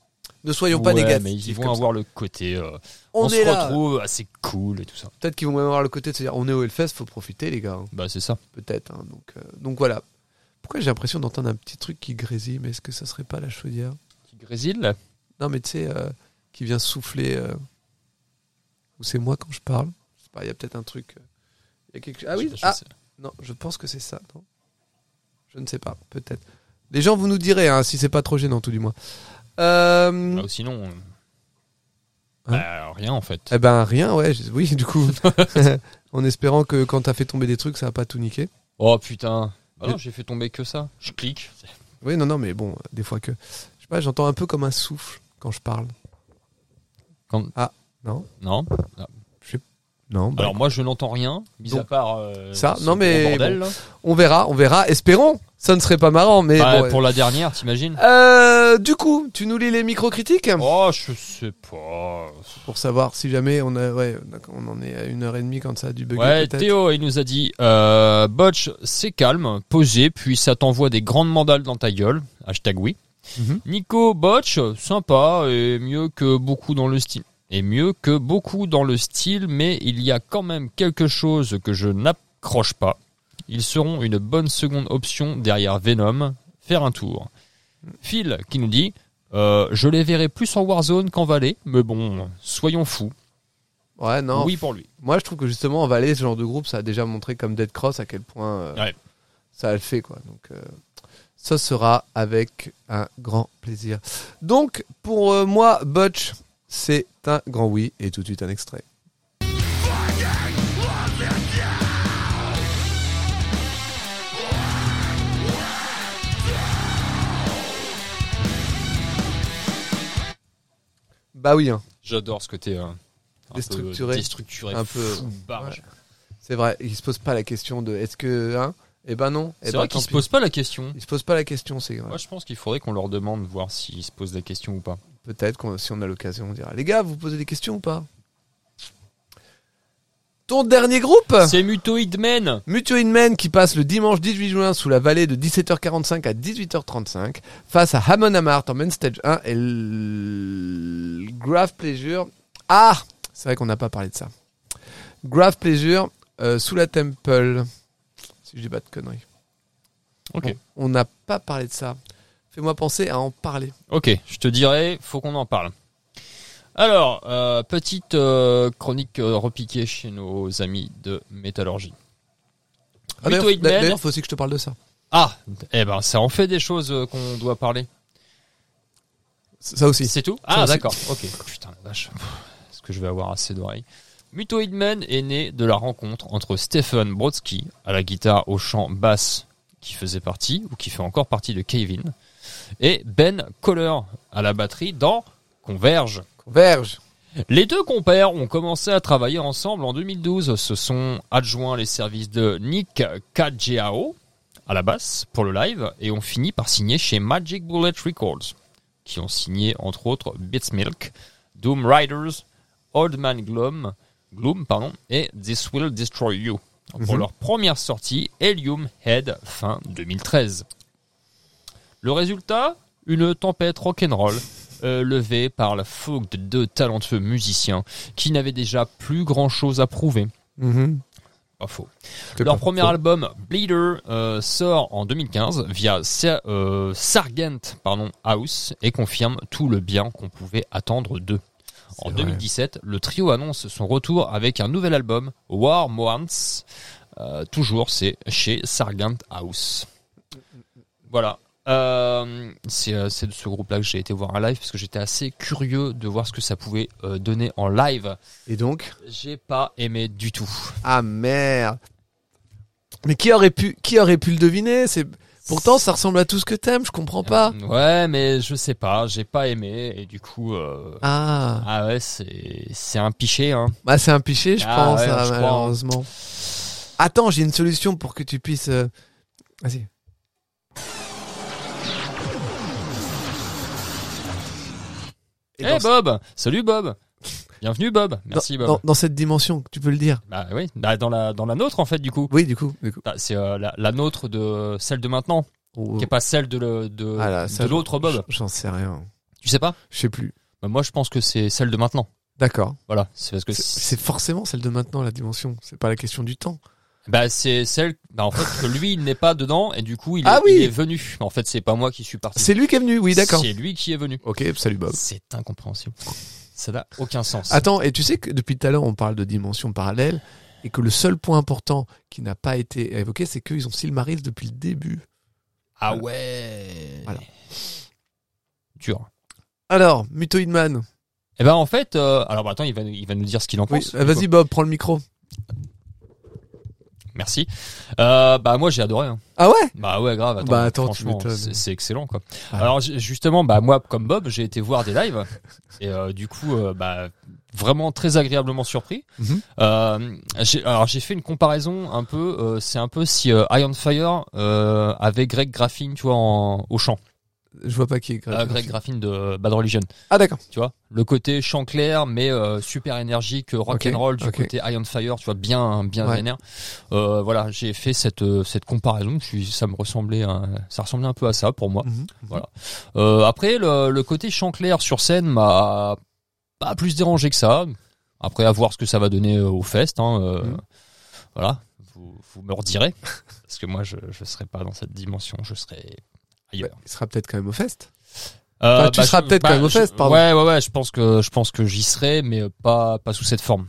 Ne soyons pas Ouais, négatifs. mais ils vont comme ça. avoir le côté. Euh, On, on est se là. retrouve, ah, c'est cool et tout ça. Peut-être qu'ils vont même avoir le côté de se dire on est au Hellfest, faut profiter les gars. Bah c'est ça. Peut-être. hein. Donc, euh, donc voilà. Pourquoi j'ai l'impression d'entendre un petit truc qui grésille, mais est-ce que ça serait pas la chaudière? Qui grésille là. Non, mais tu sais, euh, qui vient souffler. euh, Ou c'est moi quand je parle? Je sais pas, il y a peut-être un truc. euh, Il y a quelque chose. Ah oui. Je- je Ah sais. non, je pense que c'est ça. Non, je ne sais pas. Peut-être. Les gens, vous nous direz hein, si c'est pas trop gênant, tout du moins. Euh... Bah, ou sinon. euh, Hein bah, rien en fait. Eh ben rien, ouais. je- Oui, du coup, en espérant que quand t'as fait tomber des trucs, ça va pas tout niquer. Oh putain. Bah non, Et- j'ai fait tomber que ça. Je clique. Oui, non, non, mais bon, des fois que. Je sais pas, j'entends un peu comme un souffle quand je parle. Quand- Ah, non, Non. non. bah, Alors moi je n'entends rien, mis Donc, à part euh, ça, ce non, mais gros bordel, là. on verra, on verra. Espérons. Ça ne serait pas marrant, mais Bah, bon, pour la dernière, t'imagines Euh, du coup, tu nous lis les micro-critiques Oh, je sais pas. pour savoir si jamais on a, ouais, d'accord, on en est à une heure et demie quand ça a dû bugger Ouais, peut-être. Théo, il nous a dit euh, Botch, c'est calme, posé, puis ça t'envoie des grandes mandales dans ta gueule. Hashtag oui. Mhm. Nico, Botch, sympa et mieux que beaucoup dans le style. Et mieux que beaucoup dans le style, mais il y a quand même quelque chose que je n'accroche pas. Ils seront une bonne seconde option derrière Venom. Faire un tour. Phil qui nous dit euh, je les verrai plus en Warzone qu'en Valais, mais bon, soyons fous. Ouais, non. Oui pour lui. Moi, je trouve que justement en Valais, ce genre de groupe, ça a déjà montré comme Dead Cross à quel point euh, Ouais. ça a le fait, quoi. Donc, euh, ça sera avec un grand plaisir. Donc, pour euh, moi, Butch, c'est un grand oui, et tout de suite un extrait. Bah oui, hein, J'adore ce côté euh, un Déstructuré. peu déstructuré, Un peu, fou, barge. ouais. C'est vrai. Il se pose pas la question de est-ce que, hein Eh ben non. Eh C'est ben, vrai tant qu'ils se pis. posent pas la question. Il se pose pas la question, c'est vrai. Moi, je pense qu'il faudrait qu'on leur demande voir s'ils se posent la question ou pas. Peut-être qu'on, si on a l'occasion, on dira les gars, vous posez des questions ou pas? Ton dernier groupe, C'est Mutoid Men. Mutoid Men, qui passe le dimanche dix-huit juin sous la vallée de dix-sept heures quarante-cinq à dix-huit heures trente-cinq face à Hamon Amart en Main Stage un et l... Grave Pleasure. Ah, c'est vrai qu'on n'a pas parlé de ça. Grave Pleasure euh, sous la Temple. Si je dis pas de conneries. Ok. Bon, on n'a pas parlé de ça. Fais-moi penser à en parler. Ok, je te dirai, faut qu'on en parle. Alors, euh, petite euh, chronique euh, repiquée chez nos amis de métallurgie. Ah, d'ailleurs, Mutoid Men. d'ailleurs, faut aussi que je te parle de ça. Ah, eh ben, ça en fait des choses euh, qu'on doit parler. Ça aussi. C'est tout Ça Ah, aussi. d'accord. Ok. Putain, la vache. Pff, Est-ce que je vais avoir assez d'oreilles? Mutoid Men est né de la rencontre entre Stephen Brodsky à la guitare, au chant, basse, qui faisait partie ou qui fait encore partie de Kevin, et Ben Coller à la batterie dans Converge. Converge. Les deux compères ont commencé à travailler ensemble en deux mille douze. Se sont adjoints les services de Nick Cageao à la basse pour le live et ont fini par signer chez Magic Bullet Records, qui ont signé entre autres Beatsmilk, Doom Riders, Old Man Gloom, Gloom pardon, et This Will Destroy You pour Mhm. leur première sortie Helium Head fin deux mille treize. Le résultat, une tempête rock'n'roll euh, levée par la fougue de deux talentueux musiciens qui n'avaient déjà plus grand chose à prouver. Mhm. Pas faux. C'est Leur pas premier faux. album, Bleeder, euh, sort en deux mille quinze via Sa- euh, Sargent pardon, House et confirme tout le bien qu'on pouvait attendre d'eux. En vrai. deux mille dix-sept, le trio annonce son retour avec un nouvel album, War Moans. Euh, toujours, c'est chez Sargent House. Voilà. Euh, c'est, euh, c'est de ce groupe-là que j'ai été voir en live parce que j'étais assez curieux de voir ce que ça pouvait euh, donner en live. Et donc? J'ai pas aimé du tout. Ah merde. Mais qui aurait pu, qui aurait pu le deviner? C'est, pourtant, ça ressemble à tout ce que t'aimes, je comprends pas. Ouais, mais je sais pas, j'ai pas aimé et du coup. Euh... Ah. Ah ouais, c'est c'est un piché hein. Bah, c'est un piché, je Ah pense, ouais, hein, je crois. malheureusement. Attends, j'ai une solution pour que tu puisses, euh, vas-y. Et Eh dans, Bob, salut Bob. Bienvenue Bob. Merci dans, Bob. dans- dans cette dimension, tu peux le dire. Bah oui, bah, dans la dans la nôtre en fait du coup. Oui, du coup, du coup. Bah, c'est euh, la, la nôtre de celle de maintenant, Oh, qui est pas celle de le, de, ah là, de ça, l'autre Bob. J'en sais rien. Tu sais pas? Je sais plus. Bah, moi, je pense que c'est celle de maintenant. D'accord. Voilà, c'est parce que C'est, c'est, c'est forcément celle de maintenant, la dimension. C'est pas la question du temps. bah c'est celle, bah en fait que lui il n'est pas dedans et du coup il est, Ah oui. il est venu. En fait, c'est pas moi qui suis parti. C'est lui qui est venu, oui, d'accord. C'est lui qui est venu. Ok, salut Bob. C'est incompréhensible. Ça n'a aucun sens. Attends, et tu sais que depuis tout à l'heure, on parle de dimensions parallèles et que le seul point important qui n'a pas été évoqué, c'est qu'ils ont Silmarils depuis le début. Ah ouais. Voilà. Dur. Alors, Mutoid Man. Eh ben en fait, euh, alors bah, attends, il va, il va nous dire ce qu'il en Oui, pense. euh, vas-y Bob, prends le micro. Merci. Euh, bah moi j'ai adoré. Hein. Ah ouais? Bah ouais, grave. Attends, Bah, attends, tu franchement, m'étonnes. c'est, c'est excellent quoi. Ah. Alors j- justement, bah moi comme Bob, j'ai été voir des lives et euh, du coup, euh, bah vraiment très agréablement surpris. Mhm. Euh, j'ai, alors j'ai fait une comparaison un peu. Euh, c'est un peu si euh, Iron Fire euh, avait Greg Graffin, tu vois, en, au chant. Je vois pas qui est Greg. Euh, Greg Graffin de Bad Religion. Ah d'accord. Tu vois, le côté chant clair mais euh, super énergique, rock and roll du ok. côté Iron Fire, tu vois, bien bien Ouais. vénère. Euh, voilà, j'ai fait cette euh, cette comparaison. Je suis, ça me ressemblait, à, ça ressemblait un peu à ça pour moi. Mhm. Voilà. Euh, après, le, le côté chant clair sur scène m'a pas plus dérangé que ça. Après, à voir ce que ça va donner euh, au fest. Hein, euh, Mhm. Voilà, vous, vous me redirez parce que moi, je je serai pas dans cette dimension. Je serai ailleurs. Bah, il sera peut-être quand même au fest. Euh, Enfin, tu seras je- peut-être quand même au je- fest, pardon. Ouais, ouais, ouais. Je pense que je pense que j'y serai, mais euh, pas pas sous cette forme.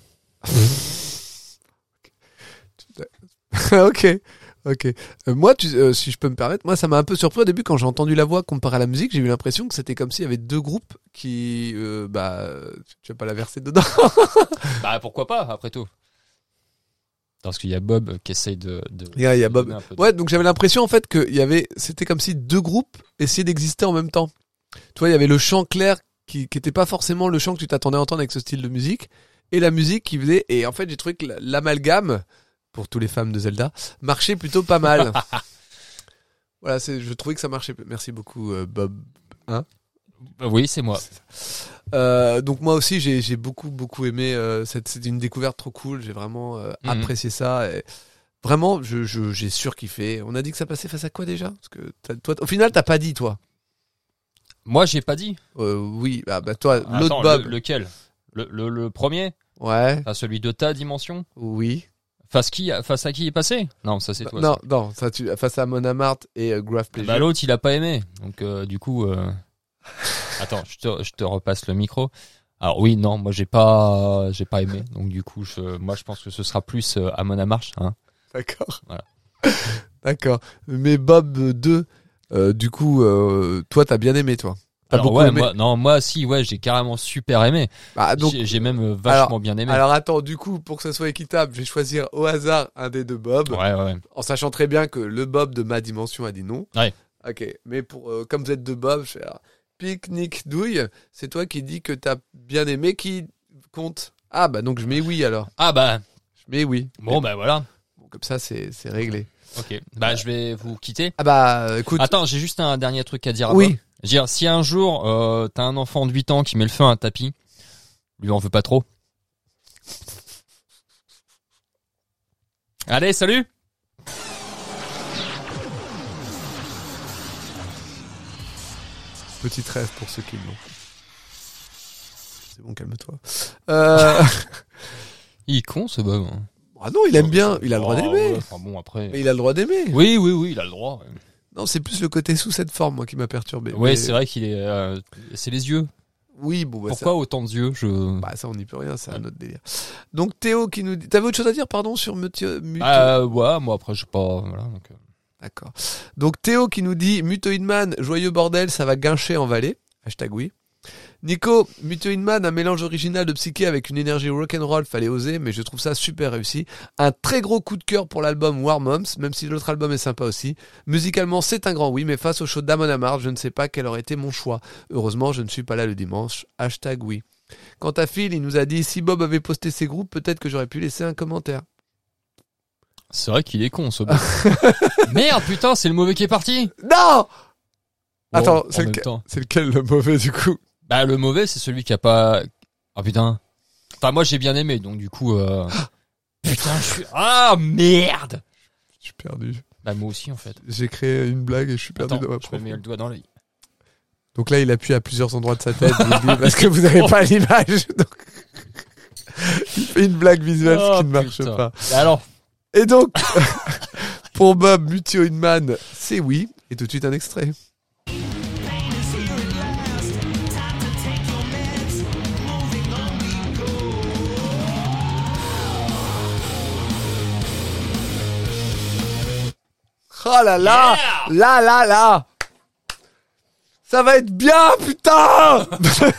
Ok, ok. Euh, moi, tu, euh, si je peux me permettre, moi, ça m'a un peu surpris au début quand j'ai entendu la voix comparée à la musique. J'ai eu l'impression que c'était comme s'il y avait deux groupes qui, euh, bah, euh, tu vas pas la verser dedans. Bah pourquoi pas après tout. Parce qu'il y a Bob qui essaye de. de Il y a, il y a de Bob. donner un peu de- Ouais, donc j'avais l'impression en fait que il y avait, c'était comme si deux groupes essayaient d'exister en même temps. Tu vois, il y avait le chant clair qui, qui était pas forcément le chant que tu t'attendais à entendre avec ce style de musique, et la musique qui faisait. Et en fait, j'ai trouvé que l'amalgame, pour tous les fans de Zelda, marchait plutôt pas mal. Voilà, c'est, je trouvais que ça marchait. Merci beaucoup, euh, Bob. Oui, c'est moi. Euh, donc moi aussi, j'ai, j'ai beaucoup, beaucoup aimé. Euh, cette, c'est une découverte trop cool. J'ai vraiment euh, Mhm. apprécié ça. Et vraiment, je, je, j'ai surkiffé. On a dit que ça passait face à quoi déjà? Parce que t'as- toi, au final, t'as pas dit toi. Moi, j'ai pas dit. Euh, oui, ah, bah toi, Attends, l'autre Bob. le- lequel le, le, le premier, Ouais, enfin, celui de ta dimension. oui. Face qui, face à qui il est passé? Non, ça c'est toi. non, ça. non, ça, tu, face à Mon Amart et euh, Graph Pleasure. Bah l'autre, il a pas aimé. Donc euh, du coup, euh... attends, je te, je te repasse le micro. Alors oui, non, moi j'ai pas, j'ai pas aimé. Donc du coup, je, moi je pense que ce sera plus euh, Amon Amarth, hein. D'accord. Voilà. D'accord. Mais Bob deux, euh, du coup, euh, toi, t'as bien aimé, toi. T'as Alors beaucoup ouais, aimé. moi, non, moi si, ouais, j'ai carrément super aimé. Ah, donc, J'ai, j'ai même euh, vachement bien aimé. alors attends, du coup, pour que ça soit équitable, je vais choisir au hasard un des deux Bob, Ouais, ouais, ouais. en sachant très bien que le Bob de ma dimension a dit non. Ouais. Ok. Mais pour, euh, comme vous êtes deux Bob, je fais, alors, Pique-Nique Douille, c'est toi qui dis que t'as bien aimé, qui compte. Ah, bah donc je mets oui alors. Ah bah, Je mets oui. bon bah voilà. Bon, comme ça, c'est, c'est réglé. Ok. Bah je vais vous quitter. Ah bah, écoute. Attends, j'ai juste un dernier truc à dire à Oui. Bob. Je veux dire, si un jour euh, t'as un enfant de huit ans qui met le feu à un tapis, lui en veut pas trop. Allez, salut. Petit rêve pour ceux qui l'ont. C'est bon, calme-toi. Euh... Il est con ce Bob. hein. ah non, il aime bien, il a le droit Ah, d'aimer. ouais, enfin bon après. Mais il a le droit d'aimer. Oui, oui, oui, il a le droit. ouais. Non, c'est plus le côté sous cette forme, moi, qui m'a perturbé. Ouais, Mais- c'est vrai qu'il est. euh, c'est les yeux. Oui, bon, bah, Pourquoi autant de yeux Je. ça... Bah, ça, on n'y peut rien, c'est un autre délire. Donc, Théo qui nous dit... T'avais autre chose à dire, pardon, sur Mutio... Muto... Ah ouais, moi après je sais pas. Voilà. Donc, euh. D'accord. Donc, Théo qui nous dit Mutoidman, joyeux bordel, ça va guincher en vallée. Hashtag oui. Nico, Mutoidman, un mélange original de psyché avec une énergie rock'n'roll, fallait oser, mais je trouve ça super réussi. Un très gros coup de cœur pour l'album War Moms, même si l'autre album est sympa aussi. Musicalement, c'est un grand oui, mais face au show d'Amon Amarth, je ne sais pas quel aurait été mon choix. Heureusement, je ne suis pas là le dimanche. Hashtag oui. Quant à Phil, il nous a dit si Bob avait posté ses groupes, peut-être que j'aurais pu laisser un commentaire. C'est vrai qu'il est con ce Bob. Merde, putain, c'est le mauvais qui est parti. Non! Bon, Attends, en c'est même lequel, temps. c'est lequel le mauvais du coup? Bah le mauvais c'est celui qui a pas. Ah putain. Enfin moi j'ai bien aimé donc du coup. Euh... Putain je suis. Ah merde. Je suis perdu. Bah moi aussi en fait. J'ai créé une blague et je suis perdu Attends, dans ma je me mets propre. le doigt dans l'œil. Donc là, il appuie à plusieurs endroits de sa tête Bilby, parce que vous n'avez pas l'image. Donc... il fait une blague visuelle, Oh, ce qui ne marche putain. pas. Alors, Et donc, pour Bob, Mutio Inman, c'est oui. Et tout de suite un extrait. Oh là là, là là là, ça va être bien, putain.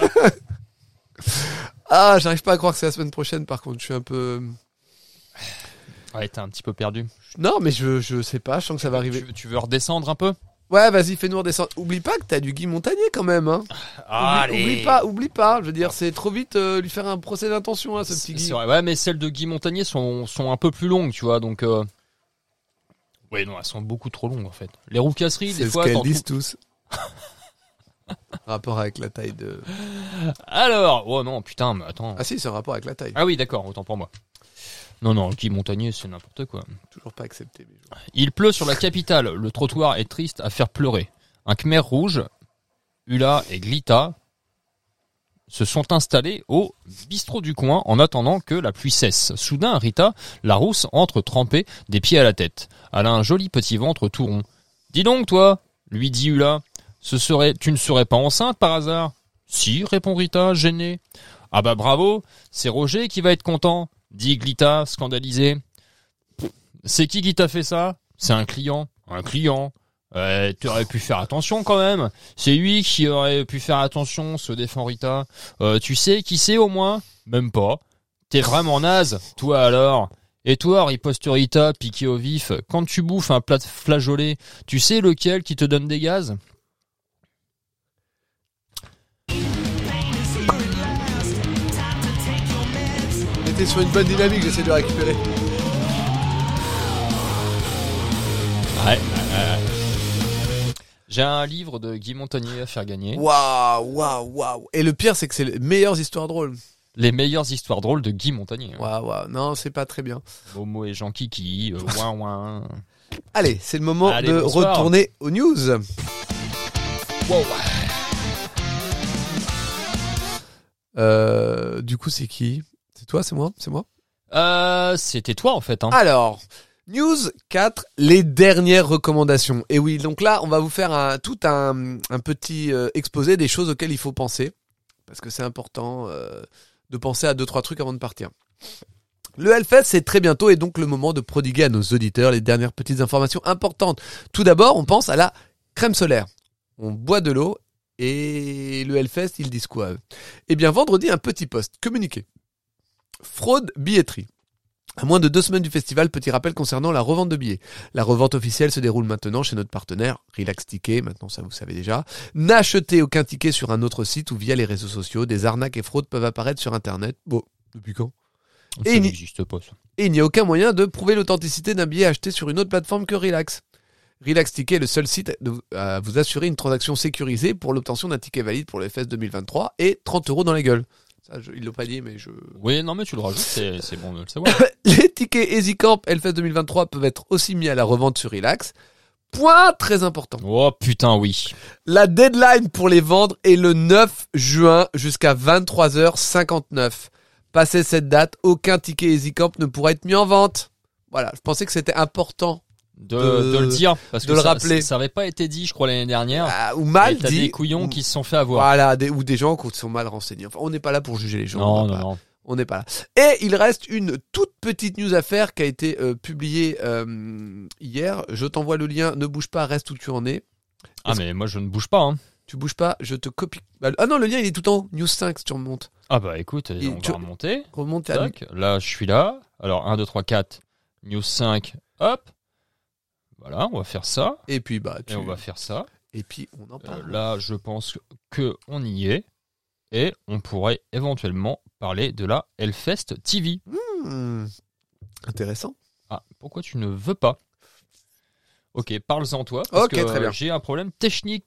Ah, j'arrive pas à croire que c'est la semaine prochaine. Par contre, je suis un peu. ouais, t'es un petit peu perdu. Non, mais je je sais pas. Je sens que ça va arriver. Tu, tu veux redescendre un peu? Ouais, vas-y, fais-nous redescendre. Oublie pas que t'as du Guy Montagnier quand même, hein. Oublie, oublie pas, oublie pas. Je veux dire, c'est trop vite euh, lui faire un procès d'intention, hein, ce petit C'est Guy. c'est vrai. Ouais, mais celles de Guy Montagnier sont, sont un peu plus longues, tu vois, donc... Euh... Ouais, non, elles sont beaucoup trop longues, en fait. Les roucasseries, C'est des ce fois... qu'elles t'en disent trouves- tous. Rapport avec la taille de. Alors... Oh non, putain, mais attends... Ah si, c'est un rapport avec la taille. Ah oui, d'accord, autant pour moi. Non, non, Guy Montagnier, c'est n'importe quoi. Toujours pas accepté. Mais je- Il pleut sur la capitale. Le trottoir est triste à faire pleurer. Un Khmer rouge, Ula et Glita se sont installés au bistrot du coin en attendant que la pluie cesse. Soudain, Rita, la rousse, entre trempée des pieds à la tête. Elle a un joli petit ventre tout rond. « Dis donc, toi !» lui dit Ula. « Ce serait, tu ne serais pas enceinte par hasard ?»« Si, répond Rita, gênée. »« Ah bah bravo, c'est Roger qui va être content, dit Glita, scandalisé. C'est qui qui t'a fait ça ? C'est un client. Un client. Euh, tu aurais pu faire attention quand même. C'est lui qui aurait pu faire attention, se défend Rita. Euh, tu sais qui c'est au moins ? Même pas. T'es vraiment naze, toi alors. Et toi, riposte Rita, piqué au vif, quand tu bouffes un plat de flageolet, tu sais lequel qui te donne des gaz ? On était sur une bonne dynamique, j'essaie de récupérer. Ouais. J'ai un livre de Guy Montagnier à faire gagner. Waouh, waouh, waouh. Et le pire, c'est que c'est les meilleures histoires drôles. Les meilleures histoires drôles de Guy Montagnier. Waouh, waouh. Non, c'est pas très bien. Momo et Jean Kiki, euh, ouin ouin. Allez, c'est le moment Allez, de bonsoir. retourner aux news. Wow. Euh, du coup, c'est qui ? C'est toi, c'est moi, c'est moi. Euh, c'était toi en fait. Hein. Alors, news quatre, les dernières recommandations. Et oui, donc là, on va vous faire un, tout un, un petit euh, exposé des choses auxquelles il faut penser. Parce que c'est important euh, de penser à deux, trois trucs avant de partir. Le Hellfest, c'est très bientôt et donc le moment de prodiguer à nos auditeurs les dernières petites informations importantes. Tout d'abord, on pense à la crème solaire. On boit de l'eau et le Hellfest, ils disent quoi eux ? Eh bien, vendredi, un petit post communiqué. Fraude billetterie. À moins de deux semaines du festival, petit rappel concernant la revente de billets. La revente officielle se déroule maintenant chez notre partenaire, Relax Ticket, maintenant ça vous savez déjà. N'achetez aucun ticket sur un autre site ou via les réseaux sociaux. Des arnaques et fraudes peuvent apparaître sur Internet. Bon, depuis quand ? Ça Et il- n'existe pas ça. Et il n'y a aucun moyen de prouver l'authenticité d'un billet acheté sur une autre plateforme que Relax. Relax Ticket est le seul site à vous assurer une transaction sécurisée pour l'obtention d'un ticket valide pour le F S deux mille vingt-trois et trente euros dans la gueule. Ça, je, il l'a pas dit, mais je... Oui, non mais tu le rajoutes, c'est, c'est bon de le savoir. Les tickets EasyCamp Hellfest deux mille vingt-trois peuvent être aussi mis à la revente sur Relax. Point très important. Oh putain oui. La deadline pour les vendre est le neuf juin jusqu'à vingt-trois heures cinquante-neuf. Passé cette date, aucun ticket EasyCamp ne pourra être mis en vente. Voilà, je pensais que c'était important De, De- de le dire parce de que le ça, rappeler. ça avait pas été dit je crois l'année dernière. ah, ou mal Et t'as dit. des couillons ou- qui se sont fait avoir. Voilà, des, ou des gens qui sont mal renseignés. Enfin, on n'est pas là pour juger les gens. non on va non pas- non. On n'est pas là. Et il reste une toute petite news à faire qui a été euh, publiée euh, hier. Je t'envoie le lien. Ne bouge pas, reste où tu en es. Ah mais moi je ne bouge pas. Hein. Tu bouges pas, je te copie. Ah non, le lien il est tout en haut. News cinq si tu remontes. Ah bah écoute, Et on tu- va remonter. Remonte à Tac. Là je suis là. Alors un, deux, trois, quatre. News cinq. Hop. Voilà, on va faire ça. Et puis bah tu... Et on va faire ça. Et puis on en Euh, parle. là je pense que on y est. Et on pourrait éventuellement parler de la Hellfest T V. Hmm. Intéressant. Ah, pourquoi tu ne veux pas ? Ok, parle-en toi, parce Ok, que très bien. j'ai un problème technique.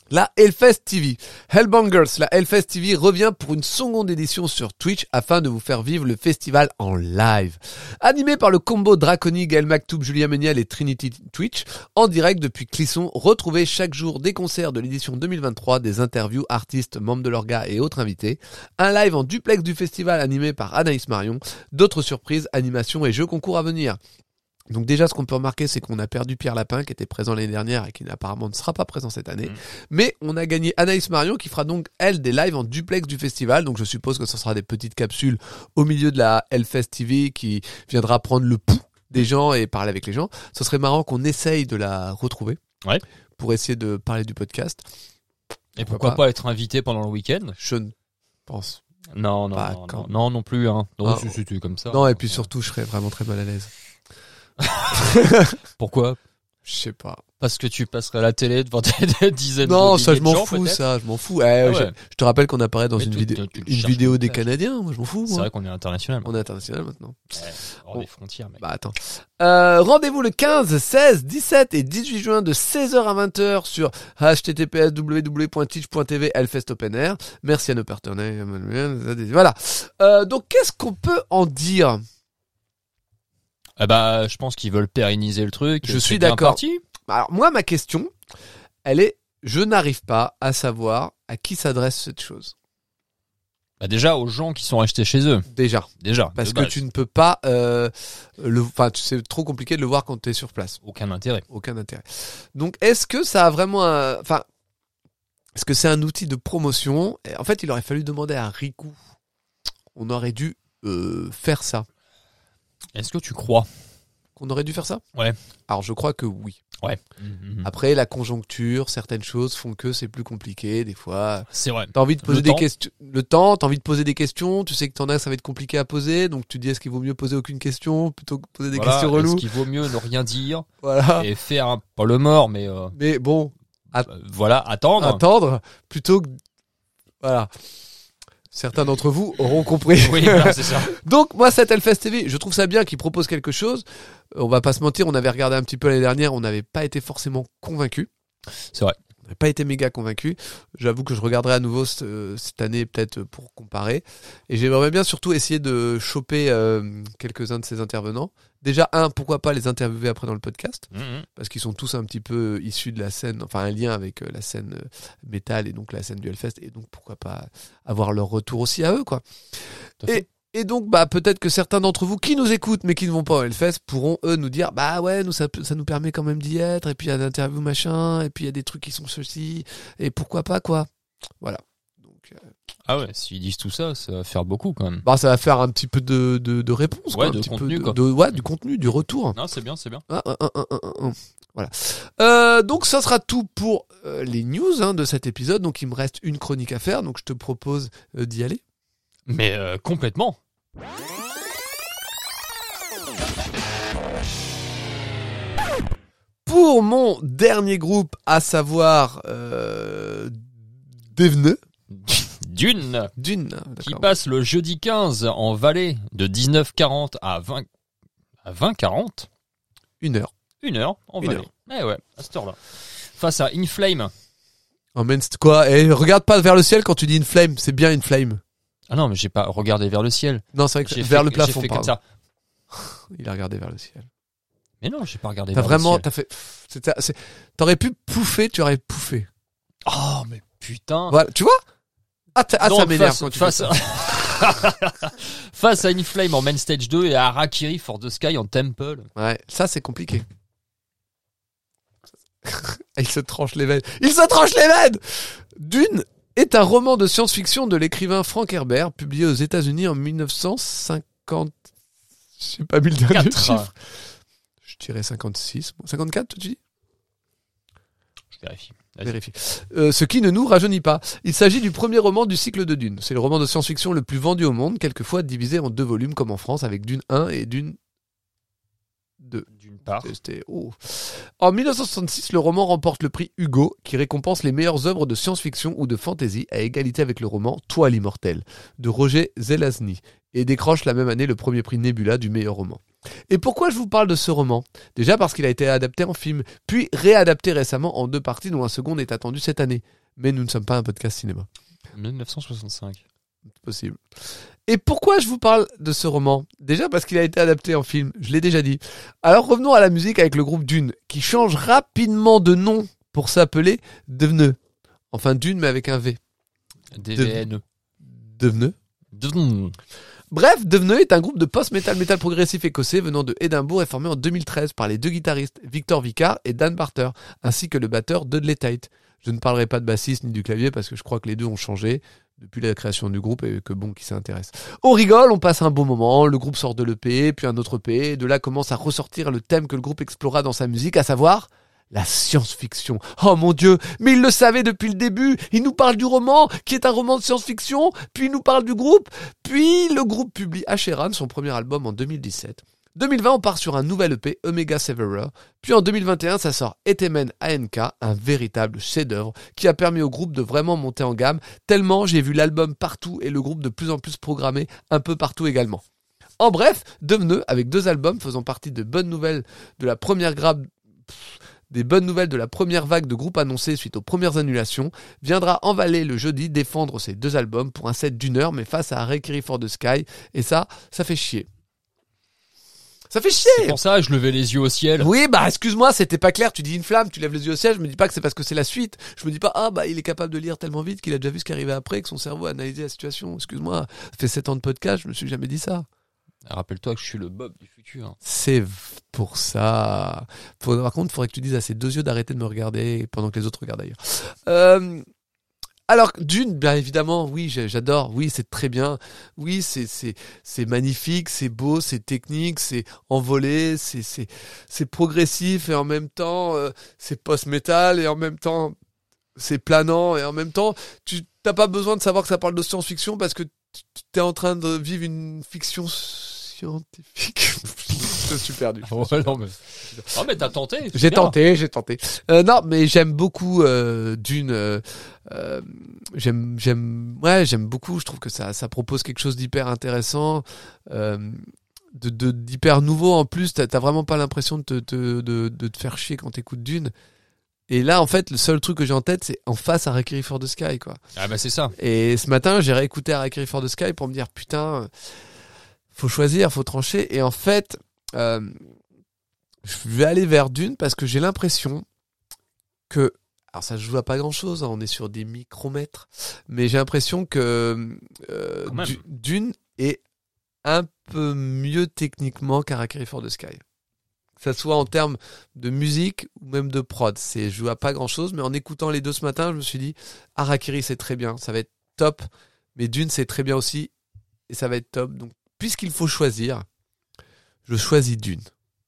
La Hellfest T V. Hellbangers, la Hellfest T V revient pour une seconde édition sur Twitch afin de vous faire vivre le festival en live. Animé par le combo Draconi, Gaël Maktoub, Julien Méniel et Trinity Twitch, en direct depuis Clisson, retrouvez chaque jour des concerts de l'édition deux mille vingt-trois, des interviews, artistes, membres de l'orga et autres invités, un live en duplex du festival animé par Anaïs Marion, d'autres surprises, animations et jeux concours à venir. Donc déjà, ce qu'on peut remarquer, c'est qu'on a perdu Pierre Lapin, qui était présent l'année dernière et qui apparemment ne sera pas présent cette année. Mmh. Mais on a gagné Anaïs Marion, qui fera donc, elle, des lives en duplex du festival. Donc je suppose que ce sera des petites capsules au milieu de la Hellfest T V qui viendra prendre le pouls des gens et parler avec les gens. Ce serait marrant qu'on essaye de la retrouver. Ouais. Pour essayer de parler du podcast. Et pourquoi, pourquoi pas. pas être invité pendant le week-end? Je ne pense non, non, pas. Non, non, non, non plus. Hein. Non, ah, c'est, c'est, c'est comme ça. Non, hein, et puis surtout, je serais vraiment très mal à l'aise. Pourquoi? Je sais pas. Parce que tu passerais à la télé devant des dizaines non, de ça je m'en gens, fous, peut-être ça, je m'en fous. Eh, ah ouais. je, je te rappelle qu'on apparaît dans mais une, tu, vidéo, tu, tu une vidéo des Canadiens. Moi, je m'en fous. C'est moi. vrai qu'on est international. On est international maintenant. Ouais, hors on... des frontières, mec. Bah attends. Euh, rendez-vous le quinze, seize, dix-sept et dix-huit juin de seize heures à vingt heures sur h t t p s w w w point twitch point t v Hellfest Open Air. Merci à nos partenaires. Voilà. Euh, donc qu'est-ce qu'on peut en dire? Ah bah, je pense qu'ils veulent pérenniser le truc. Je suis d'accord. Parti. Alors moi, ma question, elle est, je n'arrive pas à savoir à qui s'adresse cette chose. Bah déjà aux gens qui sont achetés chez eux. Déjà. Déjà. Parce que base. Tu ne peux pas, euh, le, enfin, c'est trop compliqué de le voir quand tu es sur place. Aucun intérêt. Aucun intérêt. Donc, est-ce que ça a vraiment un, enfin, est-ce que c'est un outil de promotion? En fait, il aurait fallu demander à Riku. On aurait dû euh, faire ça. Est-ce que tu crois qu'on aurait dû faire ça? Ouais. Alors je crois que oui. Ouais. Mmh. Après la conjoncture, certaines choses font que c'est plus compliqué des fois. C'est vrai. T'as envie de poser le des temps. questions. Le temps, t'as envie de poser des questions. Tu sais que t'en as, ça va être compliqué à poser. Donc tu dis est-ce qu'il vaut mieux poser aucune question plutôt que poser des voilà. questions reloues. Est-ce qu'il vaut mieux ne rien dire voilà. et faire un, pas le mort, mais euh, mais bon, at- voilà, attendre. Attendre plutôt que voilà. Certains d'entre vous auront compris. Oui, voilà, c'est ça. Donc, moi, cette Hellfest T V, je trouve ça bien qu'ils proposent quelque chose. On va pas se mentir, on avait regardé un petit peu l'année dernière, on n'avait pas été forcément convaincus. C'est vrai. On n'avait pas été méga convaincus. J'avoue que je regarderai à nouveau ce, cette année, peut-être pour comparer. Et j'aimerais bien surtout essayer de choper euh, quelques-uns de ces intervenants. Déjà, un, pourquoi pas les interviewer après dans le podcast, mmh. parce qu'ils sont tous un petit peu issus de la scène, enfin un lien avec euh, la scène euh, métal et donc la scène du Hellfest, et donc pourquoi pas avoir leur retour aussi à eux, quoi. Et, et donc, bah peut-être que certains d'entre vous qui nous écoutent mais qui ne vont pas au Hellfest pourront eux nous dire, bah ouais, nous ça, ça nous permet quand même d'y être, et puis il y a d'interviews machin, et puis il y a des trucs qui sont ceci, et pourquoi pas, quoi. Voilà. Donc, euh... Ah ouais, s'ils disent tout ça, ça va faire beaucoup quand même. Bah ça va faire un petit peu de de, de réponse, ouais, quoi, de un petit contenu, peu quoi. De, de, ouais, du contenu, du retour. Non, c'est bien, c'est bien. Ah, ah, ah, ah, ah, ah. Voilà. Euh, donc ça sera tout pour euh, les news hein, de cet épisode. Donc il me reste une chronique à faire, donc je te propose euh, d'y aller. Mais euh, complètement. Pour mon dernier groupe, à savoir euh, Devne. Dune. Dune. Qui passe le jeudi quinze en Valais de dix-neuf quarante à vingt à vingt quarante. Une heure. Une heure en Une Valais. Eh ouais, à cette heure-là. Face à Inflame. Oh man, c'est quoi? Eh, regarde pas vers le ciel quand tu dis Inflame, c'est bien Inflame. Ah non, mais j'ai pas regardé vers le ciel. Non, c'est vrai que j'ai vers fait, le plafond. J'ai fait pardon. comme ça. Il a regardé vers le ciel. Mais non, j'ai pas regardé t'as vers vraiment, le ciel. t'as fait, c'était, c'est, t'aurais pu pouffer, tu aurais pouffé. Oh, mais putain. Voilà, tu vois? Ah, ah Donc, ça m'énerve face, quand tu face, fais ça. face à Inflame en Main Stage deux et à Harakiri for the Sky en Temple. Ouais, ça c'est compliqué. Il se tranche les veines. Il se tranche les veines! Dune est un roman de science-fiction de l'écrivain Frank Herbert, publié aux États-Unis en mille neuf cent cinquante. J'ai pas mis le dernier Quatre. chiffre. Je dirais cinquante-six. cinquante-quatre, tu dis? Je vérifie. Vérifie. Euh, ce qui ne nous rajeunit pas. Il s'agit du premier roman du cycle de Dune. C'est le roman de science-fiction le plus vendu au monde, quelquefois divisé en deux volumes comme en France, avec Dune un et Dune deux. D'une part. C'était... Oh. En mille neuf cent soixante-six, le roman remporte le prix Hugo, qui récompense les meilleures œuvres de science-fiction ou de fantasy, à égalité avec le roman Toi l'immortel, de Roger Zelazny, et décroche la même année le premier prix Nebula du meilleur roman. Et pourquoi je vous parle de ce roman ? Déjà parce qu'il a été adapté en film, puis réadapté récemment en deux parties dont un second est attendu cette année. Mais nous ne sommes pas un podcast cinéma. dix-neuf cent soixante-cinq. C'est possible. Et pourquoi je vous parle de ce roman ? Déjà parce qu'il a été adapté en film, je l'ai déjà dit. Alors revenons à la musique avec le groupe Dune, qui change rapidement de nom pour s'appeler Deveneux. Enfin Dune mais avec un V. D V N E. Deveneux. Deveneux. Bref, Deveneux est un groupe de post-metal metal progressif écossais venant de Édimbourg et formé en deux mille treize par les deux guitaristes Victor Vicard et Dan Barter, ainsi que le batteur Dudley Tate. Je ne parlerai pas de bassiste ni du clavier parce que je crois que les deux ont changé depuis la création du groupe et que bon, qui s'intéresse. On rigole, on passe un bon moment, le groupe sort de l'E P, puis un autre E P, et de là commence à ressortir le thème que le groupe explora dans sa musique, à savoir la science-fiction. Oh mon Dieu, mais il le savait depuis le début. Il nous parle du roman, qui est un roman de science-fiction, puis il nous parle du groupe, puis le groupe publie Acheran, son premier album en deux mille dix-sept. deux mille vingt, on part sur un nouvel E P, Omega Severer, puis en deux mille vingt et un, ça sort Etemen A N K, un véritable chef-d'œuvre qui a permis au groupe de vraiment monter en gamme, tellement j'ai vu l'album partout et le groupe de plus en plus programmé un peu partout également. En bref, Deveneux, avec deux albums faisant partie de bonnes nouvelles de la première grave... Pff, des bonnes nouvelles de la première vague de groupes annoncés suite aux premières annulations, viendra en Valais le jeudi défendre ses deux albums pour un set d'une heure, mais face à Requiem for the Sky, et ça, ça fait chier. Ça fait chier. C'est pour ça, je levais les yeux au ciel. Oui, bah excuse-moi, c'était pas clair, tu dis une flamme, tu lèves les yeux au ciel, je me dis pas que c'est parce que c'est la suite, je me dis pas, ah bah il est capable de lire tellement vite qu'il a déjà vu ce qui arrivait après, que son cerveau a analysé la situation, excuse-moi, ça fait sept ans de podcast, je me suis jamais dit ça. Rappelle-toi que je suis le Bob du futur. C'est pour ça. Faut, par contre, il faudrait que tu dises à ces deux yeux d'arrêter de me regarder pendant que les autres regardent ailleurs. Euh, alors, Dune, bien évidemment, oui, j'adore. Oui, c'est très bien. Oui, c'est c'est c'est magnifique, c'est beau, c'est technique, c'est envolé, c'est c'est c'est progressif et en même temps, euh, c'est post-metal et en même temps, c'est planant et en même temps, tu t'as pas besoin de savoir que ça parle de science-fiction parce que tu es en train de vivre une fiction scientifique. Je suis perdu. Oh, ouais, non, mais... Oh, mais t'as tenté. J'ai bien. tenté, j'ai tenté. Euh, non, mais j'aime beaucoup euh, Dune. Euh, euh, j'aime, j'aime, ouais, j'aime beaucoup. Je trouve que ça, ça propose quelque chose d'hyper intéressant, euh, de, de, d'hyper nouveau. En plus, t'as, t'as vraiment pas l'impression de te, de, de, de te faire chier quand t'écoutes Dune. Et là, en fait, le seul truc que j'ai en tête, c'est en face à Requiem for the Sky, quoi. Ah bah c'est ça. Et ce matin, j'ai réécouté à Requiem for the Sky pour me dire, putain, faut choisir, faut trancher. Et en fait, euh, je vais aller vers Dune parce que j'ai l'impression que, alors ça se joue à pas grand chose, hein, on est sur des micromètres, mais j'ai l'impression que euh, Du- Dune est un peu mieux techniquement qu'Harakiri for the Sky. Que ça soit en termes de musique ou même de prod. C'est, je joue à pas grand chose, mais en écoutant les deux ce matin, je me suis dit, Harakiri c'est très bien, ça va être top, mais Dune c'est très bien aussi, et ça va être top. Donc, puisqu'il faut choisir, je choisis Dune.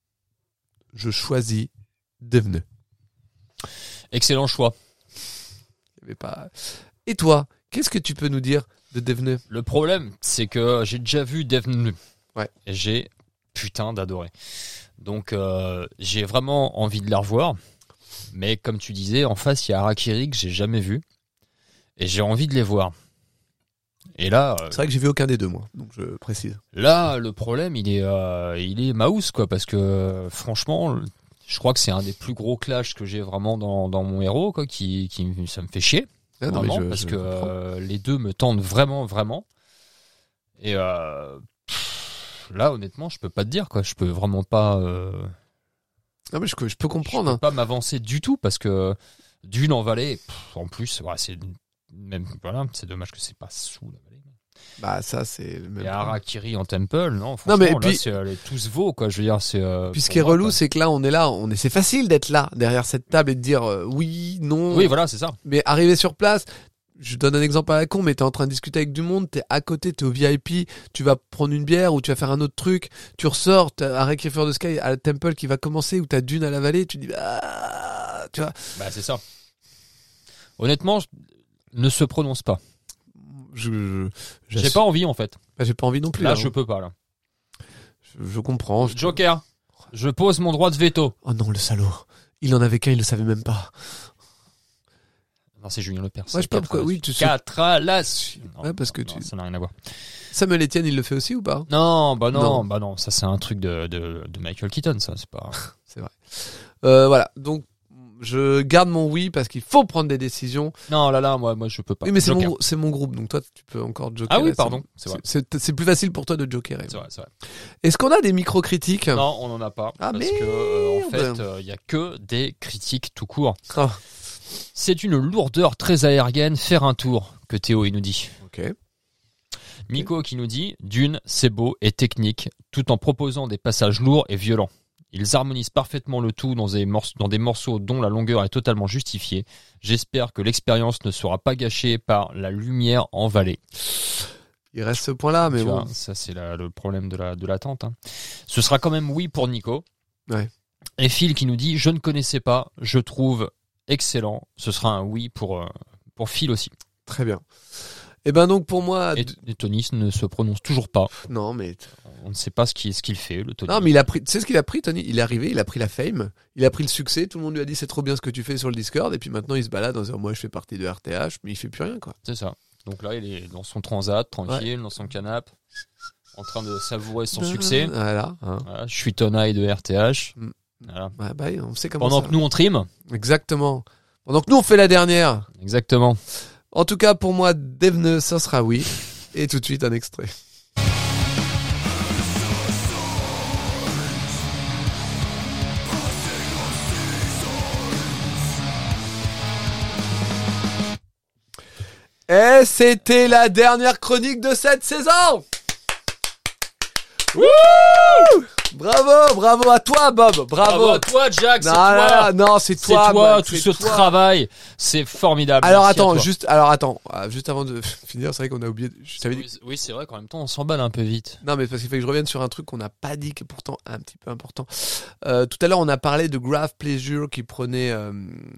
Je choisis Deveneux. Excellent choix. Il y avait pas... Et toi, qu'est-ce que tu peux nous dire de Deveneux ? Le problème, c'est que j'ai déjà vu Deveneux. Ouais. Et j'ai putain d'adoré. Donc, euh, j'ai vraiment envie de la revoir. Mais comme tu disais, en face, il y a Harakiri que j'ai jamais vu. Et j'ai envie de les voir. Et là, euh, C'est vrai que j'ai vu aucun des deux, moi, donc je précise. là, le problème, il est, euh, il est mouse, quoi, parce que euh, franchement, je crois que c'est un des plus gros clashs que j'ai vraiment dans, dans mon héros, quoi, qui, qui, ça me fait chier, Ah, non, mais vraiment, je- parce je que comprends. euh, les deux me tentent vraiment, vraiment. Et euh, pff, là, honnêtement, je peux pas te dire, quoi, je peux vraiment pas, euh, Non, mais je, je peux je comprendre. peux hein. pas m'avancer du tout, parce que Dune en vallée, pff, en plus, ouais, c'est même, voilà, c'est dommage que c'est pas sous la vallée. Bah, ça, c'est le même. Et point. Harakiri en temple, non, franchement, mais là, puis- c'est euh, les tous vaut, quoi. Je veux dire, c'est. Euh, Puis ce pour qui est moi, relou, quoi. c'est que là, on est là, on est, c'est facile d'être là, derrière cette table et de dire euh, oui, non. Oui, voilà, c'est ça. Mais arriver sur place, je donne un exemple à la con, mais t'es en train de discuter avec du monde, t'es à côté, t'es au V I P, tu vas prendre une bière ou tu vas faire un autre truc, tu ressors, t'as Requiem for the Sky à la Temple qui va commencer ou t'as Dune à la vallée, tu dis ah, tu vois. Bah, c'est ça. Honnêtement, je- ne se prononce pas. Je, je- J'ai j'ass- pas envie, en fait. bah, j'ai pas envie non plus. Là, hein. je peux pas, là. je, je comprends. je- Joker, je pose mon droit de veto. Oh non, le salaud. Il en avait qu'un, il le savait même pas. Non, c'est Julien Lepers. Ouais, je sais pas pourquoi. Oui, tu sais. quatre à la suite. Ouais, parce que non, tu- ça n'a rien à voir. Samuel Etienne, il le fait aussi ou pas? Non, bah non, Non. bah non, ça c'est un truc de, de, de Michael Keaton, ça, c'est pas. C'est vrai. Euh, voilà. Donc, je garde mon oui parce qu'il faut prendre des décisions. Non, là, là, moi, moi, je peux pas. Oui, mais c'est Joker. mon, c'est mon groupe, donc toi, tu peux encore joker. Ah oui, là, pardon, c'est vrai. C'est, c'est plus facile pour toi de joker. C'est vrai, c'est vrai. Est-ce qu'on a des micro-critiques? Non, on en a pas. Ah, parce que, euh, en merde. fait, il y a que des critiques tout court. Ah, C'est une lourdeur très aérienne, faire un tour, que Théo, il nous dit. ok. Miko qui nous dit Dune, c'est beau et technique, tout en proposant des passages lourds et violents. Ils harmonisent parfaitement le tout dans des, morceaux, dans des morceaux dont la longueur est totalement justifiée. J'espère que l'expérience ne sera pas gâchée par la lumière en vallée. Il reste ce point-là, mais Tu bon. vois, ça c'est la- le problème de la de l'attente. Hein. Ce sera quand même oui pour Nico. Ouais. Et Phil qui nous dit je ne connaissais pas, je trouve excellent. Ce sera un oui pour euh, pour Phil aussi. Très bien. Et ben donc pour moi, Et, d- et Tony ne se prononce toujours pas. non mais On ne sait pas ce qu'il ce qu'il fait le Tony. non mais il a pris. Tu sais ce qu'il a pris, Tony? Il est arrivé, il a pris la fame, il a pris le succès. Tout le monde lui a dit c'est trop bien ce que tu fais sur le Discord. Et puis maintenant il se balade en disant moi je fais partie de R T H, mais il fait plus rien quoi. C'est ça. Donc là, il est dans son transat, tranquille, dans son canapé, en train de savourer son succès. Voilà. Hein. Voilà, je suis Tonaille de R T H. Mm. Voilà. Ouais, bah, on sait comment Pendant ça. que nous on trime. Exactement. Pendant que nous on fait la dernière. Exactement. En tout cas pour moi, Devne, ça sera oui. Et tout de suite un extrait. Et c'était la dernière chronique de cette saison. Wouh! Bravo, bravo à toi, Bob. Bravo. à toi, Jack. non, non, non, c'est C'est toi, toi, Bob, tout c'est ce toi. travail, c'est formidable. Alors Merci à attends, toi. juste, alors attends, Ah, juste avant de finir, c'est vrai qu'on a oublié. Je t'avais dit. Oui, c'est- oui, c'est vrai qu'en même temps, on s'emballe un peu vite. Non, mais parce qu'il faut que je revienne sur un truc qu'on n'a pas dit, qui est pourtant un petit peu important. Euh, tout à l'heure, on a parlé de Grave Pleasure qui prenait. Euh,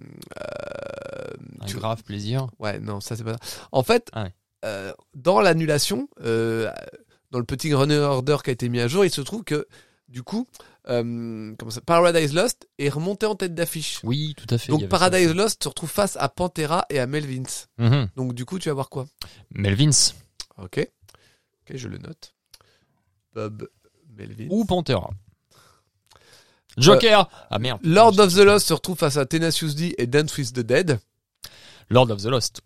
euh, Un tu- grave plaisir. Ouais, non, ça c'est pas ça. En fait, Ah ouais. euh, dans l'annulation, euh, dans le petit runner order qui a été mis à jour, il se trouve que du coup, euh, comment ça, Paradise Lost est remonté en tête d'affiche. Oui, tout à fait. il y Donc avait Paradise ça. Lost se retrouve face à Pantera et à Melvins. Mhm. Donc du coup, tu vas voir quoi? Melvins Ok. Ok, je le note. Bob Melvins. ou Pantera. Joker. Ah merde. Lord of the Lost se retrouve face à Tenacious D et Dance with the Dead. Lord of the Lost.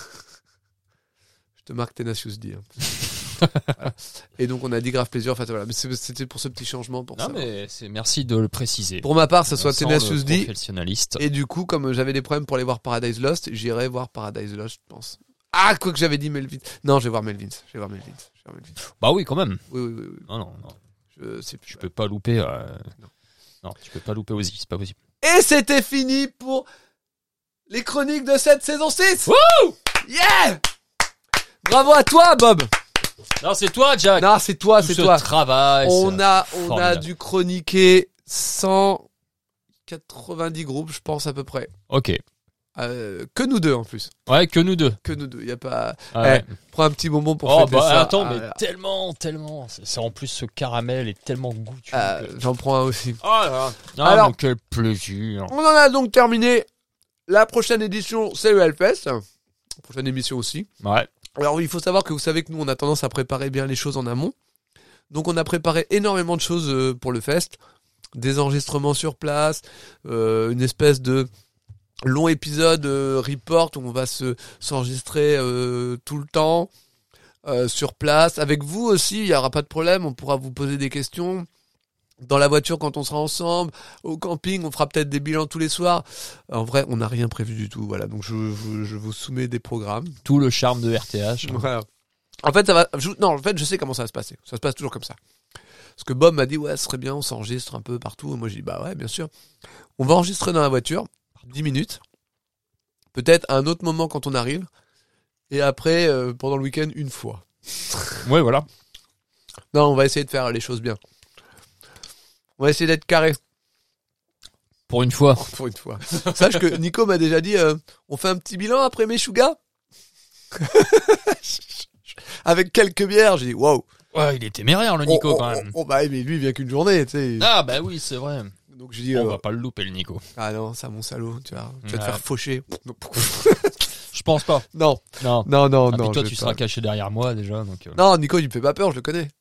Je te marque Tenacious D. hein. Voilà. Et donc on a dit Grave Plaisir face à voilà. Mais c'est- c'était pour ce petit changement pour Non ça. mais c'est merci de le préciser. Pour ma part, ça soit On sent Tenacious le D. professionnaliste. Et du coup, comme j'avais des problèmes pour aller voir Paradise Lost, j'irai voir Paradise Lost, je pense. Ah, quoi que j'avais dit Melvins. Non, je vais voir Melvins. Je vais voir Melvins. Je vais voir Melvins. Bah oui, quand même. Oui, oui, oui. oui. Non, non, non. Je sais plus. Tu peux pas louper. euh, Non. Non, tu peux pas louper Ozzy, c'est pas possible. Et c'était fini pour les chroniques de cette saison six. Wouh! Yeah! Bravo à toi, Bob. Non, c'est toi, Jack. Non, c'est toi, Tout c'est ce toi. travail. On c'est a, on a formidable. dû chroniquer cent quatre-vingt-dix groupes, je pense à peu près. Ok. Euh, que nous deux en plus. Ouais, que nous deux. Que nous deux. Y a pas. Ah Eh, ouais. prends un petit bonbon pour Oh fêter bah ça. attends, Ah, mais là. tellement, tellement. C'est c'est en plus ce caramel est tellement goûteux. Ah, que- j'en prends un aussi. Oh là là. Ah, Alors- mais quel plaisir. On en a donc terminé. La prochaine édition, c'est le Hellfest. Prochaine émission aussi. Ouais. Alors il faut savoir que vous savez que nous on a tendance à préparer bien les choses en amont. Donc on a préparé énormément de choses euh, pour le fest, des enregistrements sur place, euh, une espèce de long épisode euh, report où on va se s'enregistrer euh, tout le temps euh, sur place. Avec vous aussi, il y aura pas de problème, on pourra vous poser des questions. Dans la voiture quand on sera ensemble, au camping, on fera peut-être des bilans tous les soirs. En vrai, on n'a rien prévu du tout. Voilà, donc je, je, je vous soumets des programmes. Tout le charme de R T H. Voilà. En fait, ça va. je- non, en fait, je sais comment ça va se passer. Ça se passe toujours comme ça. Parce que Bob m'a dit ouais, ce serait bien, on s'enregistre un peu partout. Et moi, j'ai dit bah ouais, bien sûr. On va enregistrer dans la voiture, dix minutes. Peut-être à un autre moment quand on arrive. Et après, euh, pendant le week-end, une fois. Ouais, voilà. Non, on va essayer de faire les choses bien. On va essayer d'être carré Pour une fois. pour une fois. Sache que Nico m'a déjà dit euh, on fait un petit bilan après Meshuga avec quelques bières. J'ai dit waouh. Ouais, il est téméraire le Nico Oh, oh, quand même. oh, oh, bah, mais lui, il vient qu'une journée, tu sais. Ah bah oui, c'est vrai. Donc je dis, On euh, va pas le louper, le Nico. ah non, ça, mon salaud, tu vas, tu vas te Ouais. faire faucher. Je pense pas. Non, Non. non, non, Ah, puis non. toi, je tu vais seras pas. caché derrière moi déjà. Donc, euh. Non, Nico, il me fait pas peur, je le connais.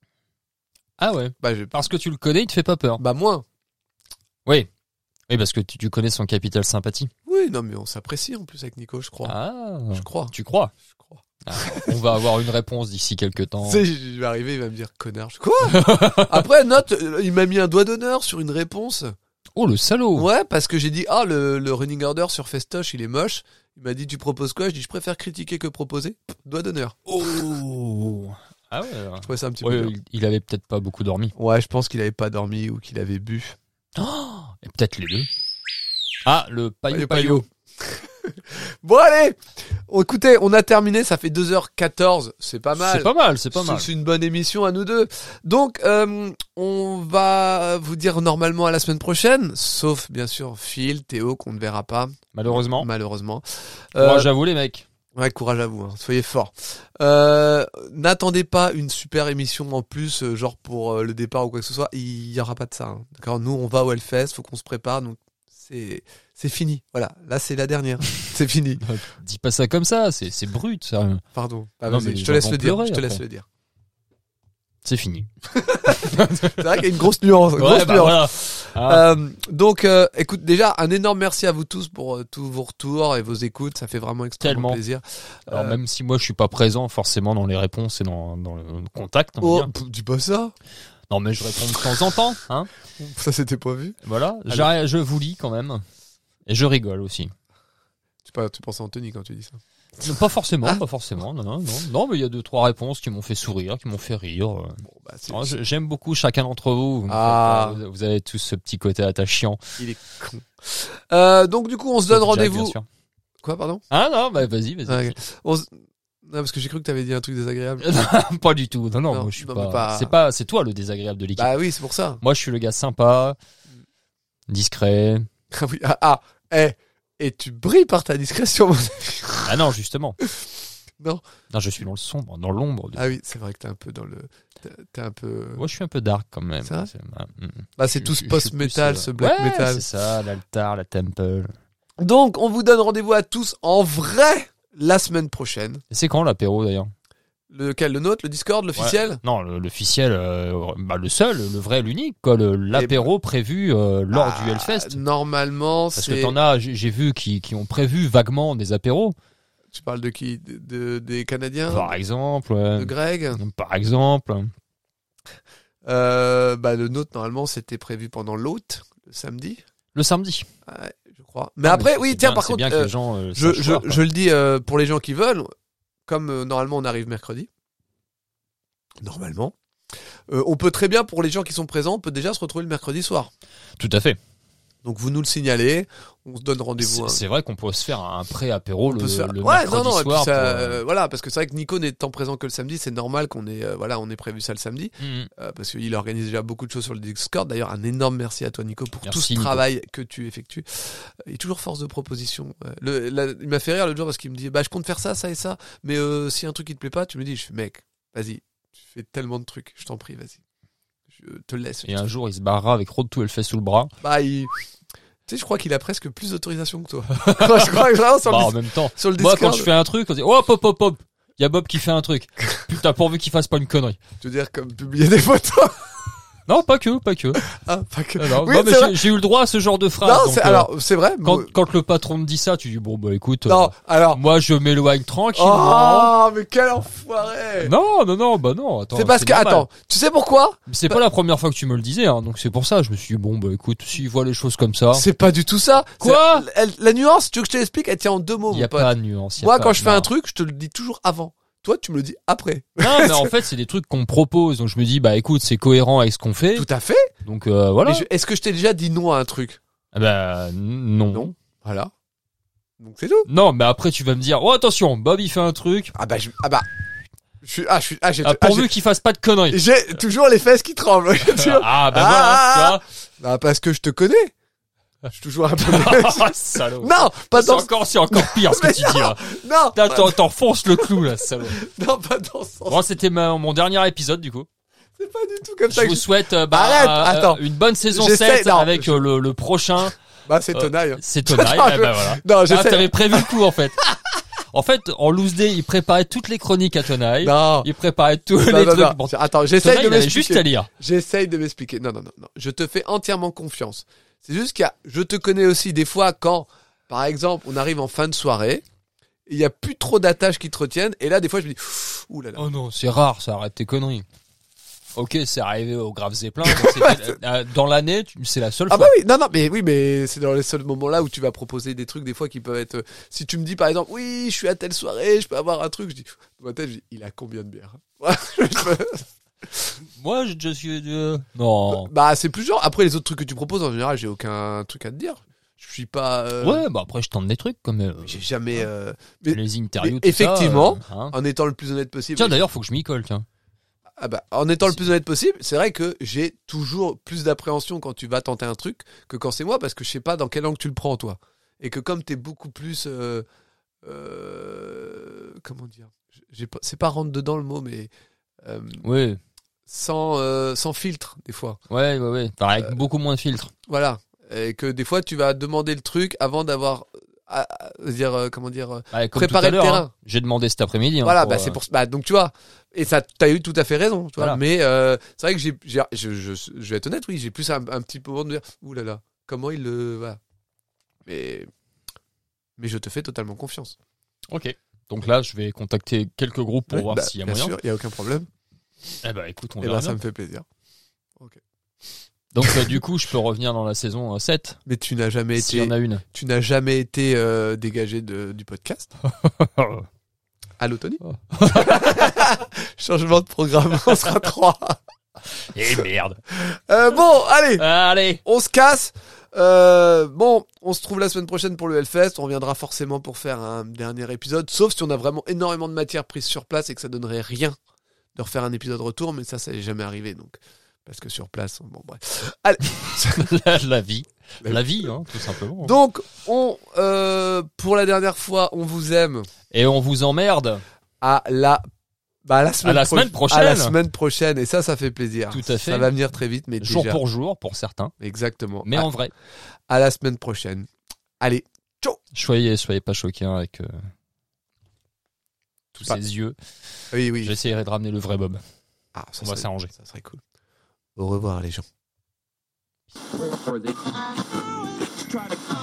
Ah ouais. Bah, je... Parce que tu le connais, il te fait pas peur. bah moins. Oui. Oui, parce que tu, tu connais son capital sympathie. Oui, non, mais on s'apprécie en plus avec Nico, je crois. Ah. Je crois. Tu crois? Je crois. Ah, on va avoir une réponse d'ici quelques temps. Tu sais, je vais arriver, il va me dire connard. Je... Quoi? Après, note, euh, il m'a mis un doigt d'honneur sur une réponse. Oh, le salaud. Ouais, parce que j'ai dit, ah, le, le running order sur Festoche, il est moche. Il m'a dit, tu proposes quoi? Je dis, je préfère critiquer que proposer. Pff, doigt d'honneur. Oh. Ah ouais. alors. Je trouvais ça un petit Ouais, peu. dur. il, il avait peut-être pas beaucoup dormi. Ouais, je pense qu'il avait pas dormi ou qu'il avait bu. Et peut-être les deux. Ah, le paillot Paillot, paillot. Bon, allez! Oh, écoutez, on a terminé, ça fait deux heures quatorze. C'est pas mal. C'est pas mal, c'est pas C'est- mal. C'est une bonne émission à nous deux. Donc, euh, on va vous dire normalement à la semaine prochaine, sauf bien sûr Phil, Théo, qu'on ne verra pas, Malheureusement. malheureusement. Moi, Euh, j'avoue, les mecs. ouais, courage à vous, hein. Soyez forts. Euh, n'attendez pas une super émission en plus, euh, genre pour euh, le départ ou quoi que ce soit. Il y aura pas de ça. Hein. D'accord. Nous, on va au Hellfest, faut qu'on se prépare. Donc, c'est c'est fini. Voilà. Là, c'est la dernière. C'est fini. Dis pas ça comme ça, c'est c'est brut, ça. Pardon. Ah, Non, vas-y, mais les je te gens laisse vont le dire. pleurer Je te laisse après. le dire. C'est fini. C'est vrai qu'il y a une grosse nuance. Une grosse Ouais, bah nuance. voilà. Ah, Euh, donc, euh, écoute, déjà, un énorme merci à vous tous pour euh, tous vos retours et vos écoutes. Ça fait vraiment extrêmement Tellement. plaisir. alors euh, même si moi je suis pas présent forcément dans les réponses et dans, dans le contact, on va Oh, dire. p- dis pas ça. Non mais je réponds de temps en temps, hein. Ça, c'était pas vu. Voilà, J'arrive- je vous lis quand même. Et je rigole aussi. Tu, pas, tu penses à Anthony quand tu dis ça. Non, Pas forcément, Ah. pas forcément, non, non, non. Non, mais il y a deux, trois réponses qui m'ont fait sourire, qui m'ont fait rire. euh. Bon, bah, c'est, Alors, j- J'aime beaucoup chacun d'entre vous. Vous, me Ah. faites, euh, vous avez tous ce petit côté attachant. il est con. Euh, donc, du coup, on se donne Sauf Jack, rendez-vous. bien sûr. Quoi, pardon? Ah non, bah vas-y, vas-y. Ah, ok. On se- Non, parce que j'ai cru que t'avais dit un truc désagréable. Pas du tout. Non, non, Non, moi je suis non, mais pas. pas- C'est pas, c'est toi le désagréable de l'équipe. Bah oui, c'est pour ça. Moi je suis le gars sympa, discret. Ah oui, ah, ah, eh, et tu brilles par ta discrétion. mon ami. Ah non, justement. Non. Non, je suis dans le sombre, dans l'ombre. Ah oui, c'est vrai que t'es un peu dans le, t'es- t'es un peu. Moi je suis un peu dark quand même. C'est vrai ah, mm, mm. Bah, c'est Je- tout je- ce je post-metal, suis plus, ce euh, black ouais, metal. C'est ça, l'altar, la temple. Donc, on vous donne rendez-vous à tous en vrai la semaine prochaine. Et c'est quand l'apéro d'ailleurs? Lequel? Le nôtre? Le Discord? L'officiel? Non, le- l'officiel, euh, bah, le seul, le vrai, l'unique, quoi, le- l'apéro prévu euh, lors Ah, du Hellfest. Normalement, Parce que c'est. t'en as, j'ai j'ai vu qui, qui ont prévu vaguement des apéros. Tu parles de qui? de, de- Des Canadiens? Par exemple, ouais. De Greg? par exemple. Euh, bah, le nôtre, normalement, c'était prévu pendant l'hôte, le samedi. Le samedi. Ouais, je crois. Mais Non, après, c'est- oui, c'est tiens, bien- par c'est contre, bien que euh, les gens, euh, je, sachent je, voir, quoi. je le dis euh, pour les gens qui veulent, comme euh, normalement on arrive mercredi, normalement, euh, on peut très bien, pour les gens qui sont présents, on peut déjà se retrouver le mercredi soir. Tout à fait. Donc vous nous le signalez, on se donne rendez-vous. C'est hein. c'est vrai qu'on peut se faire un pré-apéro On le, peut se faire- le ouais, mercredi non, non, et puis soir. ça, pour, euh, euh, voilà, parce que c'est vrai que Nico n'étant présent que le samedi, c'est normal qu'on ait, euh, voilà, on ait prévu ça le samedi, mhm. euh, parce qu'il organise déjà beaucoup de choses sur le Discord. D'ailleurs, un énorme merci à toi, Nico, pour Merci, tout ce Nico. travail que tu effectues. Euh, Il est toujours force de proposition. Euh, Le, la- il m'a fait rire l'autre jour parce qu'il me dit, bah, je compte faire ça, ça et ça, mais euh, si un truc qui te plaît pas, tu me dis, je fais, mec, vas-y, tu fais tellement de trucs, je t'en prie, vas-y, je te laisse. Et un jour, il se barrera avec Road to Hellfest sous le bras. Bah, il... Tu sais, je crois qu'il a presque plus d'autorisation que toi. je crois que vraiment sur Bah, le, en dis- même temps, sur le moi, Discord. quand je fais un truc, on dit hop, hop, hop, hop. Il y a Bob qui fait un truc. Putain, pourvu qu'il fasse pas une connerie. Tu veux dire, comme publier des photos. Non, pas que, pas que. Ah, pas que. Ah non, Oui, non, mais c'est vrai. j'ai- j'ai eu le droit à ce genre de phrase. Non, donc, c'est, euh, alors, c'est vrai. quand, moi- quand le patron te dit ça, tu dis bon bah écoute, non, euh, alors. moi je m'éloigne tranquillement. Oh, mais quel enfoiré! Non, non, non, bah non. Attends, c'est parce que, normal. attends, tu sais pourquoi? C'est pas la première fois que tu me le disais, hein, donc c'est pour ça. Je me suis dit bon bah écoute, s'il voit les choses comme ça, C'est pas du tout ça. Quoi C'est- elle- La nuance, tu veux que je te l'explique? Elle tient en deux mots, il y mon a pote. pas de nuance. y a Moi, pas- quand je fais non. un truc, je te le dis toujours avant. Toi, tu me le dis après. Non, mais en fait, c'est des trucs qu'on me propose, donc je me dis bah écoute, c'est cohérent avec ce qu'on fait, Tout à fait. donc euh, voilà. Mais je- est-ce que je t'ai déjà dit non à un truc? Ah bah n- non. Non. Voilà. Donc c'est tout. Non, mais après tu vas me dire oh attention, Bob il fait un truc, Ah bah, je, ah bah. Je suis, ah, je suis, ah, j'ai, ah, ah, pourvu qu'il fasse pas de conneries. j'ai, j'ai toujours les fesses qui tremblent. Tu vois. Ah bah Ah, voilà, ah, tu Bah, parce que je te connais. Je suis toujours un peu. vois. Salaud. non, pas C'est dans, encore, c'est encore pire ce que Mais tu dis là. non, T'as- pas, T'en t'enfonces le clou là, salaud. non, pas dans ce sens. Bon, c'était ma- mon dernier épisode du coup. C'est pas du tout comme ça Je que vous je... souhaite euh, bah, Arrête, euh, attends. une bonne saison J'essaie- sept non, avec je- euh, le, le prochain. Bah, c'est Euh, Tonaille. hein. C'est Tonaille. Non, eh je- ben voilà. Non, Ah, j'essaie. t'avais prévu le coup en fait. En fait, en loose day, il préparait toutes les chroniques à Tonaille. Non. Il préparait tous Non, les non, trucs. non. Bon, Attends, j'essaye Tonaille, de il avait juste m'expliquer. à lire. J'essaye de m'expliquer. Non, non, non, non. Je te fais entièrement confiance. C'est juste qu'il y a, je te connais aussi des fois quand, par exemple, on arrive en fin de soirée, il y a plus trop d'attaches qui te retiennent, et là, des fois, je me dis, ouh là là. Oh non, c'est rare, ça arrête tes conneries. Ok, c'est arrivé au Grave Zeppelin. donc c'était- euh, dans l'année, tu- c'est la seule Ah fois. bah oui, non, non, mais oui, mais c'est dans les seuls moments là où tu vas proposer des trucs, des fois, qui peuvent être, euh, si tu me dis, par exemple, oui, je suis à telle soirée, je peux avoir un truc, je dis, dans ma tête, je dis, il a combien de bières? Moi, je, je suis. euh, Non. Bah, c'est plus genre, après, les autres trucs que tu proposes, en général, j'ai aucun truc à te dire. Je suis pas, euh, Ouais, bah après, je tente des trucs comme euh, j'ai jamais, euh, mais- les interviews. mais tout effectivement, ça, euh, hein. en étant le plus honnête possible. Tiens, d'ailleurs, faut que je m'y colle, tiens. Ah bah, en étant le plus honnête possible, c'est vrai que j'ai toujours plus d'appréhension quand tu vas tenter un truc que quand c'est moi, parce que je sais pas dans quel angle tu le prends, toi. Et que comme t'es beaucoup plus, euh, euh, comment dire, j'ai pas, c'est pas rentre dedans le mot, mais euh, Ouais, sans, euh, sans filtre des fois. ouais, ouais, ouais. Enfin, avec Euh, beaucoup moins de filtres. Voilà. Et que des fois tu vas demander le truc avant d'avoir, à, à dire, euh, comment dire. euh, Ouais, comme préparer tout à le l'heure, terrain. hein. J'ai demandé cet après-midi. hein, Voilà, pour, bah euh, c'est pour bah donc tu vois, et ça t'as eu tout à fait raison, tu vois. Voilà. Mais euh, c'est vrai que j'ai, j'ai je, je, je vais être honnête, oui, j'ai plus un, un petit peu moment de me dire, ouh là là, comment il le, voilà. Mais mais je te fais totalement confiance. Ok. Donc là, je vais contacter quelques groupes pour Ouais, voir bah, s'il y a bien moyen. sûr, il y a aucun problème. Eh ben, écoute, on Et verra bah bien. ça me fait plaisir. Donc euh, du coup, je peux revenir dans la saison euh, sept, Mais tu n'as jamais s'il y été, en a une. tu n'as jamais été euh, dégagé de, du podcast. Allô Tony. Oh. Changement de programme, on sera trois. Et merde. Euh, bon, allez. Allez. On se casse. Euh, bon, on se trouve la semaine prochaine pour le Hellfest. On reviendra forcément pour faire un dernier épisode, sauf si on a vraiment énormément de matière prise sur place et que ça donnerait rien de refaire un épisode retour, mais ça, ça n'est jamais arrivé, donc parce que sur place, bon bref. Allez. la, la vie. La La vie, hein, tout simplement. Donc, on, euh, pour la dernière fois, on vous aime Et on vous emmerde. à la, bah, à la semaine, À la pro- semaine prochaine. à la semaine prochaine, et ça, ça fait plaisir. Tout à fait. Ça va venir très vite, mais Jour déjà, pour jour, pour certains. exactement. Mais à, en vrai, à la semaine prochaine. Allez. soyez, soyez pas choqués hein, avec euh, tous Pas- ces yeux. Oui, oui. J'essaierai de ramener le vrai Bob. Ah, ça On va serait- s'arranger. Ça serait cool. Au revoir, les gens. Try to